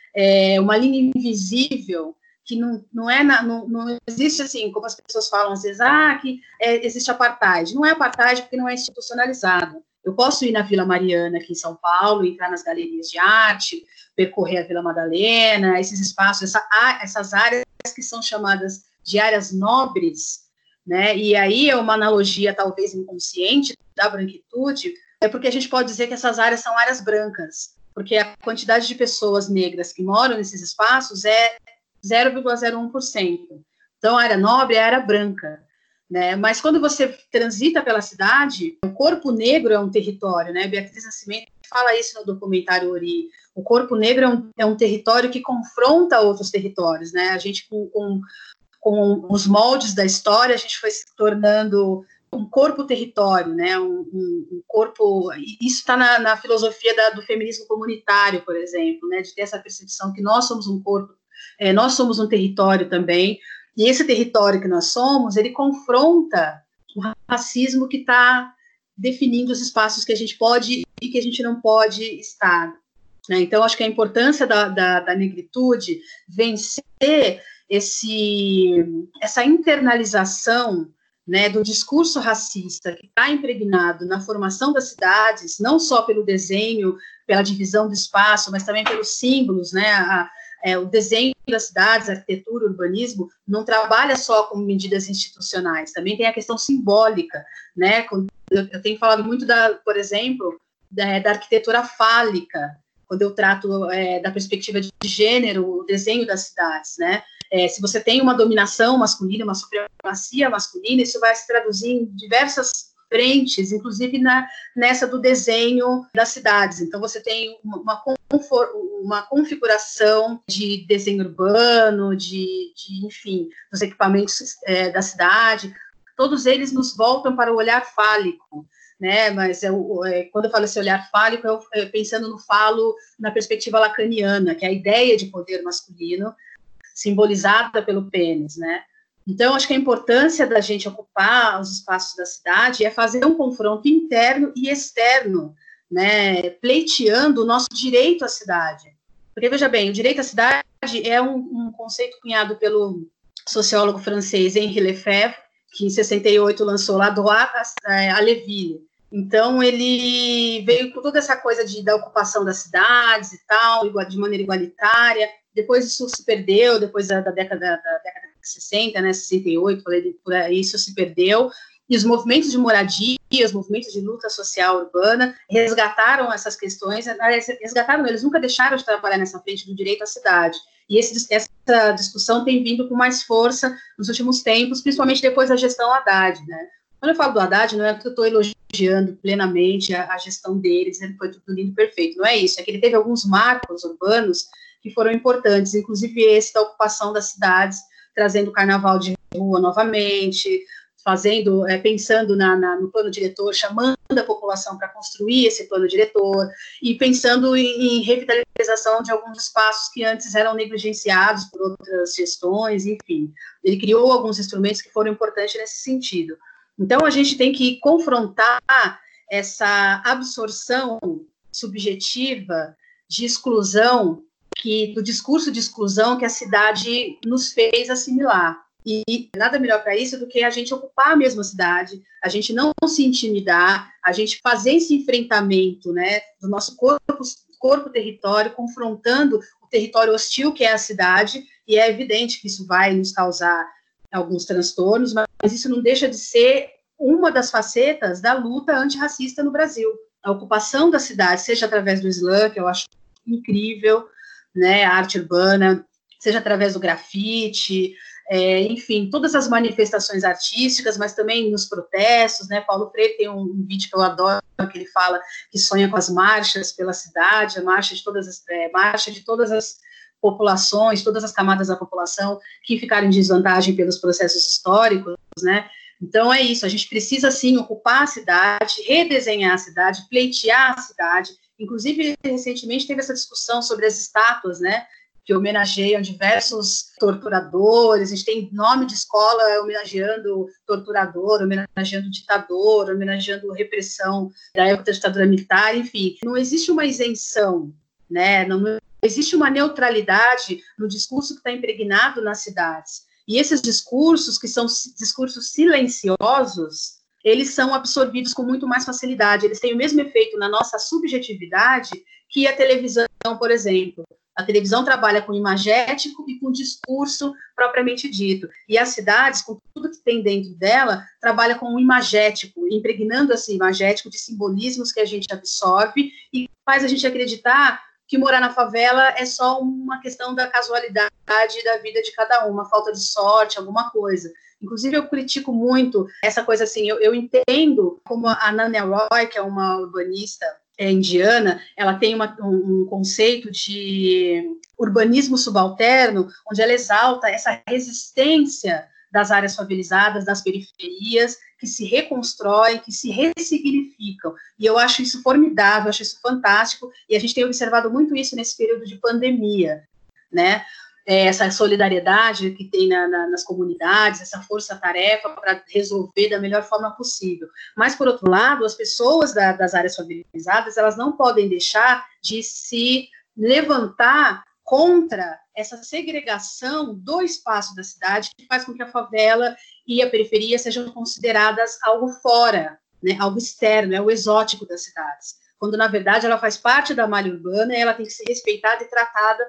é, uma linha invisível que não, não é, na, não, não existe assim, como as pessoas falam às vezes, ah, que é, existe apartheid. Não é apartheid porque não é institucionalizado. Eu posso ir na Vila Mariana, aqui em São Paulo, entrar nas galerias de arte, percorrer a Vila Madalena, esses espaços, essa, essas áreas que são chamadas de áreas nobres, né, e aí é uma analogia talvez inconsciente da branquitude, é porque a gente pode dizer que essas áreas são áreas brancas, porque a quantidade de pessoas negras que moram nesses espaços é zero vírgula zero um por cento. Então, a área nobre é a área branca, né? Mas quando você transita pela cidade, o corpo negro é um território, né? Beatriz Nascimento fala isso no documentário Ori. O corpo negro é um, é um território que confronta outros territórios, né? A gente, com, com, com os moldes da história, a gente foi se tornando um corpo-território, né, um, um, um corpo, isso está na, na filosofia da, do feminismo comunitário, por exemplo, né, de ter essa percepção que nós somos um corpo, é, nós somos um território também, e esse território que nós somos, ele confronta o racismo que está definindo os espaços que a gente pode e que a gente não pode estar, né? Então, acho que a importância da, da, da negritude vencer esse, essa internalização, né, do discurso racista que está impregnado na formação das cidades, não só pelo desenho, pela divisão do espaço, mas também pelos símbolos, né, a, é, o desenho das cidades, a arquitetura, o urbanismo, não trabalha só com medidas institucionais, também tem a questão simbólica, né, eu, eu tenho falado muito, da, por exemplo, da, da arquitetura fálica, quando eu trato é, da perspectiva de gênero, o desenho das cidades, né, É, se você tem uma dominação masculina, uma supremacia masculina, isso vai se traduzir em diversas frentes, inclusive na, nessa do desenho das cidades. Então, você tem uma, uma, uma configuração de desenho urbano, de, de enfim, dos equipamentos é, da cidade, todos eles nos voltam para o olhar fálico, né? Mas é, é, quando eu falo esse olhar fálico, eu é, pensando no falo na perspectiva lacaniana, que é a ideia de poder masculino, simbolizada pelo pênis, né? Então, acho que a importância da gente ocupar os espaços da cidade é fazer um confronto interno e externo, né? Pleiteando o nosso direito à cidade. Porque, veja bem, o direito à cidade é um, um conceito cunhado pelo sociólogo francês Henri Lefebvre, que em sessenta e oito lançou lá Droit à la Ville. Então, ele veio com toda essa coisa de, da ocupação das cidades e tal, de maneira igualitária. Depois isso se perdeu, depois da, da, década, da década de sessenta, né, sessenta e oito, por aí, isso se perdeu, e os movimentos de moradia, os movimentos de luta social urbana resgataram essas questões, resgataram, eles nunca deixaram de trabalhar nessa frente do direito à cidade, e esse, essa discussão tem vindo com mais força nos últimos tempos, principalmente depois da gestão Haddad, né. Quando eu falo do Haddad, não é que eu estou elogiando elogiando plenamente a, a gestão dele, dizendo que foi tudo lindo e perfeito. Não é isso, é que ele teve alguns marcos urbanos que foram importantes, inclusive esse da ocupação das cidades, trazendo o carnaval de rua novamente, fazendo, é, pensando na, na, no plano diretor, chamando a população para construir esse plano diretor, e pensando em, em revitalização de alguns espaços que antes eram negligenciados por outras gestões, enfim. Ele criou alguns instrumentos que foram importantes nesse sentido. Então, a gente tem que confrontar essa absorção subjetiva de exclusão, que, do discurso de exclusão que a cidade nos fez assimilar. E nada melhor para isso do que a gente ocupar a mesma cidade, a gente não se intimidar, a gente fazer esse enfrentamento, né, do nosso corpo, corpo-território, confrontando o território hostil que é a cidade, e é evidente que isso vai nos causar alguns transtornos, mas isso não deixa de ser uma das facetas da luta antirracista no Brasil. A ocupação da cidade, seja através do slam, que eu acho incrível, né, a arte urbana, seja através do grafite, É, enfim, todas as manifestações artísticas, mas também nos protestos, né, Paulo Freire tem um, um vídeo que eu adoro, que ele fala que sonha com as marchas pela cidade, a marcha de todas as, é, marcha de todas as populações, todas as camadas da população que ficaram em desvantagem pelos processos históricos, né, então é isso, a gente precisa, sim, ocupar a cidade, redesenhar a cidade, pleitear a cidade, inclusive, recentemente teve essa discussão sobre as estátuas, né, que homenageiam diversos torturadores, a gente tem nome de escola homenageando torturador, homenageando ditador, homenageando repressão da época da ditadura militar, enfim, não existe uma isenção, né, não existe uma neutralidade no discurso que está impregnado nas cidades, e esses discursos, que são discursos silenciosos, eles são absorvidos com muito mais facilidade, eles têm o mesmo efeito na nossa subjetividade que a televisão, por exemplo. A televisão trabalha com imagético e com discurso propriamente dito. E as cidades, com tudo que tem dentro dela, trabalham com o imagético, impregnando esse imagético de simbolismos que a gente absorve e faz a gente acreditar que morar na favela é só uma questão da casualidade da vida de cada um, uma falta de sorte, alguma coisa. Inclusive, eu critico muito essa coisa assim, eu, eu entendo como a Nana Roy, que é uma urbanista é, indiana, ela tem uma, um, um conceito de urbanismo subalterno, onde ela exalta essa resistência das áreas favelizadas, das periferias, que se reconstroem, que se ressignificam. E eu acho isso formidável, eu acho isso fantástico, e a gente tem observado muito isso nesse período de pandemia, né? Essa solidariedade que tem na, na, nas comunidades, essa força-tarefa para resolver da melhor forma possível. Mas, por outro lado, as pessoas da, das áreas favelizadas, elas não podem deixar de se levantar contra essa segregação do espaço da cidade, que faz com que a favela e a periferia sejam consideradas algo fora, né, algo externo, é o exótico das cidades. Quando, na verdade, ela faz parte da malha urbana e ela tem que ser respeitada e tratada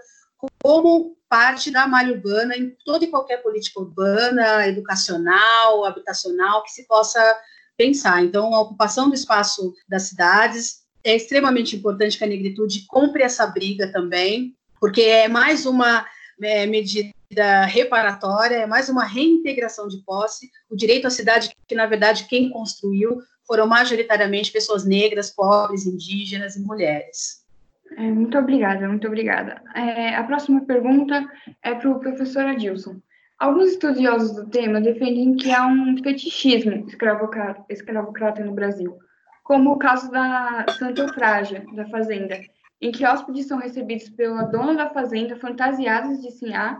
como parte da malha urbana em toda e qualquer política urbana, educacional, habitacional, que se possa pensar. Então, a ocupação do espaço das cidades é extremamente importante que a negritude compre essa briga também, porque é mais uma é, medida reparatória, é mais uma reintegração de posse, o direito à cidade que, na verdade, quem construiu foram majoritariamente pessoas negras, pobres, indígenas e mulheres. É, muito obrigada, muito obrigada. É, a próxima pergunta é para o professor Adilson. Alguns estudiosos do tema defendem que há um fetichismo escravocrata, escravocrata no Brasil, como o caso da Santa Eufrágia, da Fazenda, em que hóspedes são recebidos pela dona da fazenda fantasiados de sinhá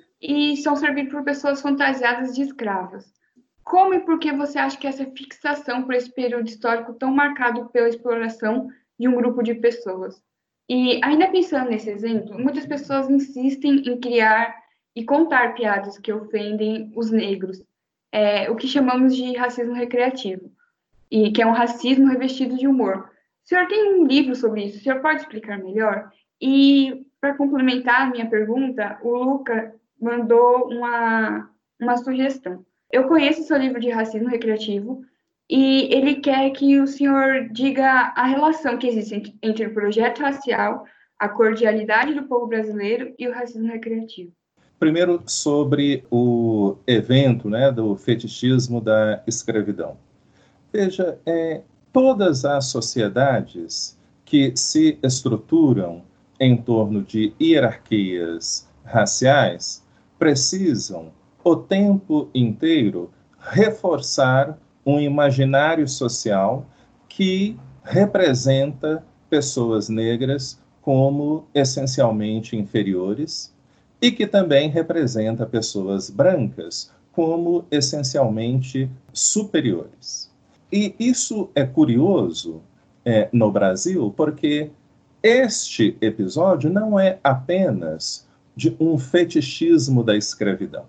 e são servidos por pessoas fantasiadas de escravas. Como e por que você acha que essa fixação por esse período histórico tão marcado pela exploração de um grupo de pessoas? E, ainda pensando nesse exemplo, muitas pessoas insistem em criar e contar piadas que ofendem os negros, é, o que chamamos de racismo recreativo, e que é um racismo revestido de humor. O senhor tem um livro sobre isso, o senhor pode explicar melhor? E, para complementar a minha pergunta, o Luca mandou uma, uma sugestão. Eu conheço seu livro de racismo recreativo, e ele quer que o senhor diga a relação que existe entre o projeto racial, a cordialidade do povo brasileiro e o racismo recreativo. Primeiro, sobre o evento, né, do fetichismo da escravidão. Veja, é, todas as sociedades que se estruturam em torno de hierarquias raciais precisam, o tempo inteiro, reforçar um imaginário social que representa pessoas negras como essencialmente inferiores e que também representa pessoas brancas como essencialmente superiores. E isso é curioso é, no Brasil, porque este episódio não é apenas de um fetichismo da escravidão.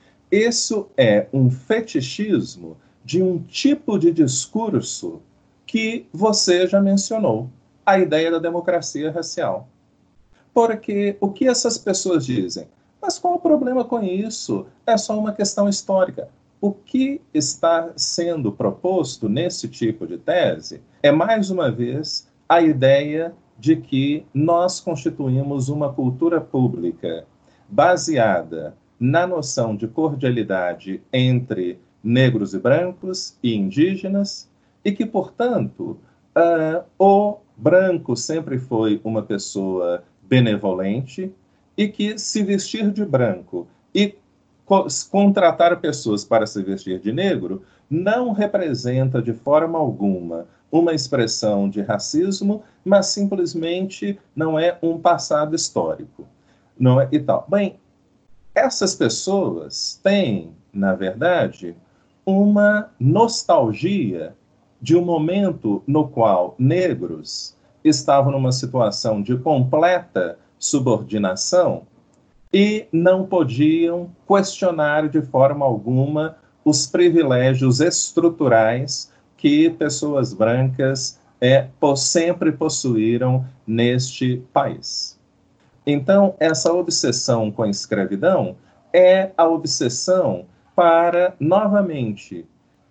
Isso é um fetichismo de um tipo de discurso que você já mencionou, a ideia da democracia racial. Porque o que essas pessoas dizem? Mas qual o problema com isso? É só uma questão histórica. O que está sendo proposto nesse tipo de tese é, mais uma vez, a ideia de que nós constituímos uma cultura pública baseada na noção de cordialidade entre negros e brancos e indígenas, e que, portanto, uh, o branco sempre foi uma pessoa benevolente e que se vestir de branco e co- contratar pessoas para se vestir de negro não representa de forma alguma uma expressão de racismo, mas simplesmente não é um passado histórico. Não é, e tal. Bem, essas pessoas têm, na verdade, uma nostalgia de um momento no qual negros estavam numa situação de completa subordinação e não podiam questionar de forma alguma os privilégios estruturais que pessoas brancas é, sempre possuíram neste país. Então, essa obsessão com a escravidão é a obsessão para, novamente,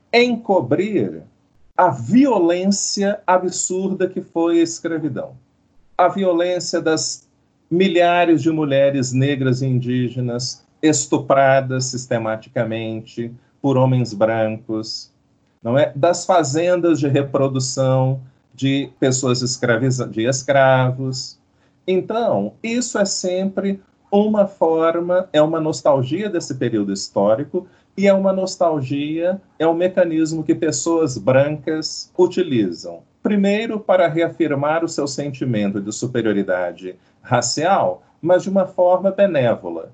encobrir a violência absurda que foi a escravidão. A violência das milhares de mulheres negras e indígenas estupradas sistematicamente por homens brancos, não é? Das fazendas de reprodução de pessoas escravizadas, de escravos. Então, isso é sempre uma forma, é uma nostalgia desse período histórico, e é uma nostalgia, é um mecanismo que pessoas brancas utilizam. Primeiro, para reafirmar o seu sentimento de superioridade racial, mas de uma forma benévola,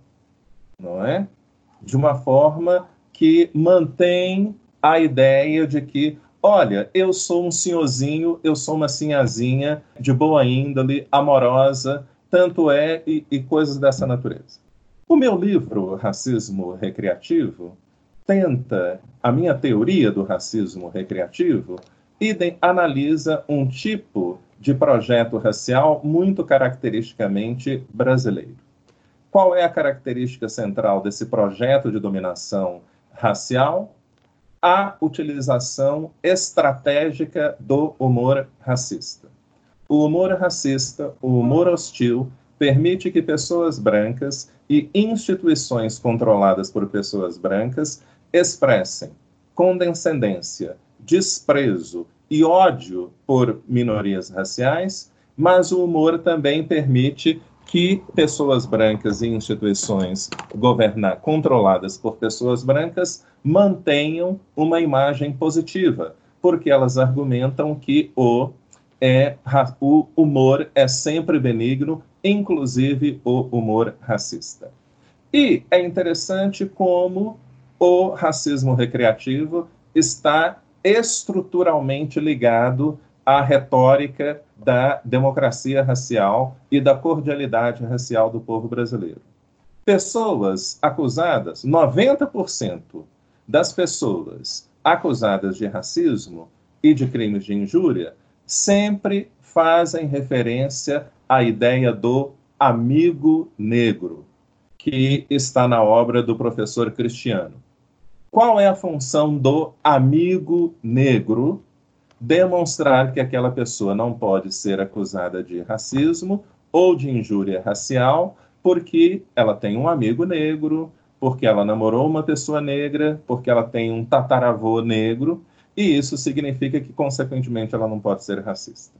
não é? De uma forma que mantém a ideia de que, olha, eu sou um senhorzinho, eu sou uma sinhazinha de boa índole, amorosa, tanto é, e, e coisas dessa natureza. O meu livro, Racismo Recreativo, tenta, a minha teoria do racismo recreativo, e analisa um tipo de projeto racial muito caracteristicamente brasileiro. Qual é a característica central desse projeto de dominação racial? A utilização estratégica do humor racista. O humor racista, o humor hostil, permite que pessoas brancas e instituições controladas por pessoas brancas expressem condescendência, desprezo e ódio por minorias raciais, mas o humor também permite que pessoas brancas e instituições governar, controladas por pessoas brancas mantenham uma imagem positiva, porque elas argumentam que o, é, o humor é sempre benigno, inclusive o humor racista. E é interessante como o racismo recreativo está estruturalmente ligado à retórica da democracia racial e da cordialidade racial do povo brasileiro. Pessoas acusadas, noventa por cento das pessoas acusadas de racismo e de crimes de injúria sempre fazem referência à ideia do amigo negro, que está na obra do professor Cristiano. Qual é a função do amigo negro? Demonstrar que aquela pessoa não pode ser acusada de racismo ou de injúria racial porque ela tem um amigo negro, porque ela namorou uma pessoa negra, porque ela tem um tataravô negro. e isso significa que, consequentemente, ela não pode ser racista.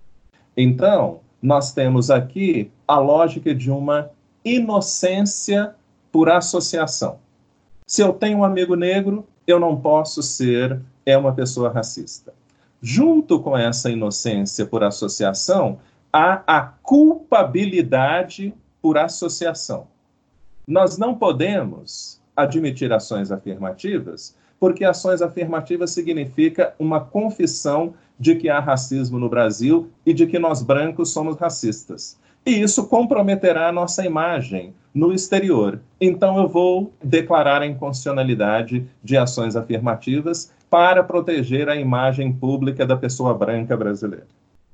Então, nós temos aqui a lógica de uma inocência por associação. Se eu tenho um amigo negro, eu não posso ser é uma pessoa racista. Junto com essa inocência por associação, há a culpabilidade por associação. Nós não podemos admitir ações afirmativas, porque ações afirmativas significa uma confissão de que há racismo no Brasil e de que nós brancos somos racistas. E isso comprometerá a nossa imagem no exterior. Então eu vou declarar a inconstitucionalidade de ações afirmativas para proteger a imagem pública da pessoa branca brasileira.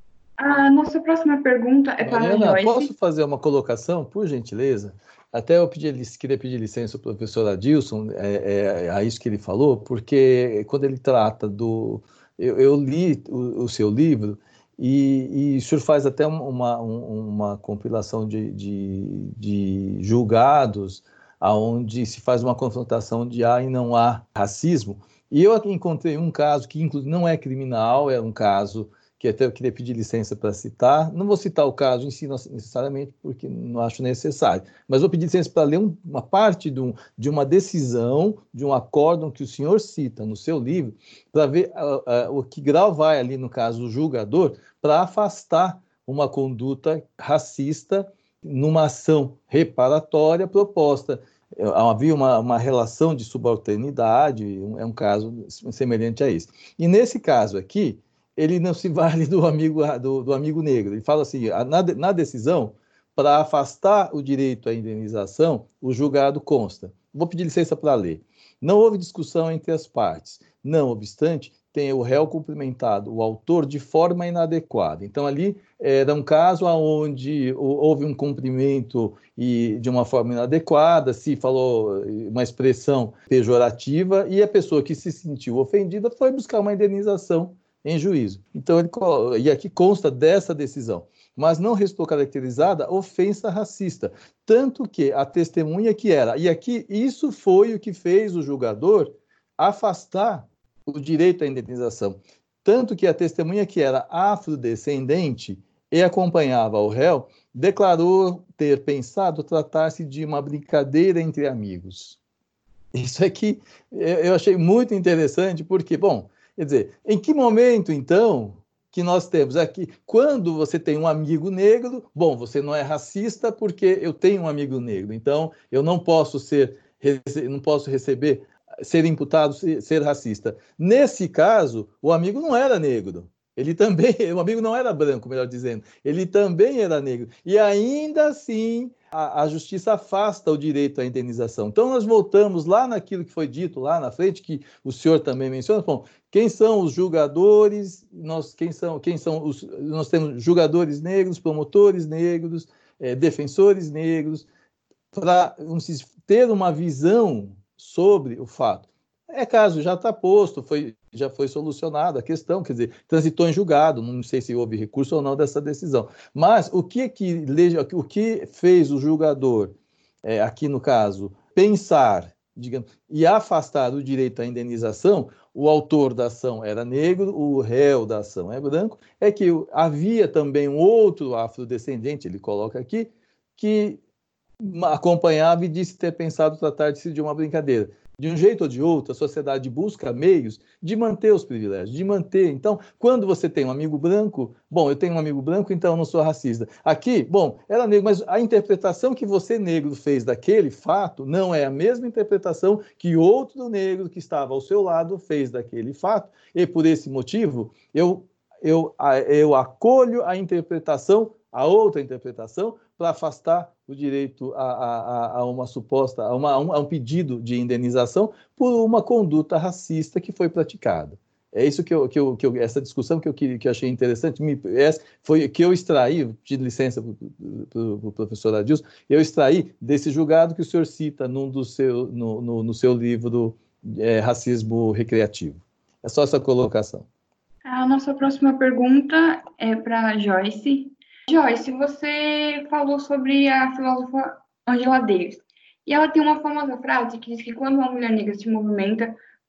A nossa próxima pergunta é para Mariana, a Joyce. Posso fazer uma colocação, por gentileza? Até eu pedi, queria pedir licença ao professor Adilson, é, é, a isso que ele falou, porque quando ele trata do... Eu, eu li o, o seu livro e, e o senhor faz até uma, uma compilação de, de, de julgados onde se faz uma confrontação de há e não há racismo. E eu aqui encontrei um caso que, inclusive, não é criminal, é um caso que até eu queria pedir licença para citar. Não vou citar o caso em si necessariamente, porque não acho necessário, mas vou pedir licença para ler um, uma parte de, um, de uma decisão, de um acórdão que o senhor cita no seu livro, para ver uh, uh, o que grau vai ali, no caso, o julgador, para afastar uma conduta racista numa ação reparatória proposta. Havia uma, uma relação de subalternidade, um, é um caso semelhante a esse. E nesse caso aqui, ele não se vale do amigo, do, do amigo negro. Ele fala assim, na, na decisão, para afastar o direito à indenização, o julgado consta. Vou pedir licença para ler. Não houve discussão entre as partes. Não obstante, tem o réu cumprimentado, o autor, de forma inadequada. Então, ali era um caso onde houve um cumprimento e de uma forma inadequada, se falou uma expressão pejorativa, e a pessoa que se sentiu ofendida foi buscar uma indenização em juízo. Então, ele, e aqui consta dessa decisão, mas não restou caracterizada ofensa racista, tanto que a testemunha que era, e aqui isso foi o que fez o julgador afastar o direito à indenização, tanto que a testemunha que era afrodescendente e acompanhava o réu, declarou ter pensado tratar-se de uma brincadeira entre amigos. Isso aqui eu achei muito interessante, porque, bom, quer dizer, em que momento, então, que nós temos aqui, quando você tem um amigo negro, bom, você não é racista porque eu tenho um amigo negro, então eu não posso ser, não posso receber, ser imputado, ser racista. Nesse caso, o amigo não era negro, ele também, o amigo não era branco, melhor dizendo, ele também era negro, e ainda assim a, a justiça afasta o direito à indenização. Então nós voltamos lá naquilo que foi dito lá na frente, que o senhor também menciona, bom, quem são os julgadores, nós, quem são, quem são os, nós temos julgadores negros, promotores negros, é, defensores negros, para ter uma visão sobre o fato. É caso, já está posto, foi, já foi solucionada a questão, quer dizer, transitou em julgado, não sei se houve recurso ou não dessa decisão. Mas o que, que, o que fez o julgador, é, aqui no caso, pensar, digamos, e afastar o direito à indenização, o autor da ação era negro, o réu da ação é branco, é que havia também um outro afrodescendente, ele coloca aqui, que acompanhava e disse ter pensado tratar-se de uma brincadeira. De um jeito ou de outro, a sociedade busca meios de manter os privilégios, de manter. Então, quando você tem um amigo branco, bom, eu tenho um amigo branco, então eu não sou racista. Aqui, bom, era negro, mas a interpretação que você, negro, fez daquele fato não é a mesma interpretação que outro negro que estava ao seu lado fez daquele fato. E por esse motivo, eu, eu, eu acolho a interpretação, a outra interpretação, para afastar o direito a, a, a uma suposta, a, uma, a, um, a um pedido de indenização por uma conduta racista que foi praticada. É isso que eu, que eu, que eu essa discussão que eu, que, que eu achei interessante, me, essa foi que eu extraí, pedi licença para o pro, pro professor Adilson, eu extraí desse julgado que o senhor cita num do seu, no, no, no seu livro é, Racismo Recreativo. É só essa colocação. A nossa próxima pergunta é para a Joyce. Joyce, você falou sobre a filósofa Angela Davis, e ela tem uma famosa frase que diz que quando uma mulher negra se movimenta,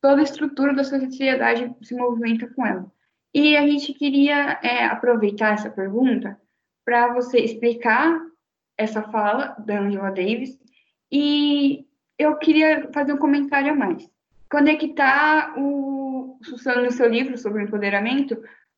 toda a estrutura da sociedade se movimenta com ela. E a gente queria é, aproveitar essa pergunta para você explicar essa fala da Angela Davis, e eu queria fazer um comentário a mais. Conectar o, no seu livro sobre o empoderamento,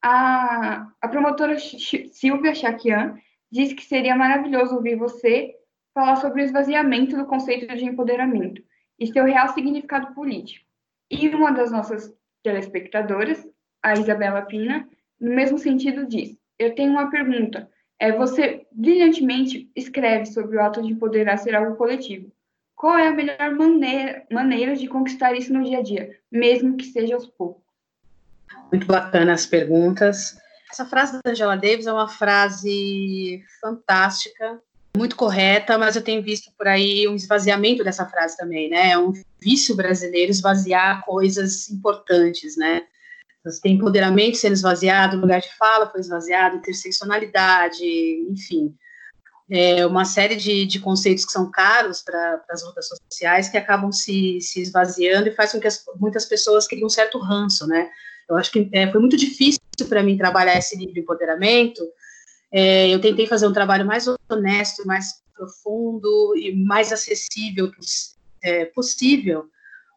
a, a promotora Silvia Chakian disse que seria maravilhoso ouvir você falar sobre o esvaziamento do conceito de empoderamento e seu real significado político. E uma das nossas telespectadoras, a Isabela Pina, no mesmo sentido diz: eu tenho uma pergunta. É, você brilhantemente escreve sobre o ato de empoderar ser algo coletivo. Qual é a melhor maneira, maneira de conquistar isso no dia a dia, mesmo que seja aos poucos? Muito bacana as perguntas. Essa frase da Angela Davis é uma frase fantástica, muito correta, mas eu tenho visto por aí um esvaziamento dessa frase também, né? É um vício brasileiro esvaziar coisas importantes, né? Você tem empoderamento sendo esvaziado, lugar de fala foi esvaziado, interseccionalidade, enfim. É uma série de, de conceitos que são caros para as lutas sociais que acabam se, se esvaziando e faz com que as, muitas pessoas criem um certo ranço, né? Eu acho que é, foi muito difícil para mim trabalhar esse livro de empoderamento. É, eu tentei fazer um trabalho mais honesto, mais profundo e mais acessível é, possível,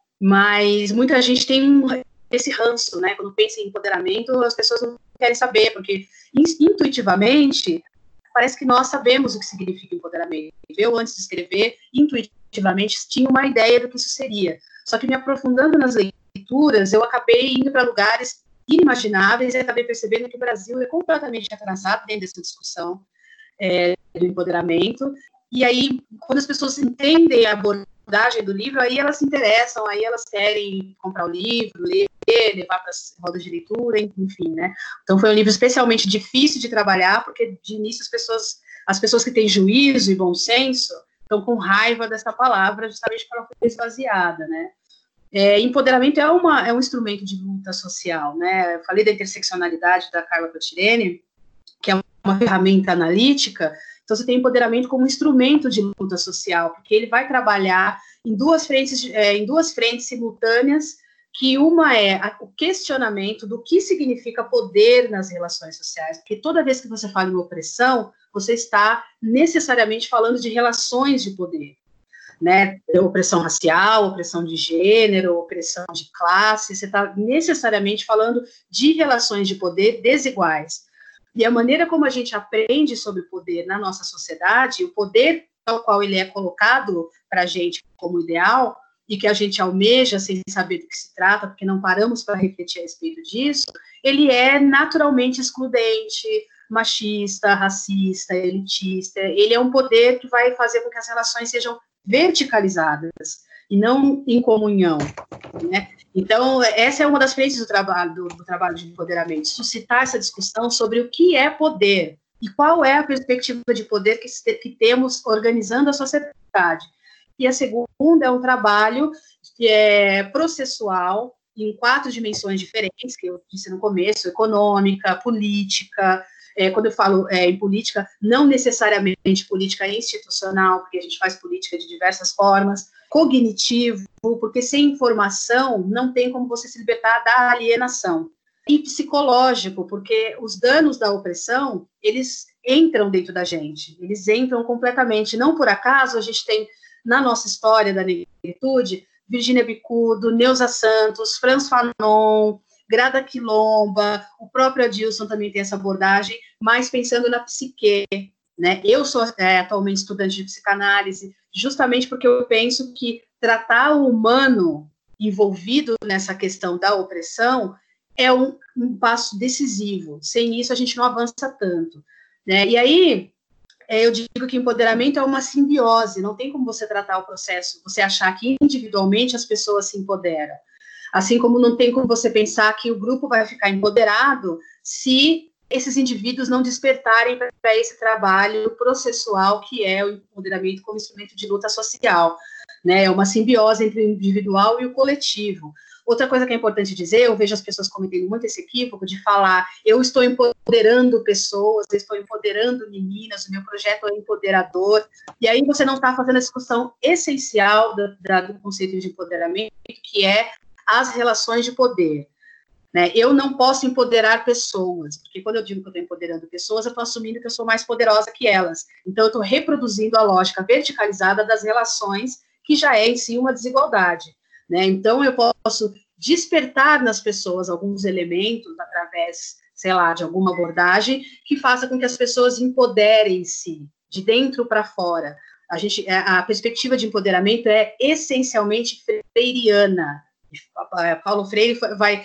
mas muita gente tem um esse ranço, né? Quando pensa em empoderamento, as pessoas não querem saber, porque intuitivamente parece que nós sabemos o que significa empoderamento. Eu, antes de escrever, intuitivamente tinha uma ideia do que isso seria. Só que me aprofundando nas leituras, eu acabei indo para lugares inimagináveis e acabei percebendo que o Brasil é completamente atrasado dentro dessa discussão é, do empoderamento. E aí, quando as pessoas entendem a abordagem do livro, aí elas se interessam, aí elas querem comprar o livro, ler, levar para as rodas de leitura, enfim, né? Então foi um livro especialmente difícil de trabalhar, porque de início as pessoas, as pessoas que têm juízo e bom senso estão com raiva dessa palavra, justamente para ela ser esvaziada, né? É, empoderamento é, uma, é um instrumento de luta social, né? Eu falei da interseccionalidade da Carla Cotirene, que é uma ferramenta analítica. Então, você tem empoderamento como instrumento de luta social, porque ele vai trabalhar em duas frentes, é, em duas frentes simultâneas, que uma é a, o questionamento do que significa poder nas relações sociais, porque toda vez que você fala em opressão, você está necessariamente falando de relações de poder, né? Opressão racial, opressão de gênero, opressão de classe, você está necessariamente falando de relações de poder desiguais. E a maneira como a gente aprende sobre o poder na nossa sociedade, o poder tal qual ele é colocado para a gente como ideal, e que a gente almeja sem saber do que se trata, porque não paramos para refletir a respeito disso, ele é naturalmente excludente, machista, racista, elitista. Ele é um poder que vai fazer com que as relações sejam verticalizadas e não em comunhão, né? Então, essa é uma das frentes do trabalho, do, do trabalho de empoderamento, suscitar essa discussão sobre o que é poder e qual é a perspectiva de poder que, que temos organizando a sociedade. E a segunda é um trabalho que é processual, em quatro dimensões diferentes, que eu disse no começo: econômica, política. É, quando eu falo é, em política, não necessariamente política institucional, porque a gente faz política de diversas formas, cognitivo, porque sem informação não tem como você se libertar da alienação, e psicológico, porque os danos da opressão, eles entram dentro da gente, eles entram completamente. Não por acaso a gente tem na nossa história da negritude Virginia Bicudo, Neuza Santos, Franz Fanon, Grada Quilomba, o próprio Adilson também tem essa abordagem, mas pensando na psique, né? Eu sou é, atualmente estudante de psicanálise, justamente porque eu penso que tratar o humano envolvido nessa questão da opressão é um, um passo decisivo. Sem isso, a gente não avança tanto, né? E aí, é, eu digo que empoderamento é uma simbiose, não tem como você tratar o processo, você achar que individualmente as pessoas se empoderam. Assim como não tem como você pensar que o grupo vai ficar empoderado se esses indivíduos não despertarem para esse trabalho processual que é o empoderamento como instrumento de luta social, né? É uma simbiose entre o individual e o coletivo. Outra coisa que é importante dizer, eu vejo as pessoas cometendo muito esse equívoco de falar: eu estou empoderando pessoas, eu estou empoderando meninas, o meu projeto é empoderador, e aí você não está fazendo a discussão essencial do, da, do conceito de empoderamento, que é às relações de poder. Né? Eu não posso empoderar pessoas, porque quando eu digo que eu estou empoderando pessoas, eu estou assumindo que eu sou mais poderosa que elas. Então, eu estou reproduzindo a lógica verticalizada das relações, que já é em si uma desigualdade. Né? Então, eu posso despertar nas pessoas alguns elementos através, sei lá, de alguma abordagem que faça com que as pessoas empoderem-se de dentro para fora. A, gente, a perspectiva de empoderamento é essencialmente freiriana. Paulo Freire vai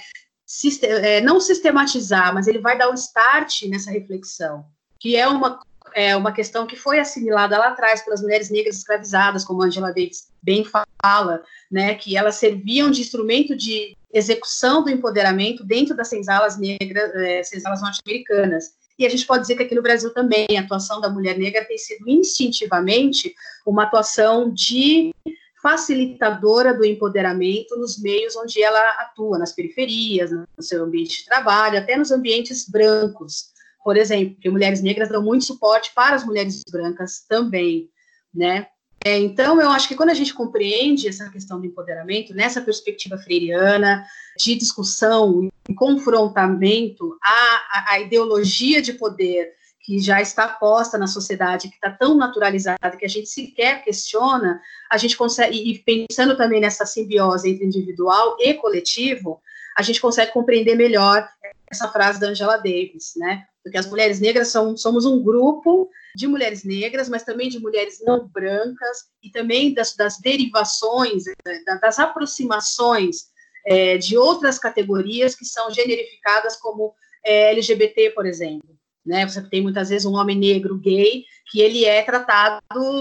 não sistematizar, mas ele vai dar um start nessa reflexão, que é uma, é uma questão que foi assimilada lá atrás pelas mulheres negras escravizadas, como a Angela Davis bem fala, né, que elas serviam de instrumento de execução do empoderamento dentro das senzalas negras, é, senzalas norte-americanas. E a gente pode dizer que aqui no Brasil também a atuação da mulher negra tem sido instintivamente uma atuação de facilitadora do empoderamento nos meios onde ela atua, nas periferias, no seu ambiente de trabalho, até nos ambientes brancos, por exemplo, porque mulheres negras dão muito suporte para as mulheres brancas também, né? É, então, eu acho que quando a gente compreende essa questão do empoderamento, nessa perspectiva freiriana, de discussão e confrontamento à, à ideologia de poder que já está posta na sociedade, que está tão naturalizada, que a gente sequer questiona, a gente consegue, e pensando também nessa simbiose entre individual e coletivo, a gente consegue compreender melhor essa frase da Angela Davis, né? Porque as mulheres negras são, somos um grupo de mulheres negras, mas também de mulheres não brancas, e também das, das derivações, das aproximações é, de outras categorias que são generificadas como é, L G B T, por exemplo. Né? Você tem muitas vezes um homem negro gay, que ele é tratado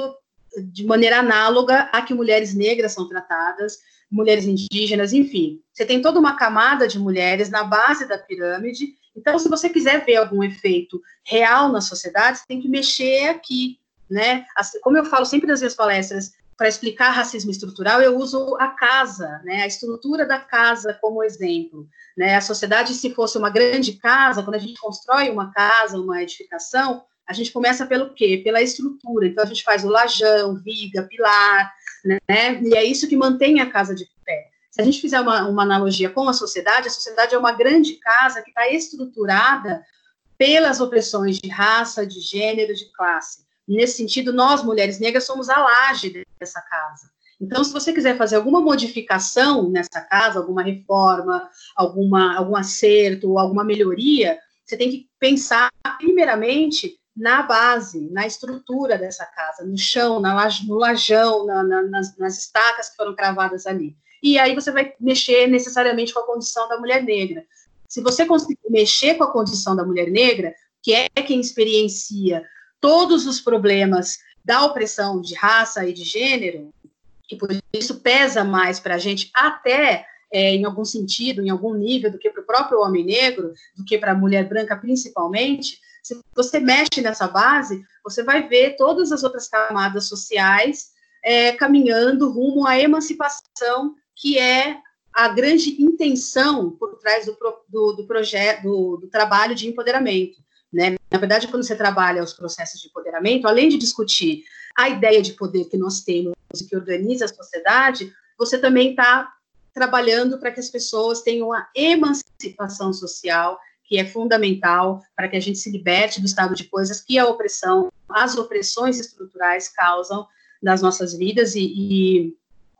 de maneira análoga a que mulheres negras são tratadas, mulheres indígenas, enfim. Você tem toda uma camada de mulheres na base da pirâmide. Então, se você quiser ver algum efeito real na sociedade, você tem que mexer aqui, né? Assim, como eu falo sempre nas minhas palestras, para explicar racismo estrutural, eu uso a casa, né? A estrutura da casa como exemplo. Né? A sociedade, se fosse uma grande casa, quando a gente constrói uma casa, uma edificação, a gente começa pelo quê? Pela estrutura. Então, a gente faz o lajão, viga, pilar, né? E é isso que mantém a casa de pé. Se a gente fizer uma, uma analogia com a sociedade, a sociedade é uma grande casa que está estruturada pelas opressões de raça, de gênero, de classe. Nesse sentido, nós, mulheres negras, somos a laje dessa casa. Então, se você quiser fazer alguma modificação nessa casa, alguma reforma, alguma, algum acerto, alguma melhoria, você tem que pensar, primeiramente, na base, na estrutura dessa casa, no chão, na laj, no lajão, na, na, nas, nas estacas que foram cravadas ali. E aí você vai mexer necessariamente com a condição da mulher negra. Se você conseguir mexer com a condição da mulher negra, que é quem experiencia todos os problemas da opressão de raça e de gênero, e por isso pesa mais para a gente, até é, em algum sentido, em algum nível, do que para o próprio homem negro, do que para a mulher branca principalmente. Se você mexe nessa base, você vai ver todas as outras camadas sociais é, caminhando rumo à emancipação, que é a grande intenção por trás do, do, do projeto, do, do trabalho de empoderamento. Né? Na verdade, quando você trabalha os processos de empoderamento, além de discutir a ideia de poder que nós temos e que organiza a sociedade, você também está trabalhando para que as pessoas tenham a emancipação social, que é fundamental para que a gente se liberte do estado de coisas que a opressão, as opressões estruturais causam nas nossas vidas e, e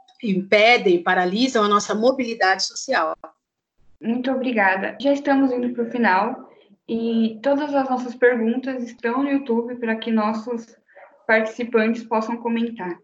impedem, paralisam a nossa mobilidade social. Muito obrigada. Já estamos indo para o final e todas as nossas perguntas estão no YouTube para que nossos participantes possam comentar.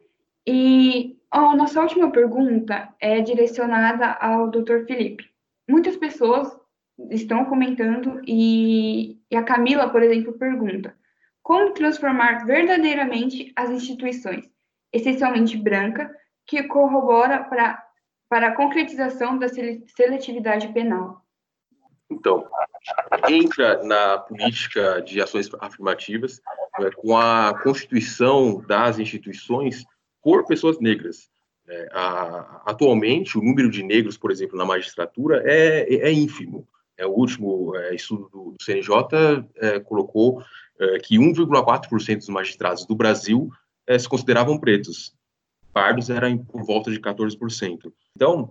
E a nossa última pergunta é direcionada ao doutor Felipe. Muitas pessoas estão comentando e, e a Camila, por exemplo, pergunta: como transformar verdadeiramente as instituições, essencialmente branca, que corrobora para, para a concretização da seletividade penal? Então, entra na política de ações afirmativas, é, com a constituição das instituições por pessoas negras. É, a, atualmente, o número de negros, por exemplo, na magistratura é, é, é ínfimo. É, o último é, estudo do, do C N J é, colocou é, que um vírgula quatro por cento dos magistrados do Brasil é, se consideravam pretos. Pardos eram por volta de quatorze por cento. Então,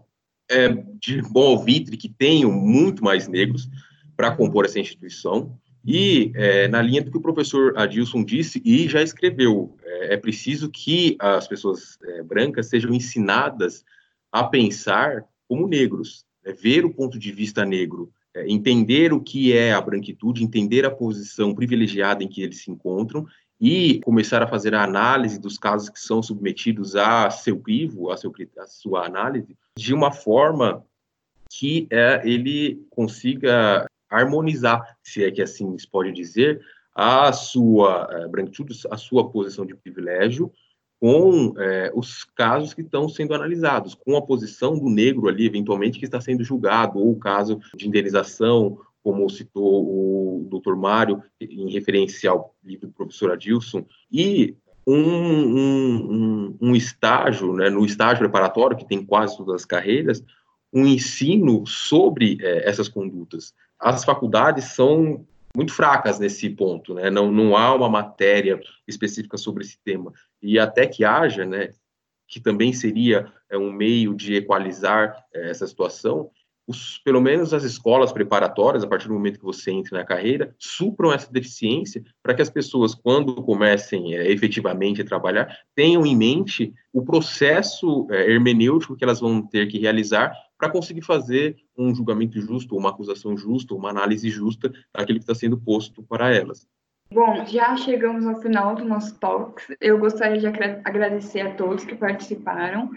é, de bom alvitre que tenham muito mais negros para compor essa instituição. E, é, na linha do que o professor Adilson disse e já escreveu, é, é preciso que as pessoas é, brancas sejam ensinadas a pensar como negros, é, ver o ponto de vista negro, é, entender o que é a branquitude, entender a posição privilegiada em que eles se encontram e começar a fazer a análise dos casos que são submetidos a seu crivo, a, seu, a sua análise, de uma forma que é, ele consiga harmonizar, se é que assim se pode dizer, a sua é, branquitude, a sua posição de privilégio com é, os casos que estão sendo analisados, com a posição do negro ali, eventualmente, que está sendo julgado, ou o caso de indenização, como citou o doutor Mário, em referência ao livro do professor Adilson, e um, um, um, um estágio, né, no estágio preparatório, que tem quase todas as carreiras, um ensino sobre é, essas condutas. As faculdades são muito fracas nesse ponto, né? Não, não há uma matéria específica sobre esse tema. E até que haja, né, que também seria é, um meio de equalizar é, essa situação, os, pelo menos as escolas preparatórias, a partir do momento que você entra na carreira, supram essa deficiência para que as pessoas, quando comecem é, efetivamente a trabalhar, tenham em mente o processo é, hermenêutico que elas vão ter que realizar para conseguir fazer um julgamento justo, uma acusação justa, uma análise justa daquilo que está sendo posto para elas. Bom, já chegamos ao final do nosso talk. Eu gostaria de agradecer a todos que participaram,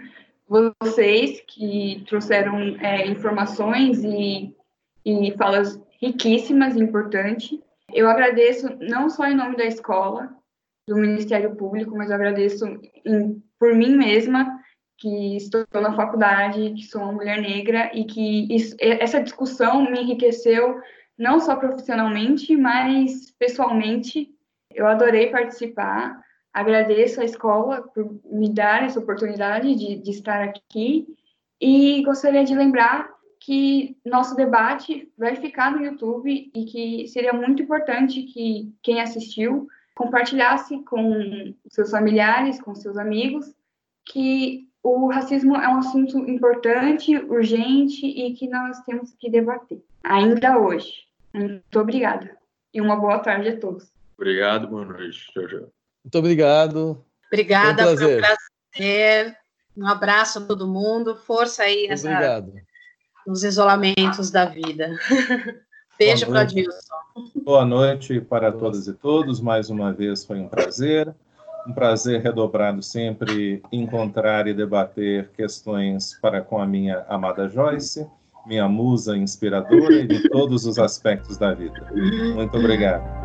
vocês que trouxeram é, informações e, e falas riquíssimas e importantes. Eu agradeço não só em nome da escola, do Ministério Público, mas eu agradeço em, por mim mesma, que estou na faculdade, que sou uma mulher negra, e que isso, essa discussão me enriqueceu não só profissionalmente, mas pessoalmente. Eu adorei participar, agradeço à escola por me dar essa oportunidade de, de estar aqui, e gostaria de lembrar que nosso debate vai ficar no YouTube e que seria muito importante que quem assistiu compartilhasse com seus familiares, com seus amigos, que o racismo é um assunto importante, urgente e que nós temos que debater, ainda hoje. Muito obrigada. E uma boa tarde a todos. Obrigado, boa noite. Tchau, tchau. Muito obrigado. Obrigada, foi um prazer. Foi um prazer. Um abraço a todo mundo. Força aí nessa, Obrigado. nos isolamentos da vida. Beijo para o Adilson. Boa noite para todas e todos. Mais uma vez foi um prazer. Um prazer redobrado sempre encontrar e debater questões para com a minha amada Joyce, minha musa inspiradora em todos os aspectos da vida. Muito obrigado.